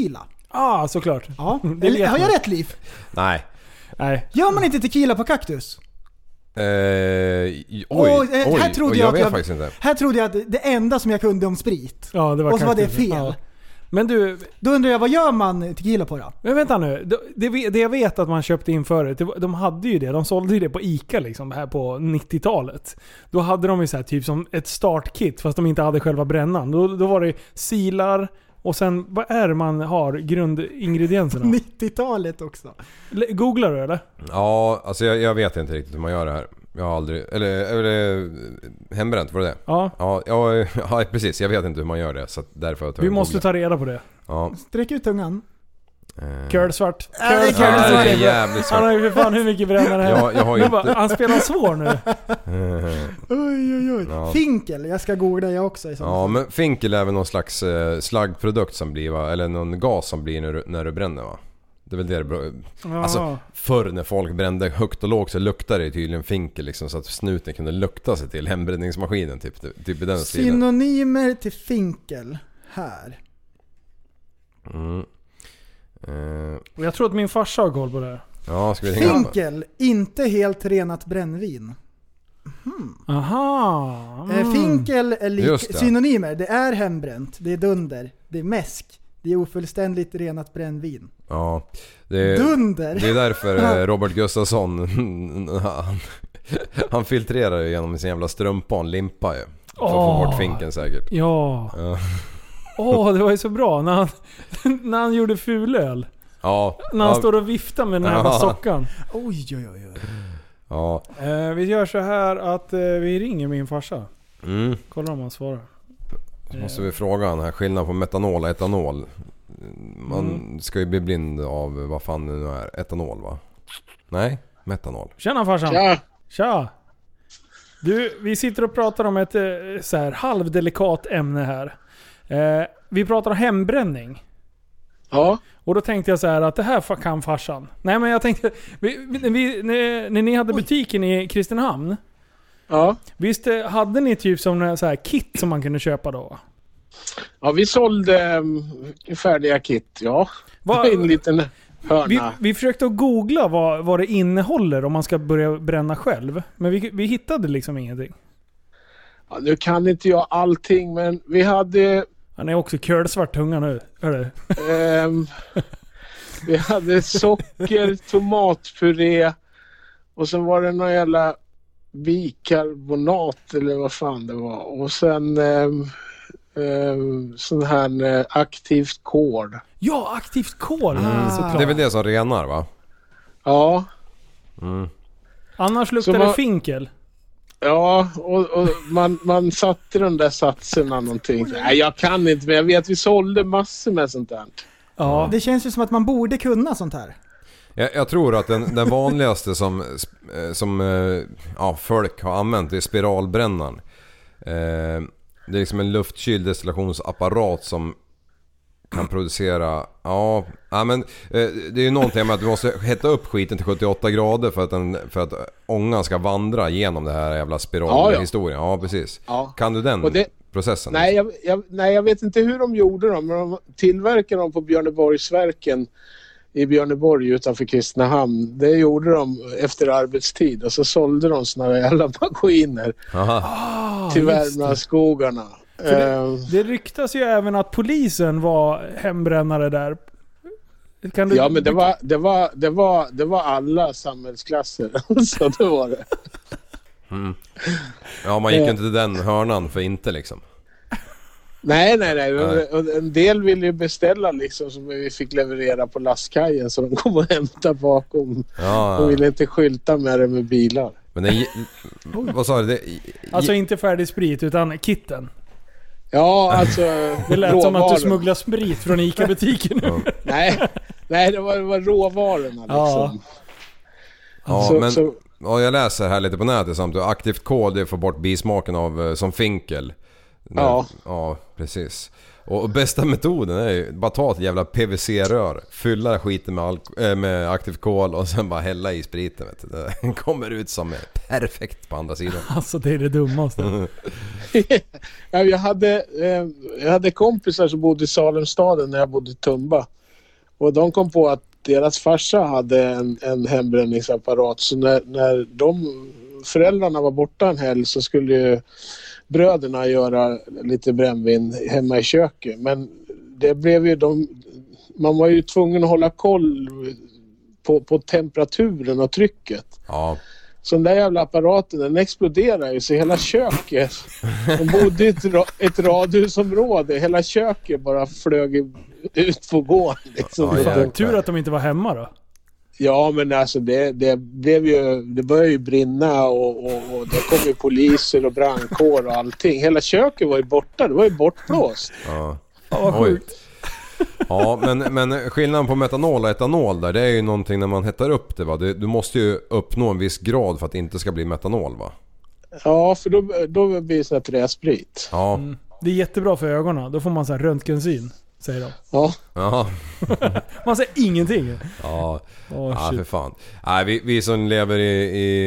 Ah, såklart. Ja. Det Eller, vet har man. jag rätt, Liv? Nej. Nej. Gör man inte tequila på kaktus? Eh, oj, Och, eh, oj, här trodde oj, jag jag att vet jag- faktiskt inte. Här trodde jag att det enda som jag kunde om sprit. Ja, det var Och så var det kaktus. fel. Ja. Men du, Då undrar jag, vad gör man tequila på då? men vänta nu. Det, det, det jag vet att man köpte in förut, det, var- de hade ju det. De sålde ju det på Ica liksom, här på nittiotalet. Då hade de ju så här, typ som ett startkit, fast de inte hade själva brännan. Då, då var det silar, och sen, vad är det man har grundingredienserna? nittiotalet också. Le- Googlar du eller? Ja, alltså jag, jag vet inte riktigt hur man gör det här. Jag har aldrig... Eller, eller hembränt, var det det? Ja. Ja, ja, ja, precis. Jag vet inte hur man gör det. Så att därför har jag Vi måste ta reda på det. Ja. Sträck ut tungan. Eh. Curlsvart. Ja, det är Curlsvart. Ja, det är Han jävligt svart. har ju för fan hur mycket brännare här. Ja, jag har ju Nu bara, inte... han spelar svår nu. Oj, oj, oj. Ja. Finkel, jag ska googla jag också i så Ja, fall. men finkel är väl någon slags eh, slaggprodukt som blir, va? Eller någon gas som blir när du, när du bränner, va? Det är väl det det bra. Alltså, förr när folk brände högt och lågt så luktade det tydligen finkel liksom, så att snuten kunde lukta sig till hembränningsmaskinen typ, typ i den stilen. Synonymer till finkel här. Mm. Eh, Och jag tror att min farsa har koll på det här. ja, ska vi ringa? Finkel, inte helt renat brännvin. Aha. Eh, Mm. Finkel är Just lik det. synonymer. Det är hembränt, det är dunder, det är mäsk, det är ofullständigt renat brännvin. Ja, det, Dunder! det är därför eh, Robert Gustafsson han, han filtrerar ju genom sin jävla strumpa och en limpa ju. För att få Åh. bort finken säkert. Ja. Ja. Åh, det var ju så bra när han, när han gjorde fulöl. Ja. När han ja. står och viftar med den här Ja. sockan. Oj, oj, oj, oj. Ja. Eh, vi gör så här att eh, vi ringer min farsa. Mm. Kolla om han svarar. Så måste vi fråga han här, skillnad på metanol och etanol. Man Mm. ska ju bli blind av vad fan det nu är. Etanol, va? Nej, metanol. Tjena farsan. Ja. Tja. Du, vi sitter och pratar om ett eh, så här halvdelikat ämne här. Eh, vi pratar om hembränning. Ja. Och då tänkte jag så här att det här fa- kan farsan. Nej men jag tänkte, vi, vi, vi, när, när ni hade butiken i Kristinehamn. Ja. Visst eh, hade ni typ som en så här kit som man kunde köpa då? Ja, vi sålde um, färdiga kit, ja. Va- En liten hörna. Vi, vi försökte att googla vad, vad det innehåller om man ska börja bränna själv. Men vi, vi hittade liksom ingenting. Ja, nu kan inte jag allting, men vi hade... Han är också curlsvart tunga nu. Hör du? ehm, vi hade socker, tomatpuré och sen var det någon jävla bikarbonat eller vad fan det var. Och sen um, um, sån här uh, aktivt kol. Ja, aktivt kol. Mm. Såklart. Det är väl det som renar, va? Ja. Mm. Annars luktar Så det man- finkel. Ja, och, och man, man satte de där satserna någonting. Nej, jag kan inte, men jag vet vi sålde massor med sånt där. Ja. Det känns ju som att man borde kunna sånt här. Jag, jag tror att den, den vanligaste som, eh, som eh, ja, folk har använt är spiralbrännaren. Eh, det är liksom en luftkyld destillationsapparat som kan producera, ja, ja men eh, det är ju någonting med att du måste hetta upp skiten till sjuttioåtta grader för att, den, för att ångan ska vandra genom det här jävla spiralhistorien. Ja, ja, precis. Ja. Kan du den Och det- processen? Nej jag, jag, nej, jag vet inte hur de gjorde dem, men de tillverkade dem på Björneborgsverken i Björneborg utanför Kristinehamn. Det gjorde de efter arbetstid och så sålde de såna jävla maskiner Aha. till Ah, just det. Värmlandsskogarna. För det, Eh, det ryktas ju även att polisen var hembrännare där. Kan du... Ja, men det var, det var, det var, det var alla samhällsklasser. Så det var det. Mm. Ja, man gick ju Eh. inte till den hörnan för inte liksom. Nej, nej, nej. Nej. Och en del ville ju beställa liksom som vi fick leverera på lastkajen så de kom och hämtade bakom. Ja, De ville inte skylta med det med bilar. men det, vad sa du? Det, Alltså inte färdig sprit utan kitten. Ja, alltså Det lät som att du råvaror. smugglar sprit från Ica-butiken nu. Nej, nej det, var, det var råvarorna Ja. liksom. Ja, Så- men så- ja, jag läser här lite på nätet samtidigt. Aktivt kol, det får bort bismaken av eh, som finkel. När- Ja. Ja, precis. Och, och bästa metoden är ju bara ta ett jävla P V C-rör, fylla skiten med, alk- äh, med aktivt kol och sen bara hälla i spriten. Vet du. Det kommer ut som perfekt på andra sidan. Alltså det är det dummaste. Ja, jag, hade, eh, jag hade kompisar som bodde i Salemstaden när jag bodde i Tumba. Och de kom på att deras farsa hade en, en hembränningsapparat. Så när, när de föräldrarna var borta en helg så skulle ju bröderna göra lite brännvin hemma i köket. Men det blev ju de... Man var ju tvungen att hålla koll på, på temperaturen och trycket. Ja. Så den där jävla apparaten, den exploderade ju så hela köket, de bodde i ett, ett radhusområde, hela köket bara flög ut på gården liksom. Ja, tur att de inte var hemma då. Ja, men alltså det, det blev ju, det började ju brinna och, och, och det kom ju poliser och brandkår och allting. Hela köket var ju borta, det var ju bortblåst. Ja, ja vad sjukt. Ja, men, men skillnaden på metanol och etanol där, det är ju någonting när man hettar upp det va. Du, du måste ju uppnå en viss grad för att det inte ska bli metanol va. Ja, för då, då blir det sån här träsprit. Ja. Mm. Det är jättebra för ögonen, då får man så här röntgensyn, säger de. Ja. Ja. Man ser ingenting. Ja, oh, ja för fan. Nej, vi, vi som lever i, i,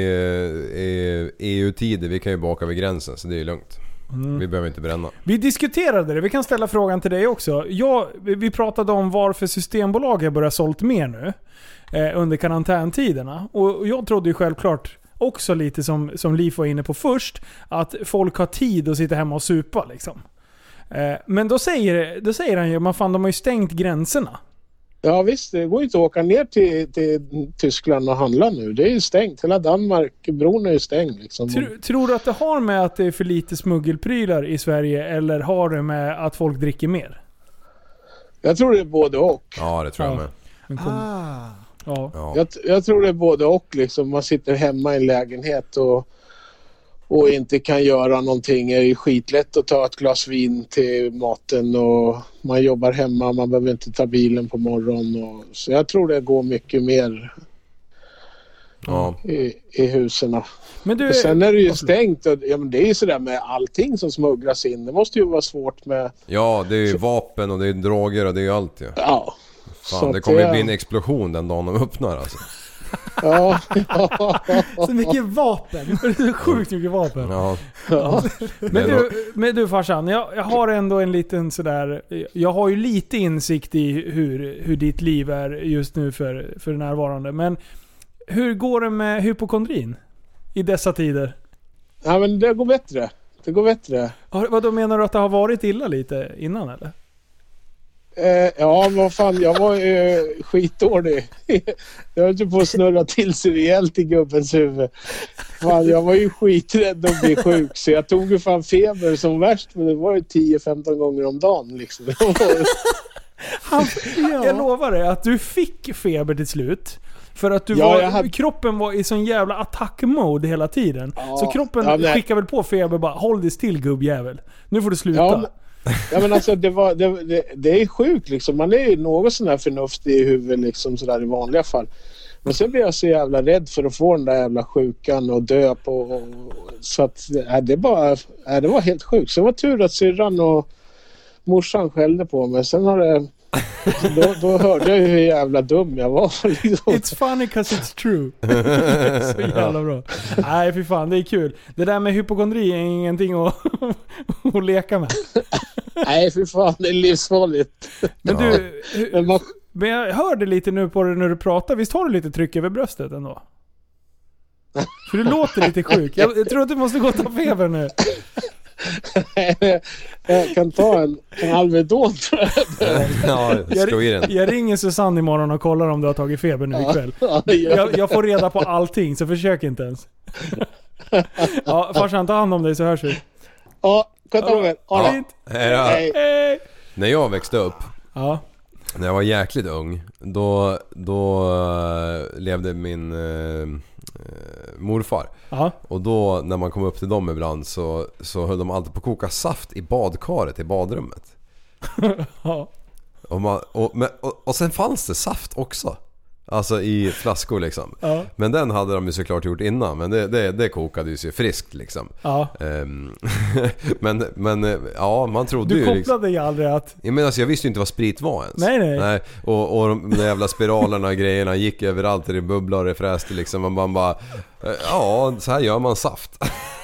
i E U-tider, vi kan ju baka vid gränsen så det är ju lugnt. Mm. Vi behöver inte bränna. Vi diskuterade det, vi kan ställa frågan till dig också. Jag, vi pratade om varför Systembolaget börjar sålt mer nu eh, under karantäntiderna. Och, och jag trodde ju självklart också lite som, som Liv var inne på först, att folk har tid att sitta hemma och supa liksom. Eh, men då säger, då säger han ju, man fan, de har ju stängt gränserna. Ja visst, det går ju inte att åka ner till, till Tyskland och handla nu. Det är ju stängt. Hela Danmark, bron är ju stängd. Liksom. Tror, tror du att det har med att det är för lite smuggelprylar i Sverige eller har det med att folk dricker mer? Jag tror det är både och. Ja, det tror jag ja. med. Ah. Ja. Ja. Jag, jag tror det är både och. Liksom. Man sitter hemma i en lägenhet och, och inte kan göra någonting. Det är skitlätt att ta ett glas vin till maten och man jobbar hemma, man behöver inte ta bilen på morgonen. Och, så jag tror det går mycket mer ja. i, i husen. Men du, och sen är det ju stängt och ja, men det är ju sådär med allting som smugglas in. Det måste ju vara svårt med... Ja, det är ju vapen och det är droger och det är ju allt ju. Ja. Fan, det kommer ju bli en explosion den dagen de öppnar alltså. Ja. Så mycket vapen. Det är sjukt mycket vapen. Ja. Ja. Men, du, men du farsan, jag, jag har ändå en liten sådär... Jag har ju lite insikt i hur, hur ditt liv är just nu för, för närvarande. Men hur går det med hypokondrin i dessa tider? Ja, men det går bättre. Det går bättre. Vad då menar du att det har varit illa lite innan eller? Eh, ja, vad fan, jag var eh, skitdålig. Jag höll på att snurra till sig rejält i gubbens huvud. Fan, jag var ju skiträdd att bli sjuk så jag tog ju fan feber som värst, men det var ju tio femton gånger om dagen liksom. Han, jag lovar dig att du fick feber till slut. För att du ja, var, hade... kroppen var i sån jävla attack-mode hela tiden. Ja, så kroppen ja, skickar väl på feber bara, håll dig still gubbjävel. Nu får du sluta. Ja, men... Ja men alltså det, var, det, det, det är sjukt liksom. Man är ju något sån här förnuftig i huvudet liksom sådär i vanliga fall. Men sen blir jag så jävla rädd för att få den där jävla sjukan och dö på. Och, så att äh, det, bara, äh, det var helt sjukt. Så det var tur att syrran och morsan skällde på mig. Sen har det... Då, då hörde jag ju hur jävla dum jag var. Liksom. It's funny cause it's true. Så jävla bra. Nej för fan, det är kul. Det där med hypokondri är ingenting att, att leka med. Nej för fan, det är livsfarligt. Men du, men, man... men jag hörde lite nu på det när du pratar. Visst har du lite tryck över bröstet ändå? För du låter lite sjuk. Jag, jag tror att du måste gå och ta feber nu. Jag kan ta en, en Alvedon tror jag. Ja, jag, jag ringer Susanne imorgon och kollar om du har tagit feber nu ikväll. Jag, jag får reda på allting, så försök inte ens. Ja, farsan, ta hand om dig så hörs vi. Ja, sköt om er. Ja, hej. Hej. När jag växte upp, ja. när jag var jäkligt ung, då, då uh, levde min uh, morfar. Aha. Och då när man kom upp till dem ibland så, så höll de alltid på att koka saft i badkaret i badrummet. Ja. Och, man, och, men, och, och sen fanns det saft också. Alltså i flaskor liksom. Ja. Men den hade de ju såklart gjort innan. Men det, det, det kokade ju sig friskt liksom. Ja. Um, men, men ja, man trodde du ju... Du liksom, kopplade ju aldrig att... Jag menar, alltså, jag visste ju inte vad sprit var ens. Nej, nej. nej. Och, och de där jävla spiralerna och grejerna gick överallt. Det bubblade och det fräste liksom. Och man bara... Ja, så här gör man saft.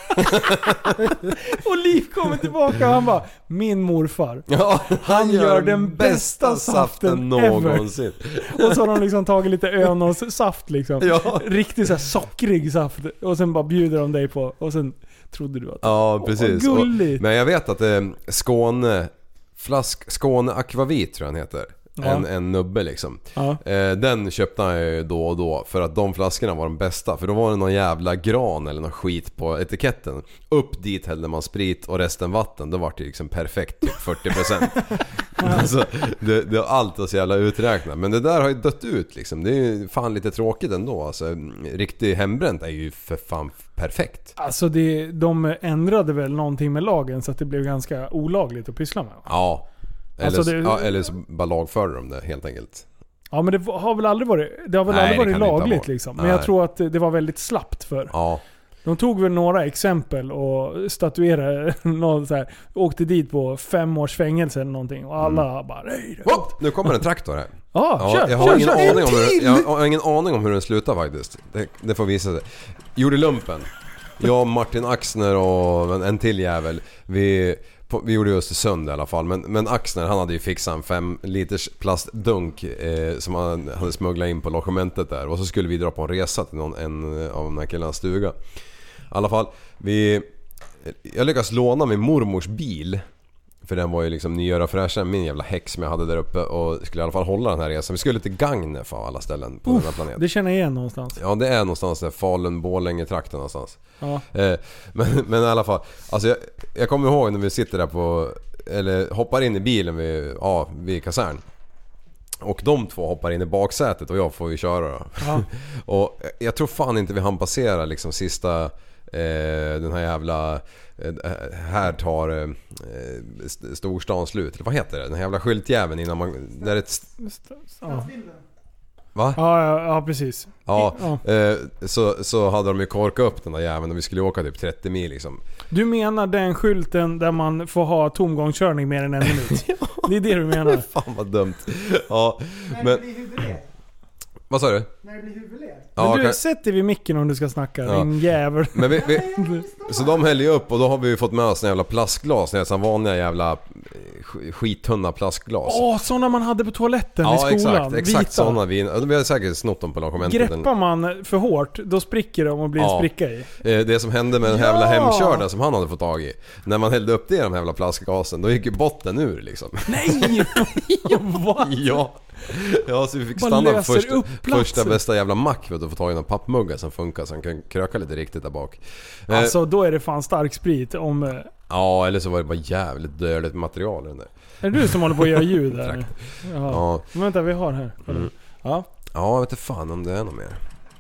Och Liv kommer tillbaka och han bara, min morfar. Ja, han, han gör, gör den bästa saften någonsin. Och så har de liksom tagit lite Önos saft liksom. Ja. Riktigt så här sockrig saft. Och sen bara bjuder de dig på. Och sen trodde du att... Ja, precis. Åh, gulligt. Och, men jag vet att det är Skåne... Flask, Skåne Akvavit tror jag han heter. Ja. En, en nubbe liksom. Ja. eh, Den köpte han ju då och då. För att de flaskorna var de bästa. För då var det någon jävla gran eller någon skit på etiketten. Upp dit hällde man sprit och resten vatten. Då var det liksom perfekt, typ fyrtio procent. Alltså, det, det, allt var så jävla uträknat. Men det där har ju dött ut liksom. Det är ju fan lite tråkigt ändå. Alltså, riktigt hembränt är ju för fan perfekt. Alltså det, de ändrade väl någonting med lagen så att det blev ganska olagligt att pyssla med. Ja. Eller, alltså det, ja, eller så bara lagförde de det helt enkelt. Ja, men det har väl aldrig varit, det har väl Nej, aldrig varit lagligt liksom. Men Nej. jag tror att det var väldigt slappt för. Ja. De tog väl några exempel och statuerade någon så här, åkte dit på fem års fängelse eller någonting och alla mm. bara nej. Hopp, nu kommer en traktor här. Ah, ja, kör, jag har kör, ingen kör, aning om hur, jag har ingen aning om hur den slutar faktiskt. Det, det får visa sig. Gjorde lumpen. Jag, Martin Axner och en till jävel. Vi På, vi gjorde ju Östersund i alla fall. Men, men Axner, han hade ju fixat en fem liters plastdunk eh, som han hade smugglat in på logementet där. Och så skulle vi dra på en resa till någon, en av de här killarnas stuga. I alla fall, vi, jag lyckades låna min mormors bil. För den var ju liksom nyare och fräschare än min jävla häck som jag hade där uppe. Och skulle i alla fall hålla den här resan. Vi skulle till Gagnef av alla ställen på Uff, den här planeten. Det känner jag igen någonstans. Ja, det är någonstans där Falun, Borlänge trakten någonstans. Ja. Eh, men, men i alla fall, alltså jag, jag kommer ihåg när vi sitter där på, eller hoppar in i bilen vid, ja, vid kasern. Och de två hoppar in i baksätet och jag får ju köra då. Ja. Och jag tror fan inte vi hann passera liksom sista eh, den här jävla eh, här tar eh, storstan slut. Eller vad heter det? Den här jävla skyltjäveln innan man där ett ja. Va? Ja, ja, ja precis. Ja, ja. Eh, så, så hade de ju korkat upp den där jäveln och vi skulle åka typ trettio mil liksom. Du menar den skylten där man får ha tomgångskörning mer än en minut? Ja. Det är det du menar. Fan vad dumt. Ja, när men... det blir huvudled. Vad sa du? När det blir huvudled. Men ja, du kan... sätter vid micken om du ska snacka, ja. din jävel. Men vi, vi... Så de häller ju upp och då har vi ju fått med oss en jävla plastglas, nästan vanliga jävla skittunna plastglas. Åh, sådana man hade på toaletten ja, i skolan. Exakt, exakt sådana. Vi, vi har säkert snott dem på logementet. Greppar man för hårt, då spricker de och blir ja. en spricka i. Det som hände med den jävla ja. hemkörda som han hade fått tag i. När man hällde upp det i de jävla plastgasen, då gick ju botten ur liksom. Nej! What? Ja. Ja, så vi fick stanna första, första bästa jävla mack för att få tag i någon pappmugga som funkar så han kan kröka lite riktigt där bak. Alltså då är det fan stark sprit om... Ja, eller så var det bara jävligt dödligt material den där. Är det du som håller på att göra ljud där? Ja. Men vänta, vi har här. Mm. Ja. Ja, jag vet inte fan om det är något mer.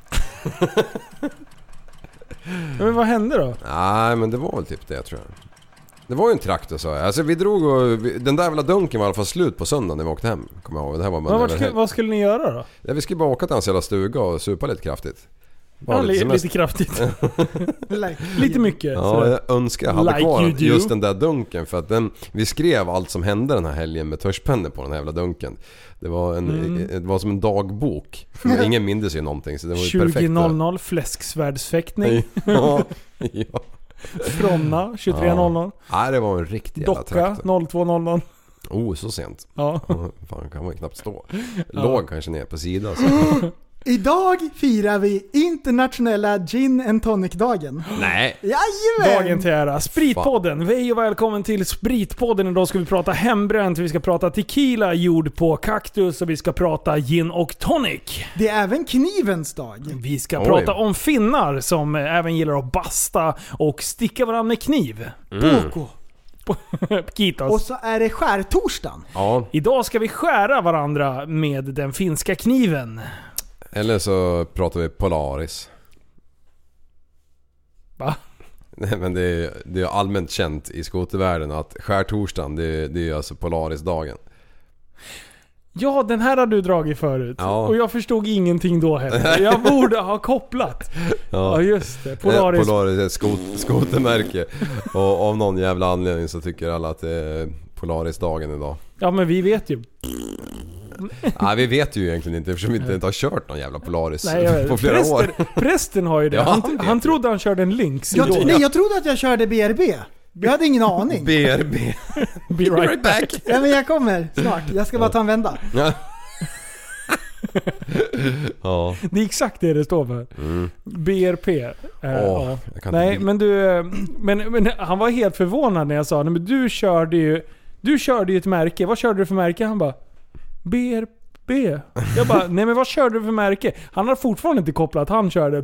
Men vad hände då? Nej, men det var väl typ det tror jag. Det var ju en traktor så jag. Alltså vi drog och vi, den där jävla dunken var i alla fall slut på söndagen när vi åkte hem. Kommer jag ihåg. Det här var bara vad, skulle, vad skulle ni göra då? Ja, vi skulle bara åka till hans jävla stuga och supa lite kraftigt. Ja, lite, lite kraftigt. Lite mycket. Ja, jag önskar jag hade like kvar just den där dunken. För att den, vi skrev allt som hände den här helgen med törspennor på den här jävla dunken. Det var, en, mm. det var som en dagbok. För ingen mindes ju någonting. Så det var ju perfekt. tjugo noll noll fläsksvärdsfäktning. Ja, ja. Fronna tjugotre noll noll. Ja. Nej, det var en riktig jävla traktor. Docka noll två noll noll. Oh, så sent. Ja. Fan, kan man knappt stå. Låg ja. kanske ner på sidan. Så. Idag firar vi internationella gin and tonic-dagen. Nej. Jajamän. Dagen till ära. Spritpodden. Hej och välkommen till Spritpodden. Idag ska vi prata hembränt, vi ska prata tequila gjord på kaktus och vi ska prata gin och tonic. Det är även knivens dag. Vi ska Oj. prata om finnar som även gillar att basta och sticka varandra med kniv. Mm. Boko. Kitos. Och så är det skärtorsdagen. Ja. Idag ska vi skära varandra med den finska kniven. Eller så pratar vi Polaris. Va? Nej, men det är, det är allmänt känt i skotervärlden att skärtorsdagen, det, det är alltså Polarisdagen. Ja, den här har du dragit förut. Ja. Och jag förstod ingenting då heller. Jag borde ha kopplat. Ja, ja just det. Polaris. Polaris är ett skot, skotermärke. Och av någon jävla anledning så tycker alla att det är Polarisdagen idag. Ja, men vi vet ju. Nej, vi vet ju egentligen inte eftersom vi inte har kört någon jävla Polaris Nej, på flera prästen, år. Prästen har ju det. Ja, han, han han trodde han körde en Lynx. Jag, nej, jag trodde att jag körde B R B. Jag hade ingen aning. B R B. Be right back. Ja, men jag kommer snart. Jag ska bara ta en vända. Ja. Ja. Det är exakt det det står för. Mm. B R P. Eh, Åh, ja. jag kan Nej, inte... men du... Men, men han var helt förvånad när jag sa nej, men du körde ju... Du körde ju ett märke. Vad körde du för märke? Han bara... B R B. Jag bara, nej men vad körde du för märke? Han har fortfarande inte kopplat. Han körde...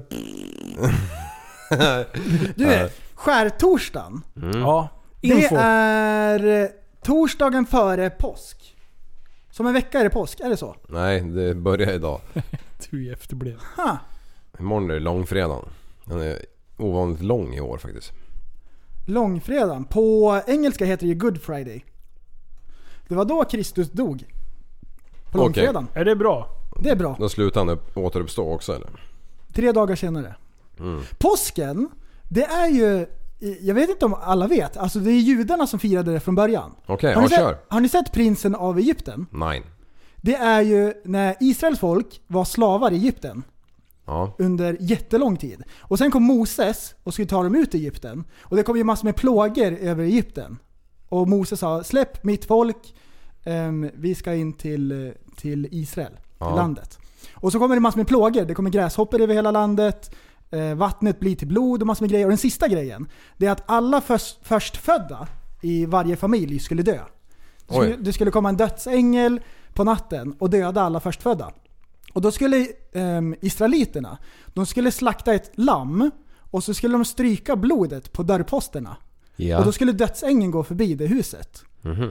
Du är skärtorsdagen. Mm. Ja. Det Info. är torsdagen före påsk. Som en vecka är det påsk, är det så? Nej, det börjar idag. Du är efterbliven. Ha. Imorgon är det långfredagen. Den är ovanligt lång i år faktiskt. Långfredagen. På engelska heter det ju Good Friday. Det var då Kristus dog. På långfredagen. Är det bra? Det är bra. Då slutar han upp, återuppstå också eller? Tre dagar senare. Mm. Påsken, det är ju... Jag vet inte om alla vet. Alltså det är judarna som firade det från början. Okej, har, ja, ni kör. sett, har ni sett Prinsen av Egypten? Nej. Det är ju när Israels folk var slavar i Egypten. Ja. Under jättelång tid. Och sen kom Moses och skulle ta dem ut i Egypten. Och det kom ju massor med plågor över Egypten. Och Moses sa, släpp mitt folk. Um, vi ska in till, till Israel. Ja. Till landet. Och så kommer det massor med plågor. Det kommer gräshoppor över hela landet. Uh, vattnet blir till blod och massor med grejer. Och den sista grejen, det är att alla först, förstfödda i varje familj skulle dö. Det skulle, det skulle komma en dödsängel på natten och döda alla förstfödda. Och då skulle um, israeliterna, de skulle slakta ett lamm och så skulle de stryka blodet på dörrposterna. Ja. Och då skulle dödsängeln gå förbi det huset. Mm-hmm.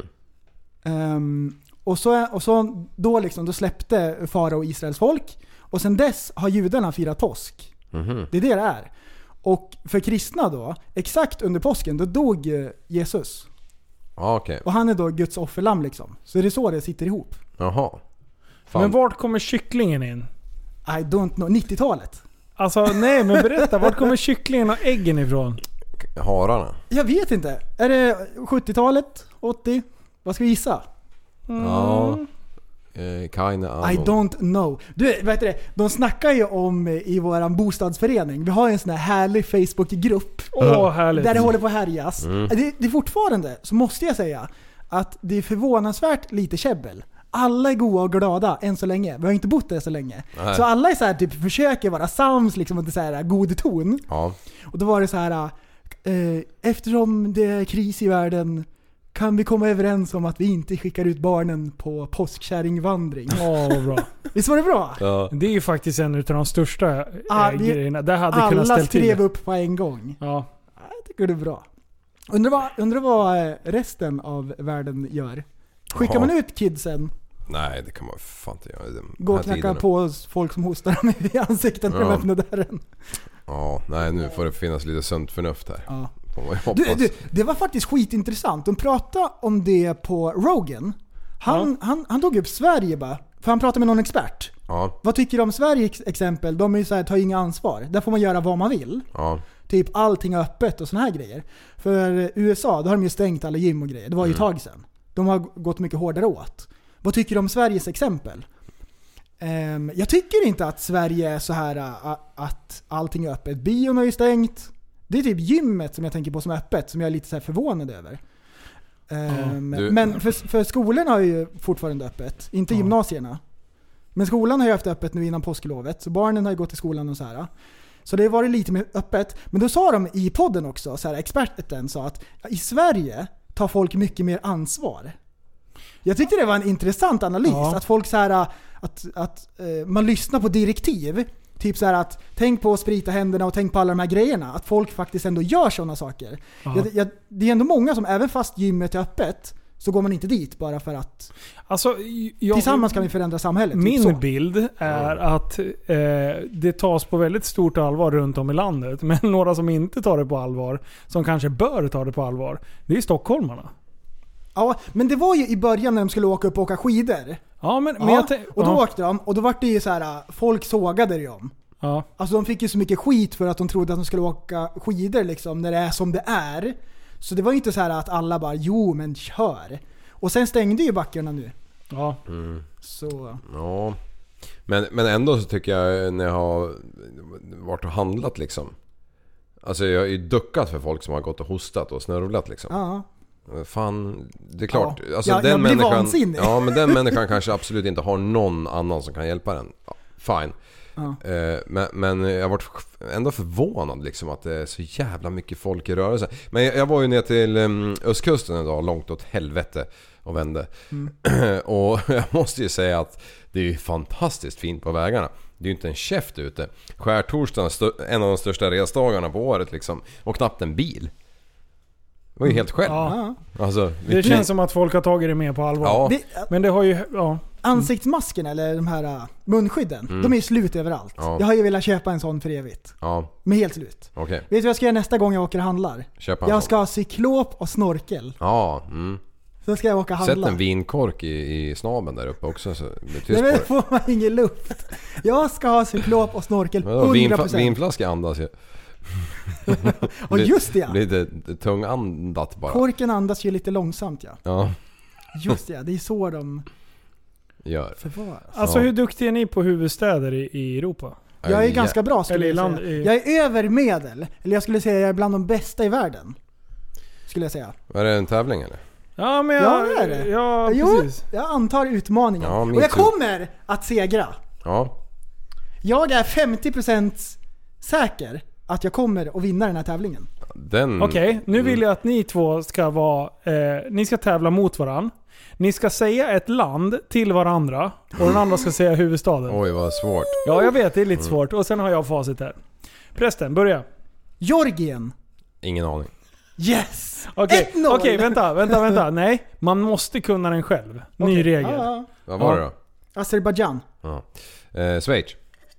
Um, och så, och så då, liksom, då släppte farao Israels folk. Och sen dess har judarna firat påsk. Mm-hmm. Det är det det är. Och för kristna då, exakt under påsken, då dog Jesus. Ah, okay. Och han är då Guds offerlamm liksom. Så det är så det sitter ihop. Jaha. Fan. Men vart kommer kycklingen in? I don't know. nittiotalet. Alltså nej, men berätta. Vart kommer kycklingen och äggen ifrån? Hararna. Jag vet inte. Är det sjuttiotalet? åttio? Vad ska vi gissa? Mm. Ja. Eh, Kaina, I don't know. Du vet det, de snackar ju om i våran bostadsförening. Vi har en sån här härlig Facebookgrupp. Åh, oh, härligt. Där det håller på att härjas. Mm. Det, det är fortfarande, så måste jag säga, att det är förvånansvärt lite käbbel. Alla är goda och glada än så länge. Vi har inte bott där så länge. Nej. Så alla är så här, typ, försöker vara sams liksom, och så här, god ton. Ja. Och då var det så här, eh, eftersom det är kris i världen, kan vi komma överens om att vi inte skickar ut barnen på påskkärringvandring? Ja, oh, bra. Visst var det bra? Ja. Det är ju faktiskt en av de största ah, äh, grejerna. Det hade alla kunnat ställa skrev till. upp på en gång. Ja. Jag tycker det är bra. Undrar vad, undrar vad resten av världen gör. Skickar Jaha. man ut kidsen? Nej, det kan man fan inte göra. Gå och knacka på folk som hostar dem i ansikten när ja. de öppnar dörren. Ja, nej nu får det finnas lite sunt förnuft här. Ja. Du, du, det var faktiskt skitintressant. De pratade om det på Rogan. Han, ja. han, han tog upp Sverige bara. För han pratade med någon expert. Ja. Vad tycker du om Sveriges exempel? De är ju så här, tar inga ansvar. Där får man göra vad man vill. Ja. Typ allting öppet och såna här grejer. För U S A, då har de ju stängt alla gym och grejer. Det var ju mm. ett tag sedan. De har gått mycket hårdare åt. Vad tycker du om Sveriges exempel? Um, jag tycker inte att Sverige är så här uh, att allting är öppet. Bion har ju stängt. Det är typ gymmet som jag tänker på som är öppet, som jag är lite så här förvånad över. Um, mm, men för, för skolorna har ju fortfarande öppet. Inte mm. gymnasierna. Men skolan har ju haft öppet nu innan påsklovet. Så barnen har ju gått till skolan och så här. Så det har varit lite mer öppet. Men då sa de i podden också, så här, experten sa att ja, i Sverige tar folk mycket mer ansvar. Jag tyckte det var en intressant analys. Ja. Att folk så här, att, att uh, man lyssnar på direktiv. Typ så här att tänk på att sprita händerna och tänk på alla de här grejerna. Att folk faktiskt ändå gör sådana saker. Jag, jag, det är ändå många som, även fast gymmet är öppet, så går man inte dit bara för att alltså, jag, tillsammans kan vi förändra samhället. Min typ bild är att eh, det tas på väldigt stort allvar runt om i landet. Men några som inte tar det på allvar, som kanske bör ta det på allvar, det är stockholmarna. Ja, men det var ju i början när de skulle åka upp och åka skidor. Ja, men, ja, men jag t- och då ja. åkte de, och då var det ju så här, folk sågade det om. Ja. Alltså de fick ju så mycket skit för att de trodde att de skulle åka skidor liksom, när det är som det är. Så det var ju inte så här att alla bara, jo men kör. Och sen stängde ju backarna nu. Ja. Mm. Så. Ja. Men, men ändå så tycker jag när jag har varit och handlat liksom. Alltså jag har ju duckat för folk som har gått och hostat och snörvlat liksom. Ja. Fan, det är klart. Ja. Alltså, jag, den jag blir människan, vansinnig. ja, men den människan kanske absolut inte har någon annan som kan hjälpa den. Ja, fine. Ja. Eh, men, men jag har varit ändå förvånad liksom att det är så jävla mycket folk i rörelse. Men jag, jag var ju ner till um, östkusten en dag, långt åt helvete och vände. Mm. Och jag måste ju säga att det är ju fantastiskt fint på vägarna. Det är ju inte en käft ute. Skärtorsdagen, en av de största resdagarna på året liksom. Och knappt en bil. Det var ju helt själv. Ja. Alltså, det känns ni... som att folk har tagit det med på allvar. Ja. Det, men det har ju... Ja. Ansiktsmasken eller de här uh, munskydden, Mm. de är ju slut överallt. Ja. Jag har ju velat köpa en sån för evigt. Ja. Men helt slut. Okay. Vet du vad jag ska göra nästa gång jag åker och handlar? Köpa jag ska ha cyklop och snorkel. Ja, mm. Så ska jag åka och handla. Sätt en vinkork i, i snaben där uppe också så blir tyst. Nej, men på får man ingen luft. Jag ska ha cyklop och snorkel hundra procent. Vinfla- vinflaska andas ju. Och just det, ja. Lite tungandat bara. Korken andas ju lite långsamt, ja. Ja. Just det, det är så de gör. förvaras. Alltså ja. hur duktiga är ni på huvudstäder i, i Europa? Jag är ganska bra skulle jag land, säga. i... Jag är över medel. Eller jag skulle säga jag är bland de bästa i världen. Skulle jag säga. Är det en tävling eller? Ja, men jag... Ja, det är det. Ja, jo, precis. jag antar utmaningen. Ja, och jag kommer att segra. Ja. Jag är femtio procent säker att jag kommer att vinna den här tävlingen. Den... Okej, okay, nu vill jag att ni två ska vara... Eh, ni ska tävla mot varann. Ni ska säga ett land till varandra. Och den andra ska säga huvudstaden. Oj, vad svårt. Ja, jag vet. Det är lite mm. svårt. Och sen har jag facit här. Prästen, börja. Georgien. Ingen aning. Yes! Okej, okay, okay, vänta, vänta, vänta. Nej, man måste kunna den själv. Ny okay. regel. Ah, ah. Vad var ja. det då? Azerbaijan. Ja. Eh, Schweiz.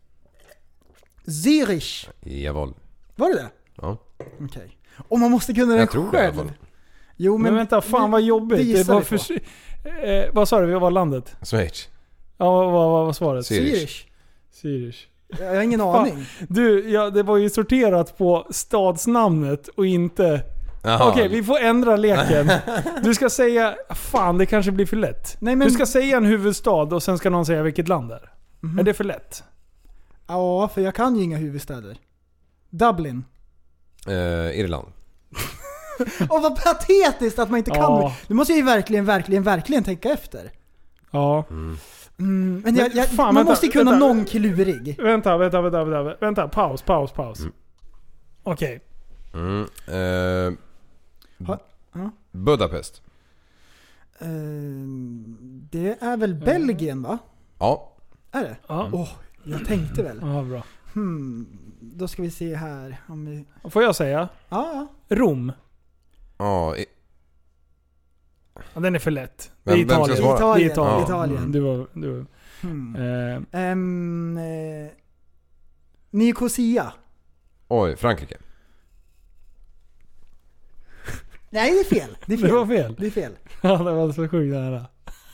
Zürich. Jawohl. Var det det? Ja. Okej. Okay. Och man måste kunna den jag tror själv. Det, jo, men, men vänta, fan vad jobbigt. Det var för... eh, vad sa du? Vad var landet? Schweiz. Ja, vad, vad, vad var svaret? Zürich. Zürich. Jag har ingen aning. Du, ja, det var ju sorterat på stadsnamnet och inte... Okej, okay, vi får ändra leken. Du ska säga... Fan, det kanske blir för lätt. Nej, men... Du ska säga en huvudstad och sen ska någon säga vilket land det är. Mm-hmm. Är det för lätt? Ja, för jag kan ju inga huvudstäder. Dublin. Eh, Irland. Åh, vad patetiskt att man inte kan. Ja. Du måste ju verkligen, verkligen, verkligen tänka efter. Ja. Mm. Mm, men jag, jag, fan, man vänta, måste ju kunna vänta, någon klurig. Vänta, vänta, vänta, vänta, vänta. Paus, paus, paus. Mm. Okej. Okay. Mm. Eh, ha, ha? Budapest. Eh, det är väl Belgien, va? Ja. Är det? Ja. Åh, oh, jag tänkte väl. Ja, bra. Hmm, då ska vi se här. Om vi... Får jag säga? Ja. Rom. Ja. I... Ja, den är för lätt. Det är Italien. Italien. Italien. Italien. Italien. Mm. Du var... Du var. Hmm. Eh. Um, eh, Nicosia. Oj, Frankrike. Nej, det är fel. Det är fel. Det var fel. Det är fel. Ja, det var så sjukt nära.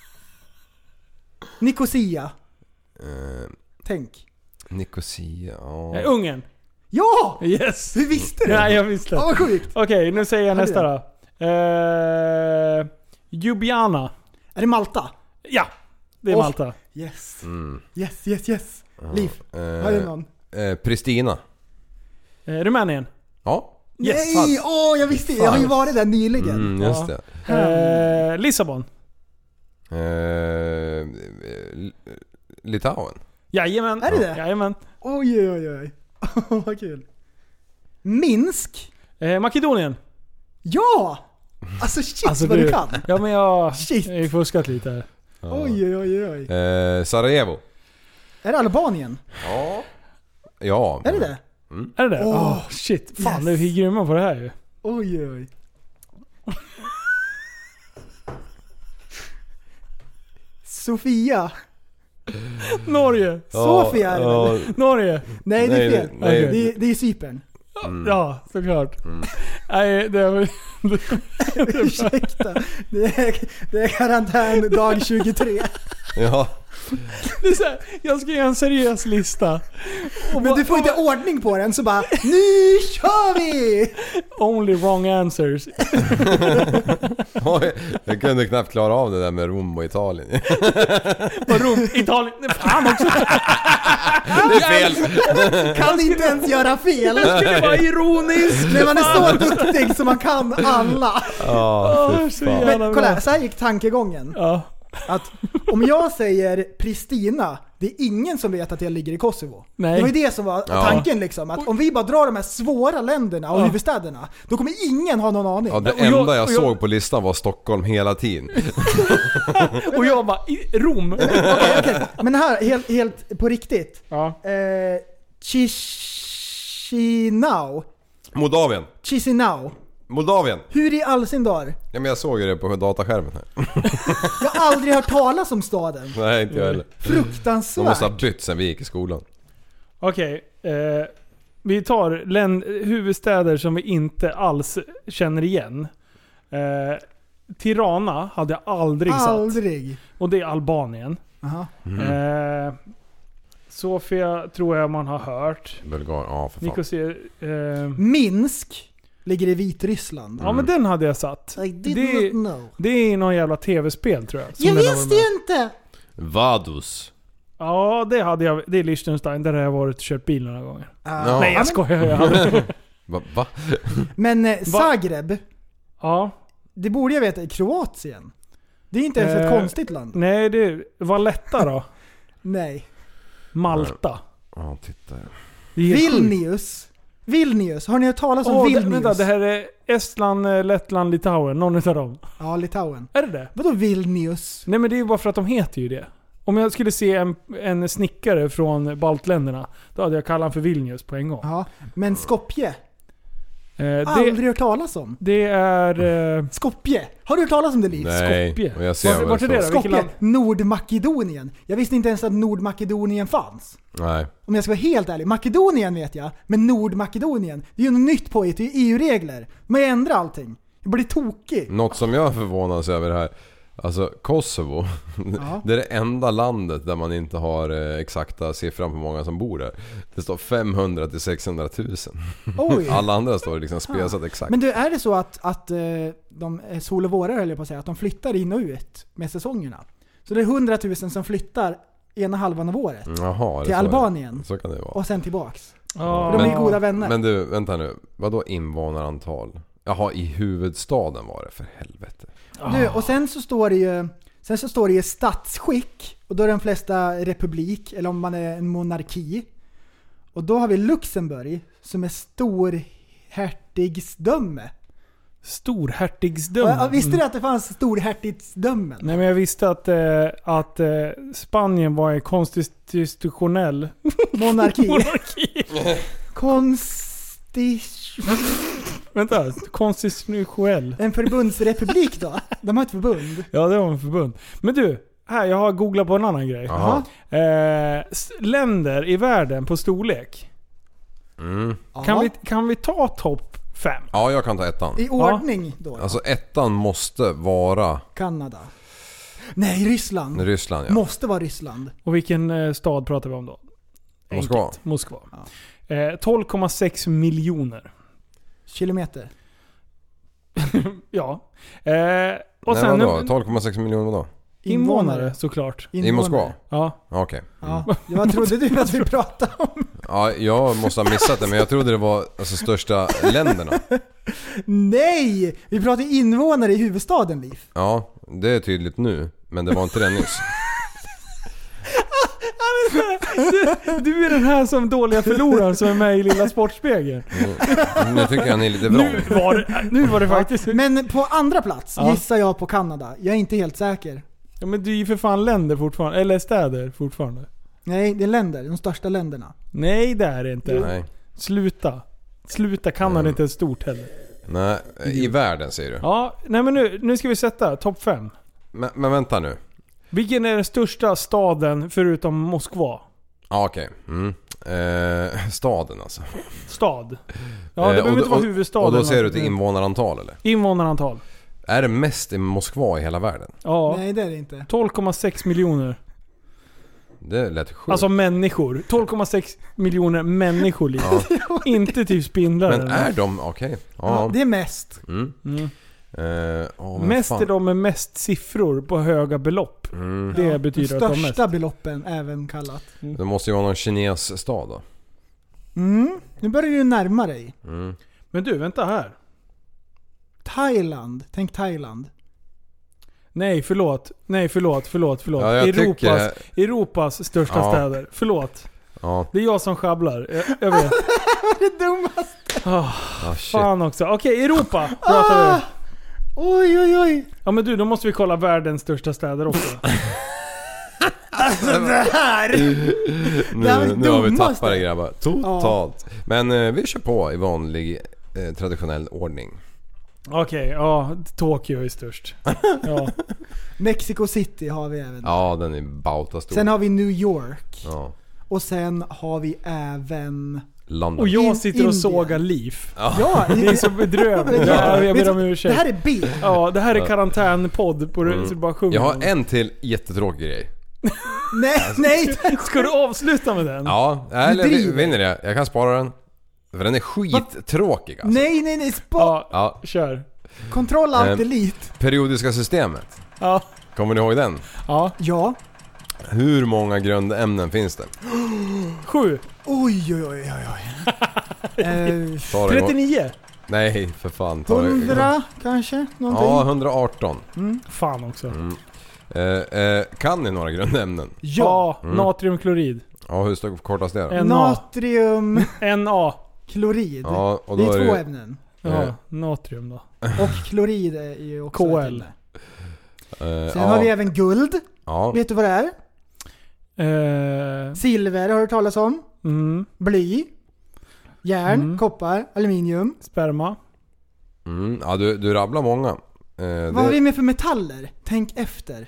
Nicosia. Eh. Tänk. Nicosia. Oh. Eh, Ungern. Ja! Yes! Hur visste du? Ja, jag visste. Ja, vad sjukt. Okej, okay, nu säger jag Hade nästa det? då. Eh, Ljubljana. Är det Malta? Ja, det är oh. Malta. Yes. Mm. Yes, yes, yes. Ja. Liv. Eh, har du någon? Eh, Pristina. Eh, Rumänien. Ja. Yes. Nej! Åh, oh, jag visste. Jag har ju varit där nyligen. Mm, just ja. det. Eh, Lissabon. Eh, Litauen. Jajamän. Är det det? Jajamän. Oj, oj, oj. Vad kul. Minsk. Eh, Makedonien. Ja! Alltså shit alltså, vad du, du kan. Ja, men jag shit. jag har fuskat lite här. Ja. Oj, oj, oj. Eh, Sarajevo. Är det Albanien? Ja. Ja. Är det det? Mm. Är det det? Åh, oh, shit. Fan, yes. Du är grymma på det här ju. Oj, oj. Sofia. Norge. Sofia är det ja, väl? Norge. Nej, det är fel. Nej, okay. det, det är Cypern. Mm. Ja, såklart. Mm. Nej, det är... Ursäkta. Det är, det är karantän dag tjugotre. Ja. Det är så här, jag ska göra en seriös lista. Och men du får inte ordning på den så bara, nu kör vi! Only wrong answers. Oj, jag kunde knappt klara av det där med Rom och Italien. Vad Rom, Italien, nej, fan också. Det är fel. Kan inte ens göra fel. Det skulle vara ironiskt. När man är så duktig så man kan alla. Ja, oh, så men kolla, så här gick tankegången. Ja. Att om jag säger Pristina, det är ingen som vet att jag ligger i Kosovo. Nej. Det var ju det som var ja. tanken liksom. Att om vi bara drar de här svåra länderna och ja. huvudstäderna, då kommer ingen ha någon aning. Ja, det enda jag, jag såg på listan var Stockholm hela tiden. Och jag bara, Rom. Okej, okay, okay. Men här, helt, helt på riktigt. Ja. Eh, Chisinau. Moldavien. Chisinau. Moldavien. Hur i all sin dar? Ja, men jag såg ju det på dataskärmen här. Jag har aldrig hört talas om staden. Nej, inte jag heller. Fruktansvärt. De måste ha bytt sen vi gick i skolan. Okej, okay, eh, vi tar länd- huvudstäder som vi inte alls känner igen. Eh, Tirana hade jag aldrig, aldrig satt. Och det är Albanien. Aha. Mm. Eh, Sofia tror jag man har hört. Bulgar, ja för fan. Nicosia, eh, Minsk ligger i Vitryssland. Ja, men den hade jag satt. I did det, not know. Det är någon jävla tv-spel tror jag. Jag visste ju inte! Vadus. Ja, det hade jag. Det är Liechtenstein där har jag varit och kört bil några gånger. Uh, no. Nej, jag skojar. Jag hade. Va? Va? Men eh, Zagreb, ja. Det borde jag veta i Kroatien. Det är inte ens eh, ett konstigt land. Nej, det var Lätta då. Nej. Malta. Ja, titta. Vilnius. Vilnius, har ni hört talas om oh, Vilnius? Det, vänta, det här är Estland, Lettland, Litauen. Någon utav dem. Ja, Litauen. Är det det? Vadå Vilnius? Nej, men det är ju bara för att de heter ju det. Om jag skulle se en, en snickare från baltländerna, då hade jag kallat han för Vilnius på en gång. Ja, men Skopje? Eh, det, Aldrig hört talas om. Det är... Eh, Skopje. Har du hört talas om det, Liv? Nej, Skopje. och jag ser Vart, vart är det då? Skopje, Nordmakedonien. Jag visste inte ens att Nordmakedonien fanns. Nej. Om jag ska vara helt ärlig. Makedonien vet jag, men Nordmakedonien, det är ju något nytt på det. Det är ju E U-regler. Man ändrar allting. Jag blir tokig. Något som jag förvånas över det här. Alltså Kosovo, ja. Det är det enda landet där man inte har eh, exakta siffran på många som bor där. Det står femhundra till sexhundra tusen. Oj. Alla andra står liksom spesat ja. exakt. Men du, är det så att, att de sol- och vårar, höll jag på att säga, att de flyttar in och ut med säsongerna? Så det är hundratusen som flyttar ena halvan av året. Jaha, till Albanien. Så kan det vara. Och sen tillbaks. Ja. De är men, goda vänner. Men du, vänta nu. Vadå invånarantal? Jaha, i huvudstaden var det, för helvete. Du, och sen så står det ju sen så står det ju statsskick, och då är de flesta republik, eller om man är en monarki. Och då har vi Luxemburg som är storhertigsdöme. Storhertigsdöme? Ja, visste du att det fanns storhertigsdömen? Nej, men jag visste att, eh, att eh, Spanien var en konstitutionell monarki. monarki. Konsti... Vänta, konstitutionell. En förbundsrepublik då? De har ett förbund. Ja, det var en förbund. Men du, här, jag har googlat på en annan grej. Eh, länder i världen på storlek. Mm. Kan, vi, kan vi ta topp fem? Ja, jag kan ta ettan. I ordning då? Alltså ettan måste vara... Kanada. Nej, Ryssland. Ryssland, ja. Måste vara Ryssland. Och vilken eh, stad pratar vi om då? Moskva. Enkelt. Moskva. Ja. Eh, tolv komma sex miljoner. Kilometer. Ja. Eh, och Nej, sen vadå? tolv komma sex miljoner vadå? Invånare, såklart. Invånare. I Moskva? Ja. Okej. Okay. Mm. Ja. Vad trodde du att vi pratade om? Ja, jag måste ha missat det, men jag trodde det var alltså största länderna. Nej! Vi pratar invånare i huvudstaden, Liv. Ja, det är tydligt nu, men det var inte det nyss. Du, du är den här som dåliga förloraren som är med i Lilla Sportspegeln. Mm. Nu tycker jag ni är lite bra. Nu var det, nu var det faktiskt... Men på andra plats ja. gissar jag på Kanada. Jag är inte helt säker. Ja, men du är ju för fan länder fortfarande. Eller städer fortfarande. Nej, det är länder. De största länderna. Nej, det är det inte. Nej. Sluta. Sluta, Kanada mm. inte är stort heller. Nej, i världen säger du. Ja, nej men nu, nu ska vi sätta topp fem. Men, men vänta nu. Vilken är den största staden förutom Moskva? Ja, okej. Okay. Mm. Eh, staden alltså. Stad. Ja, det behöver inte vara huvudstaden. Och då ser du till invånarantal eller? Invånarantal. Är det mest i Moskva i hela världen? Ja. Nej, det är det inte. tolv komma sex miljoner. det lät sjukt. Alltså människor. tolv komma sex miljoner människor liv. Ja. Inte typ spindlar. Men är de, okej. Okay. Ja. Ja, det är mest. Mm. Mm. Uh, oh, mest fan. är de med mest siffror på höga belopp. Mm. Det Ja, betyder de att de största mest. beloppen även kallat. Mm. Det måste ju vara någon kines stad då. Mm. Nu börjar du närma dig. Mm. Men du, vänta här. Thailand. Tänk Thailand. Nej, förlåt. Nej, förlåt, förlåt, förlåt. Ja, jag Europas, tycker... Europas största Ja. städer. Förlåt. Ja. Det är jag som sjabblar. Jag, jag vet. Det dummaste. Oh, Ah, shit. fan också. Okej, Europa pratar Ah! vi. Oj, oj, oj. Ja men du, då måste vi kolla världens största städer också. Alltså det här. Nu, Det här var nu har vi dummaste. tappat det grabbar. Totalt. Men eh, vi kör på i vanlig eh, traditionell ordning. Okej, ja. Tokyo är störst. Ja. Mexico City har vi även. Ja, den är bauta stor. Sen har vi New York. Ja. Och sen har vi även... London. Och jag In- sitter och Indien. sågar liv. Ja, Det är så bedrövligt. Ja, Ja, jag vet ber om du, ursäkt. det här är B. Ja, det här är karantänpodd på Mm. så bara sjunger. Jag har en till jättetråkig grej. Nej, nej. Ska du avsluta med den? Ja, eller driver. vinner det. Jag kan spara den. För den är skittråkig alltså. Nej, nej, nej. Spot. Ja, Ja. kör. Kontroll alt Eh. delete. Periodiska systemet. Ja. Kommer ni ihåg den? Ja. Ja. Hur många grundämnen finns det? Sju. Oj, oj, oj, oj, oj. eh, Ta det igång. trettionio. Nej, för fan. Ta det igång. hundra kanske? Någonting? Ja, hundraarton. Mm. Fan också. Mm. Eh, eh, kan ni några grundämnen? Ja, Mm. natriumklorid. Ja, hur står kortas det då? N A. Natrium, N A. klorid. Ja, och Det då är är två det... ämnen. Ja, Eh. natrium då. Och klorid är ju också K ett L. ämne. Eh, Sen ja. har vi även guld. Ja. Vet du vad det är? Eh, Silver har du hört talas om. mm, Bly. Järn, Mm. koppar, aluminium. sperma. Mm, ja, du, du rabblar många. Eh, Vad det- har vi med för metaller? Tänk efter.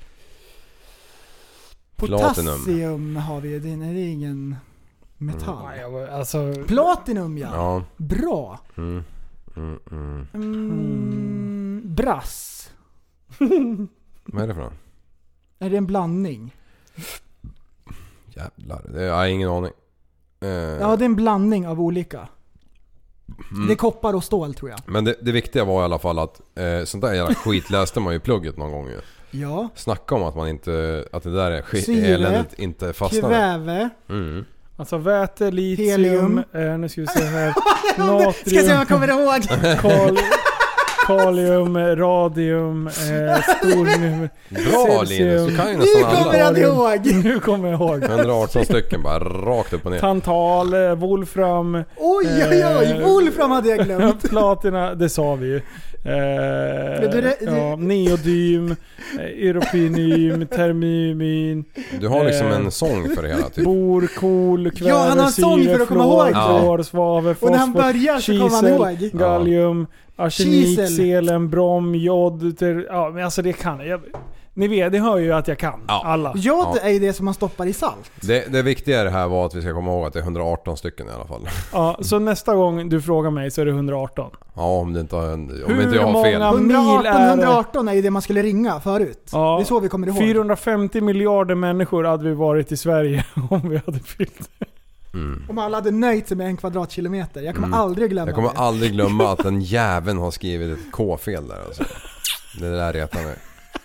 Platinum. Potassium har vi. Det är det är ingen metall. Nej, jag var- alltså, Platinum ja. Ja. Bra. Mm. Mm, mm. Mm, brass. Vad är det för något? Är det en blandning? Jävlar, det, jag har ingen aning. Eh, Ja, det är en blandning av olika. mm. Det är koppar och stål tror jag. Men det, det viktiga var i alla fall att eh, sånt där jävla skit läste man ju i plugget någon gång ju. Ja. Snacka om att man inte, att det där är skit, Syre, eländet inte fastnar. Kväve. Mm. alltså väte, litium. Helium. Eh, nu ska vi se här. Ska Natrium. se om jag kommer ihåg. Kal, kalium, radium, eh, stonium. Bra Linus, du kan ju Nu nästan kommer alla. jag ihåg. Nu kommer jag ihåg. hundraarton stycken bara rakt upp och ner. Tantal, eh, wolfram, Oj, oj, oj. Eh, Wolfram hade jag glömt. platina, det sa vi ju. Eh, du- du- ja, neodym, eh, europinym, termimin, Du har liksom Eh, en sång för det hela typ. bor, kol, kväve, Ja, han har en sång syre, för att komma fluor, ihåg det. klor, svavel, Och när han fosfor, börjar så kommer han kisel, ihåg. gallium, arsenik, Kisel. selen, brom, jod. Ter, ja, men alltså det kan jag. Ni vet, det hör ju att jag kan. Ja. Alla. Jod Ja. är ju det som man stoppar i salt. Det, det viktiga här var att vi ska komma ihåg att det är hundraarton stycken i alla fall. Ja, så nästa gång du frågar mig så är det hundraarton. Ja, om, det inte, har en- om Hur inte jag har fel. många- mil hundraarton, är det? hundraarton är ju det man skulle ringa förut. Ja. Det är så vi kommer ihåg. fyrahundrafemtio miljarder människor hade vi varit i Sverige om vi hade fyllt. Mm. Om alla hade nöjt sig med en kvadratkilometer. Jag kommer Mm. aldrig glömma Jag kommer det. aldrig glömma att den jäveln har skrivit ett K-fel där alltså. Det där retar mig.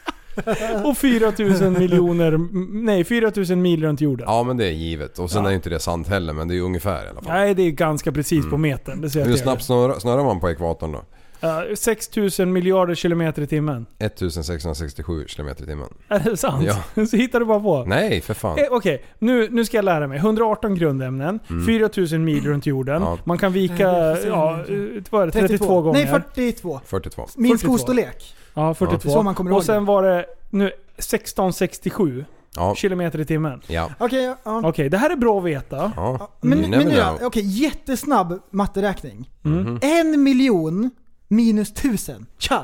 Och fyra tusen miljoner, m- nej fyra tusen mil runt jorden. Ja, men det är givet. Och sen Ja. är ju inte det sant heller, men det är ju ungefär i alla fall. Nej, det är ganska precis på metern. Det ser jag Hur att det snabbt snurrar, snurrar man på ekvatorn då? är. Uh, sex tusen miljarder kilometer i timmen. sextonhundrasextiosju kilometer i timmen. Är det sant? Ja. Så hittar du bara på. Nej, för fan. Eh, Okej, nu, nu ska jag lära mig. hundraarton grundämnen, Mm. fyra tusen mil runt jorden. Ja. Man kan vika, Nej, vi får se ja, nu. eh, vad är det, trettiotvå gånger. Nej, fyrtiotvå. fyrtiotvå. Min fyrtiotvå. skostorlek. Ja, fyrtiotvå. Så man kommer ihåg Och sen det. var det nu sexton sextiosju Ja. kilometer i timmen. Ja. Okej, ja. Okej, det här är bra att veta. Ja. Men, You men never nu know. då, okej, jättesnabb matteräkning. Mm. En miljon minus tusen. Kör!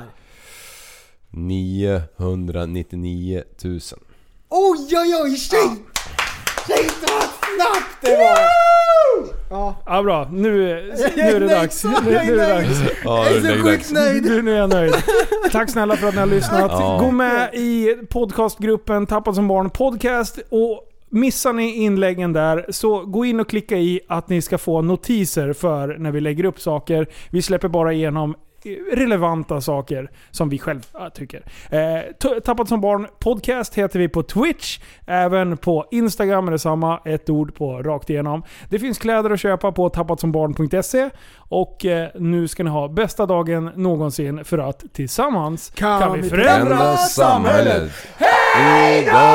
niohundranittionio tusen. Oj, oj, oj, shit! Shit vad snabbt det var! Ja. Ja, bra. Nu, nu är det Nej, dags. så Nu, nu är det nöjd. dags. Ja, Jag det är så är sjukt dags. nöjd. Nu, nu är jag nöjd. Tack snälla för att ni har lyssnat. Ja. Gå med i podcastgruppen Tappad som barn podcast och missar ni inläggen där, så gå in och klicka i att ni ska få notiser för när vi lägger upp saker. Vi släpper bara igenom relevanta saker som vi själva tycker. Eh, Tappat som barn podcast heter vi på Twitch, även på Instagram är det samma, ett ord på rakt igenom. Det finns kläder att köpa på tappatsombarn punkt se och eh, nu ska ni ha bästa dagen någonsin för att tillsammans kan, kan vi förändra, förändra samhället. Hej då!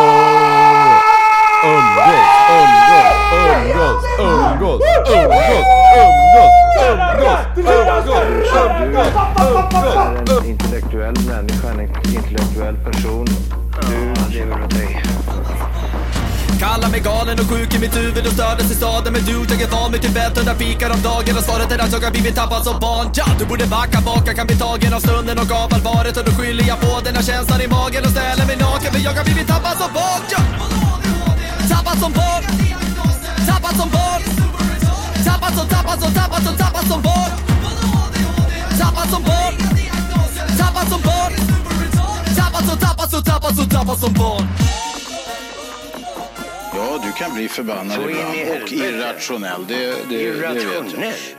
Umgås, umgås, umgås, umgås, umgås, umgås, umgås, umgås, umgås. Du är en intellektuell människa, en intellektuell person. Du lever åt dig. Kallar mig galen och sjuk i mitt huvud och stördes i staden. Men du, jag är van vid Tibet under fikar om dagen. Och svaret är att jag har blivit tappad som barn. Ja, du borde backa bak, jag kan bli tagen av stunden och av allvaret. Och då skyller jag på den här känslan i magen och ställer mig naken. För jag har blivit tappad som barn. Ja. Tappad som barn. Tappad som barn. Tappad som, tappad som, tappad som, tappad som barn. Tappad som barn. Tappad som barn. Tappad som, tappad som, tappad som, tappad som barn. Ja, du kan bli förbannad ibland och irrationell, det, det, det vet jag.